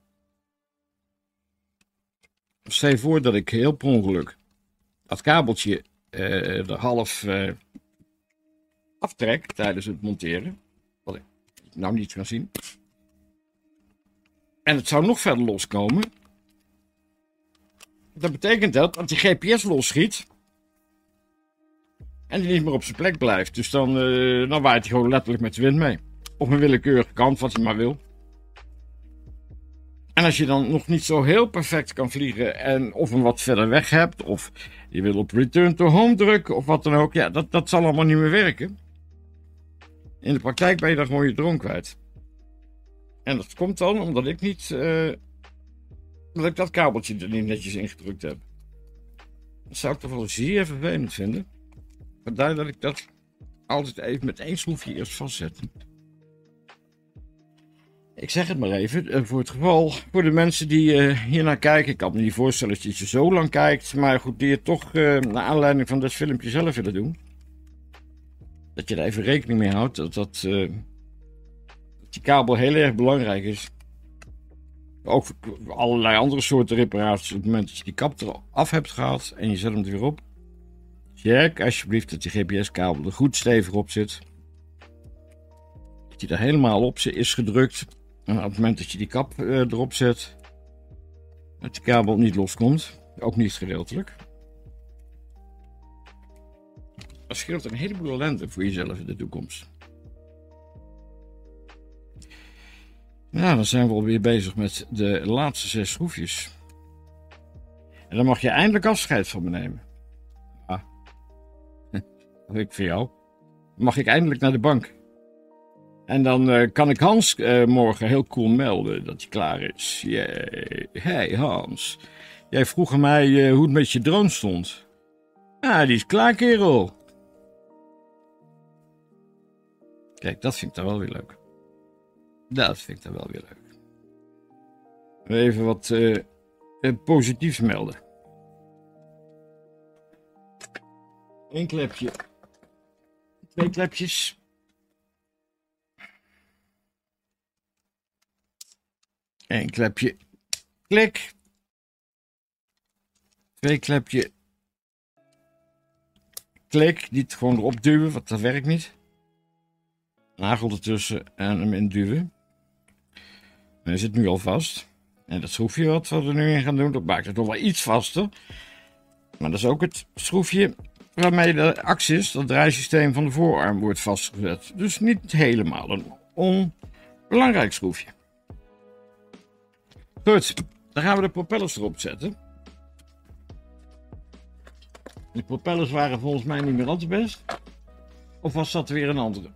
Stel je voor dat ik heel per ongeluk dat kabeltje er half aftrek tijdens het monteren. Wat ik nou niet kan zien. En het zou nog verder loskomen. Dat betekent dat die GPS losschiet. En die niet meer op zijn plek blijft. Dus dan waait hij gewoon letterlijk met de wind mee. Op een willekeurige kant, wat hij maar wil. En als je dan nog niet zo heel perfect kan vliegen en of hem wat verder weg hebt, of je wil op return to home drukken of wat dan ook, ja, dat zal allemaal niet meer werken. In de praktijk ben je dan gewoon je drone kwijt. En dat komt dan omdat ik niet, omdat ik dat kabeltje er niet netjes ingedrukt heb. Dat zou ik toch wel zeer vervelend vinden. Vandaar dat ik dat altijd even met één schroefje eerst vastzet. Ik zeg het maar even, voor het geval, voor de mensen die hiernaar kijken. Ik kan me niet voorstellen dat je zo lang kijkt, maar goed, die het toch naar aanleiding van dit filmpje zelf willen doen. Dat je er even rekening mee houdt dat die kabel heel erg belangrijk is. Ook voor allerlei andere soorten reparaties. Op het moment dat je die kap eraf hebt gehaald en je zet hem er weer op. Check alsjeblieft dat die GPS-kabel er goed stevig op zit. Dat die er helemaal op is gedrukt. En op het moment dat je die kap erop zet, dat die kabel niet loskomt. Ook niet gedeeltelijk. Dat scheelt een heleboel ellende voor jezelf in de toekomst. Nou, dan zijn we alweer bezig met de laatste 6 schroefjes. En dan mag je eindelijk afscheid van me nemen. Ah, dat ik voor jou. Dan mag ik eindelijk naar de bank. En dan kan ik Hans morgen heel cool melden dat hij klaar is. Yay. Hey Hans, jij vroeg aan mij hoe het met je drone stond. Ah, die is klaar, kerel. Kijk, dat vind ik dan wel weer leuk. Dat vind ik dan wel weer leuk. Even wat positiefs melden. 1 klepje. 2 klepjes. 1 klepje. Klik. 2 klepje. Klik. Niet gewoon erop duwen, want dat werkt niet. Nagel ertussen en hem induwen. Hij zit nu al vast. En dat schroefje wat we er nu in gaan doen, dat maakt het nog wel iets vaster. Maar dat is ook het schroefje waarmee de axis, dat draaisysteem van de voorarm, wordt vastgezet. Dus niet helemaal een onbelangrijk schroefje. Goed, dan gaan we de propellers erop zetten. De propellers waren volgens mij niet meer al te best. Of was dat weer een andere?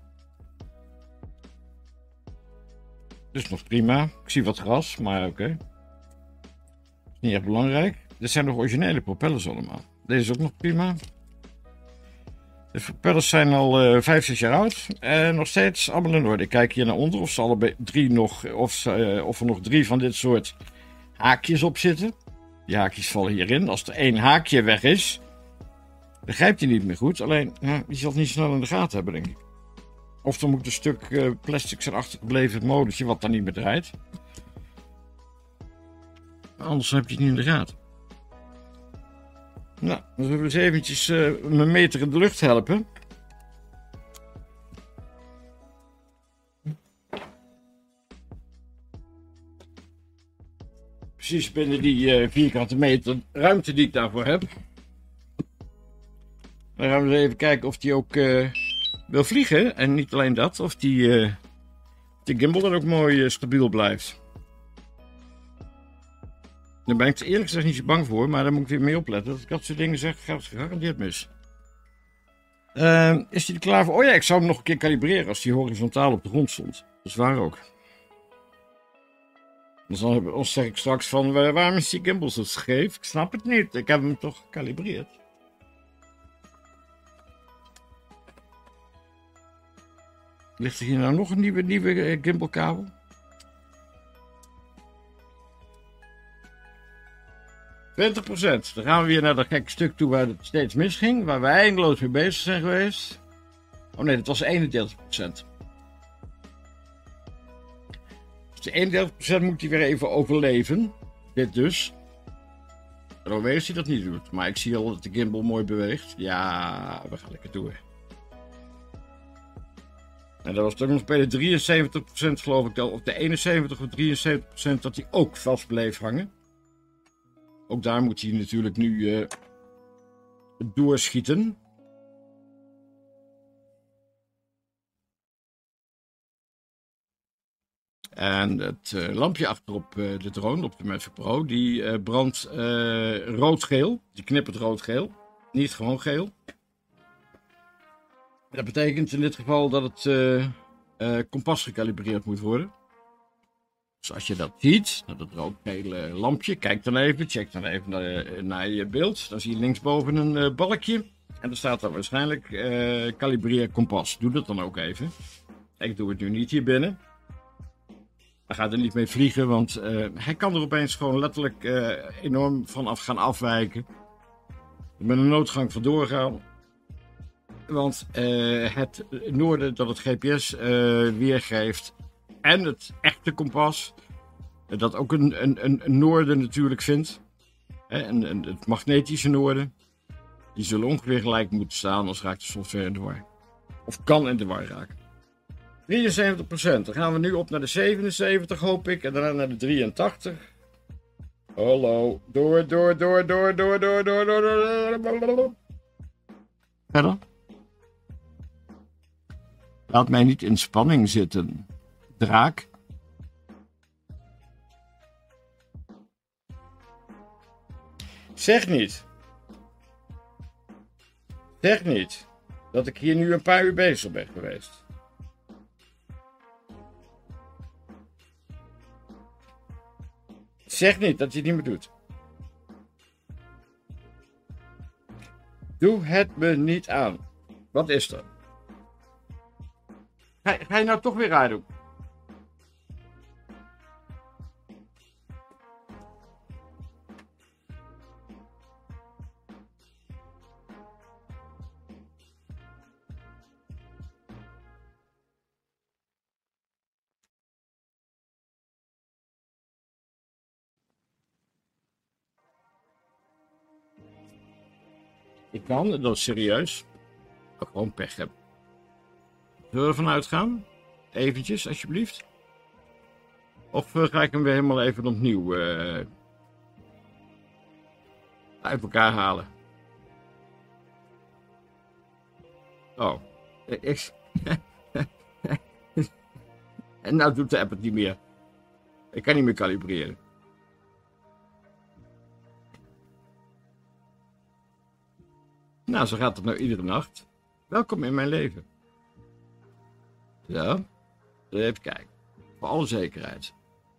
Dus nog prima. Ik zie wat gras, maar oké. Is niet echt belangrijk. Dit zijn nog originele propellers allemaal. Deze is ook nog prima. De propellers zijn al 5, 6 jaar oud. En nog steeds allemaal in orde. Ik kijk hier naar onder of ze allebei 3 nog, of er nog 3 van dit soort haakjes op zitten. Die haakjes vallen hierin. Als er 1 haakje weg is, dan grijpt hij niet meer goed. Alleen, die zal het niet snel in de gaten hebben, denk ik. Of er moet een stuk plastic zijn achtergebleven, het motortje wat dan niet meer draait. Anders heb je het niet in de gaten. Nou, dan zullen we eens eventjes mijn meter in de lucht helpen. Precies binnen die vierkante meter ruimte die ik daarvoor heb. Dan gaan we eens even kijken of die ook wil vliegen. En niet alleen dat, of die de gimbal dan ook mooi stabiel blijft. Daar ben ik eerlijk gezegd niet zo bang voor, maar daar moet ik weer mee opletten. Als ik dat soort dingen zeg, gaat het gegarandeerd mis. Is hij er klaar voor? Oh ja, ik zou hem nog een keer kalibreren als hij horizontaal op de grond stond. Dat is waar ook. Dus dan zeg ik straks van, waarom is die gimbal zo scheef? Ik snap het niet, ik heb hem toch gekalibreerd. Ligt er hier nou nog een nieuwe gimbalkabel? $20%. Dan gaan we weer naar dat gekke stuk toe waar het steeds misging. Waar we eindeloos mee bezig zijn geweest. Oh nee, dat was 31%. Dus de 31% moet hij weer even overleven. Dit dus. En dan weet hij dat niet doet. Maar ik zie al dat de gimbal mooi beweegt. Ja, we gaan lekker door. En dat was toch nog bij de 73% geloof ik al. Of de 71 of 73% dat hij ook vast bleef hangen. Ook daar moet hij natuurlijk nu doorschieten. En het lampje achterop de drone, op de Mavic Pro, die brandt rood-geel. Die knippert rood-geel. Niet gewoon geel. Dat betekent in dit geval dat het kompas gekalibreerd moet worden. Dus als je dat ziet, dat rood-gele lampje, kijk dan even, check dan even naar je beeld. Dan zie je linksboven een balkje. En er staat dan waarschijnlijk kalibreer kompas. Doe dat dan ook even. Ik doe het nu niet hier binnen. Hij gaat er niet mee vliegen, want hij kan er opeens gewoon letterlijk enorm vanaf gaan afwijken. Met een noodgang vandoor gaan. Want het noorden dat het GPS weergeeft en het echte kompas, dat ook een noorden natuurlijk vindt. En het magnetische noorden. Die zullen ongeveer gelijk moeten staan, anders raakt de software in de war. Of kan in de war raken. 73%. Dan gaan we nu op naar de 77, hoop ik. En daarna naar de 83. Hallo. Door. Verder. Laat mij niet in spanning zitten. Draak. Zeg niet dat ik hier nu een paar uur bezig ben geweest. Zeg niet dat je het niet meer doet. Doe het me niet aan. Wat is er? Ga je nou toch weer raar doen? Ik kan, dat is serieus, ook gewoon pech hebben. Zullen we ervan uitgaan? Eventjes, alsjeblieft. Of ga ik hem weer helemaal even opnieuw uit elkaar halen? Oh. En nou doet de app het niet meer. Ik kan niet meer kalibreren. Nou, zo gaat het nou iedere nacht. Welkom in mijn leven. Ja, even kijken. Voor alle zekerheid.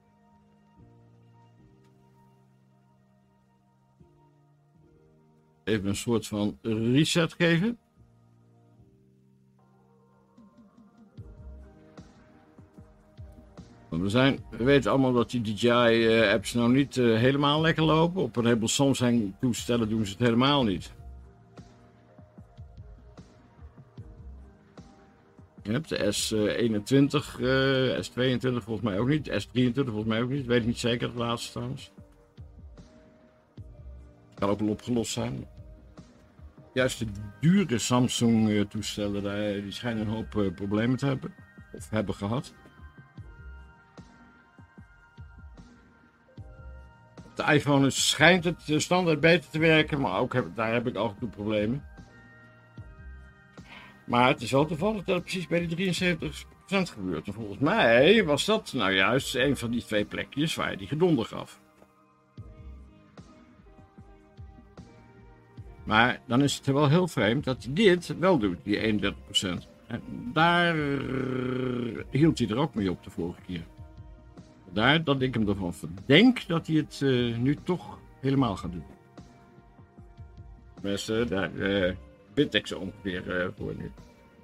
Even een soort van reset geven. Want we weten allemaal dat die DJI-apps nou niet helemaal lekker lopen. Op een heleboel Samsung-toestellen doen ze het helemaal niet. Je hebt de S21, S22 volgens mij ook niet, S23 volgens mij ook niet, weet ik niet zeker, het laatste trouwens. Kan ook wel opgelost zijn. Juist de dure Samsung toestellen, die schijnen een hoop problemen te hebben, of hebben gehad. De iPhone schijnt het standaard beter te werken, maar ook daar heb ik af en toe problemen. Maar het is wel toevallig dat het precies bij die 73% gebeurt. En volgens mij was dat nou juist een van die twee plekjes waar je die gedonder gaf. Maar dan is het wel heel vreemd dat hij dit wel doet, die 31%. En daar hield hij er ook mee op de vorige keer. Vandaar dat ik hem ervan verdenk dat hij het nu toch helemaal gaat doen. Mensen, daar bid ik ze ongeveer voor nu.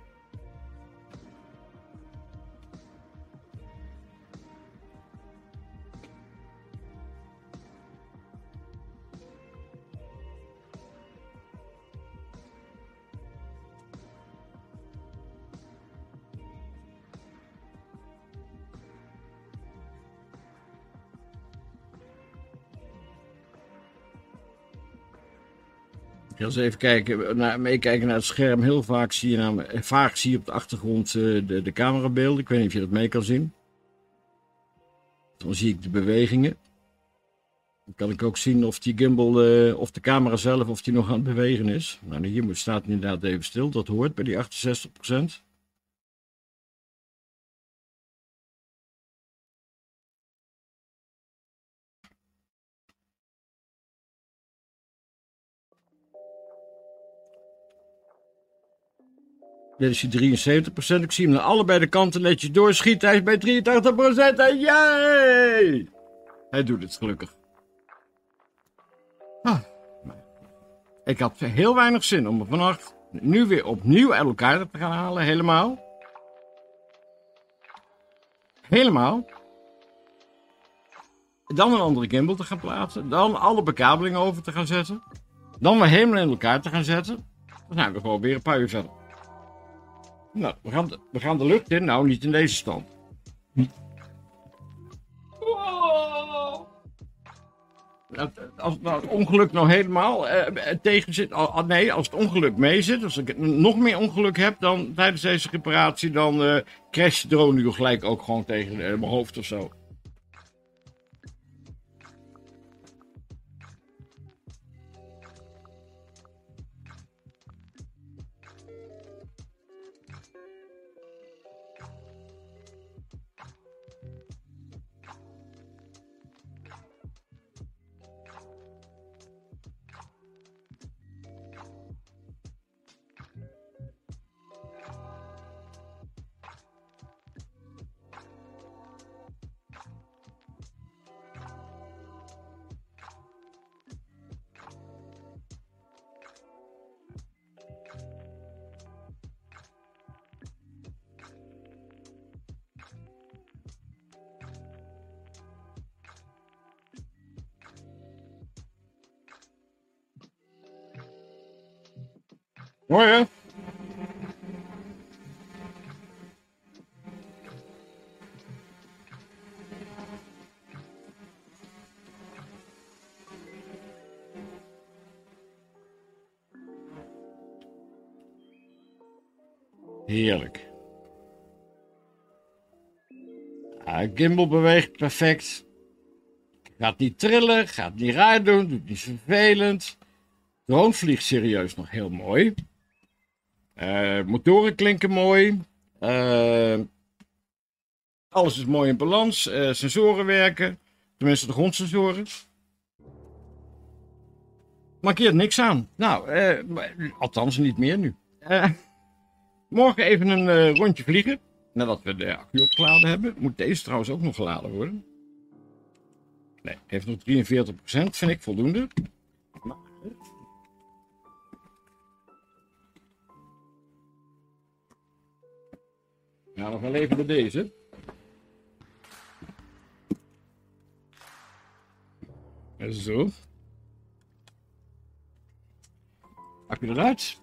Ik ga eens even kijken, meekijken naar het scherm. Heel vaak zie je op de achtergrond de camerabeelden. Ik weet niet of je dat mee kan zien. Dan zie ik de bewegingen. Dan kan ik ook zien of die gimbal, of de camera zelf, of die nog aan het bewegen is. Nou, hier staat het inderdaad even stil. Dat hoort bij die 68%. Dit is die 73%. Ik zie hem naar allebei de kanten netjes doorschieten. Hij is bij 83%. En jee! Hij doet het gelukkig. Ik had heel weinig zin om er vannacht nu weer opnieuw uit elkaar te gaan halen. Helemaal. Dan een andere gimbal te gaan plaatsen. Dan alle bekabelingen over te gaan zetten. Dan weer helemaal in elkaar te gaan zetten. Dan zijn we gewoon weer een paar uur verder. Nou, we gaan de lucht in. Nou, niet in deze stand. Als het ongeluk nou helemaal tegen zit. Nee, als het ongeluk mee zit. Als ik nog meer ongeluk heb dan tijdens deze reparatie. Dan crasht de drone nu gelijk ook gewoon tegen mijn hoofd of zo. Hoor je? Heerlijk. Gimbal beweegt perfect. Gaat niet trillen, gaat niet raar doen, doet niet vervelend. Drone vliegt serieus nog heel mooi. Motoren klinken mooi. Alles is mooi in balans. Sensoren werken. Tenminste de grondsensoren. Markeert niks aan. Nou, althans niet meer nu. Morgen even een rondje vliegen. Nadat we de accu opgeladen hebben. Moet deze trouwens ook nog geladen worden. Nee, heeft nog 43%. Vind ik voldoende. Ja, nog wel even door deze. Zo. Accu eruit.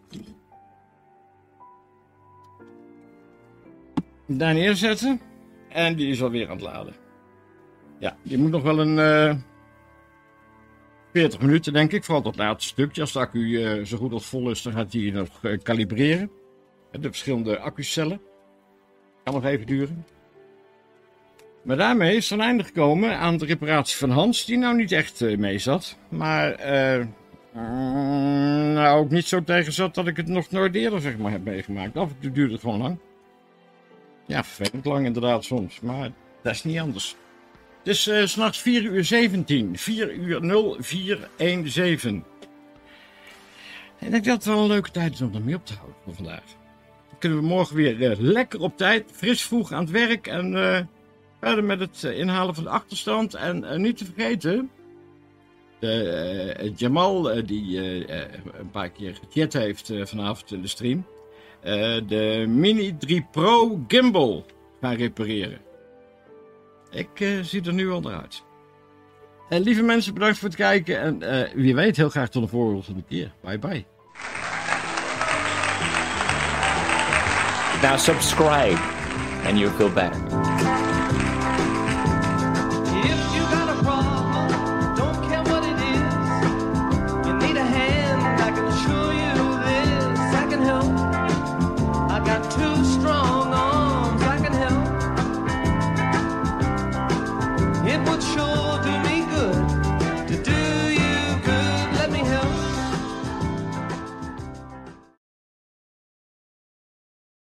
Daar neerzetten. En die is alweer aan het laden. Ja, die moet nog wel een 40 minuten denk ik. Vooral dat laatste stukje. Als de accu zo goed als vol is, dan gaat hij nog kalibreren. De verschillende accucellen. Kan nog even duren. Maar daarmee is er een einde gekomen aan de reparatie van Hans. Die nou niet echt mee zat. Maar nou ook niet zo tegen zat dat ik het nog nooit eerder zeg maar, heb meegemaakt. Af en toe duurde het gewoon lang. Ja, vervelend lang inderdaad soms. Maar dat is niet anders. Het is 's nachts 4:17. 4:0417. En ik denk dat het wel een leuke tijd is om ermee op te houden voor vandaag. Dan kunnen we morgen weer lekker op tijd, fris vroeg aan het werk. En verder met het inhalen van de achterstand. En niet te vergeten, Jamal die een paar keer gechat heeft vanavond in de stream. De Mini 3 Pro Gimbal gaan repareren. Ik zie er nu al uit. Lieve mensen, bedankt voor het kijken. En wie weet, heel graag tot de volgende keer. Bye bye. Now subscribe and you'll feel better. If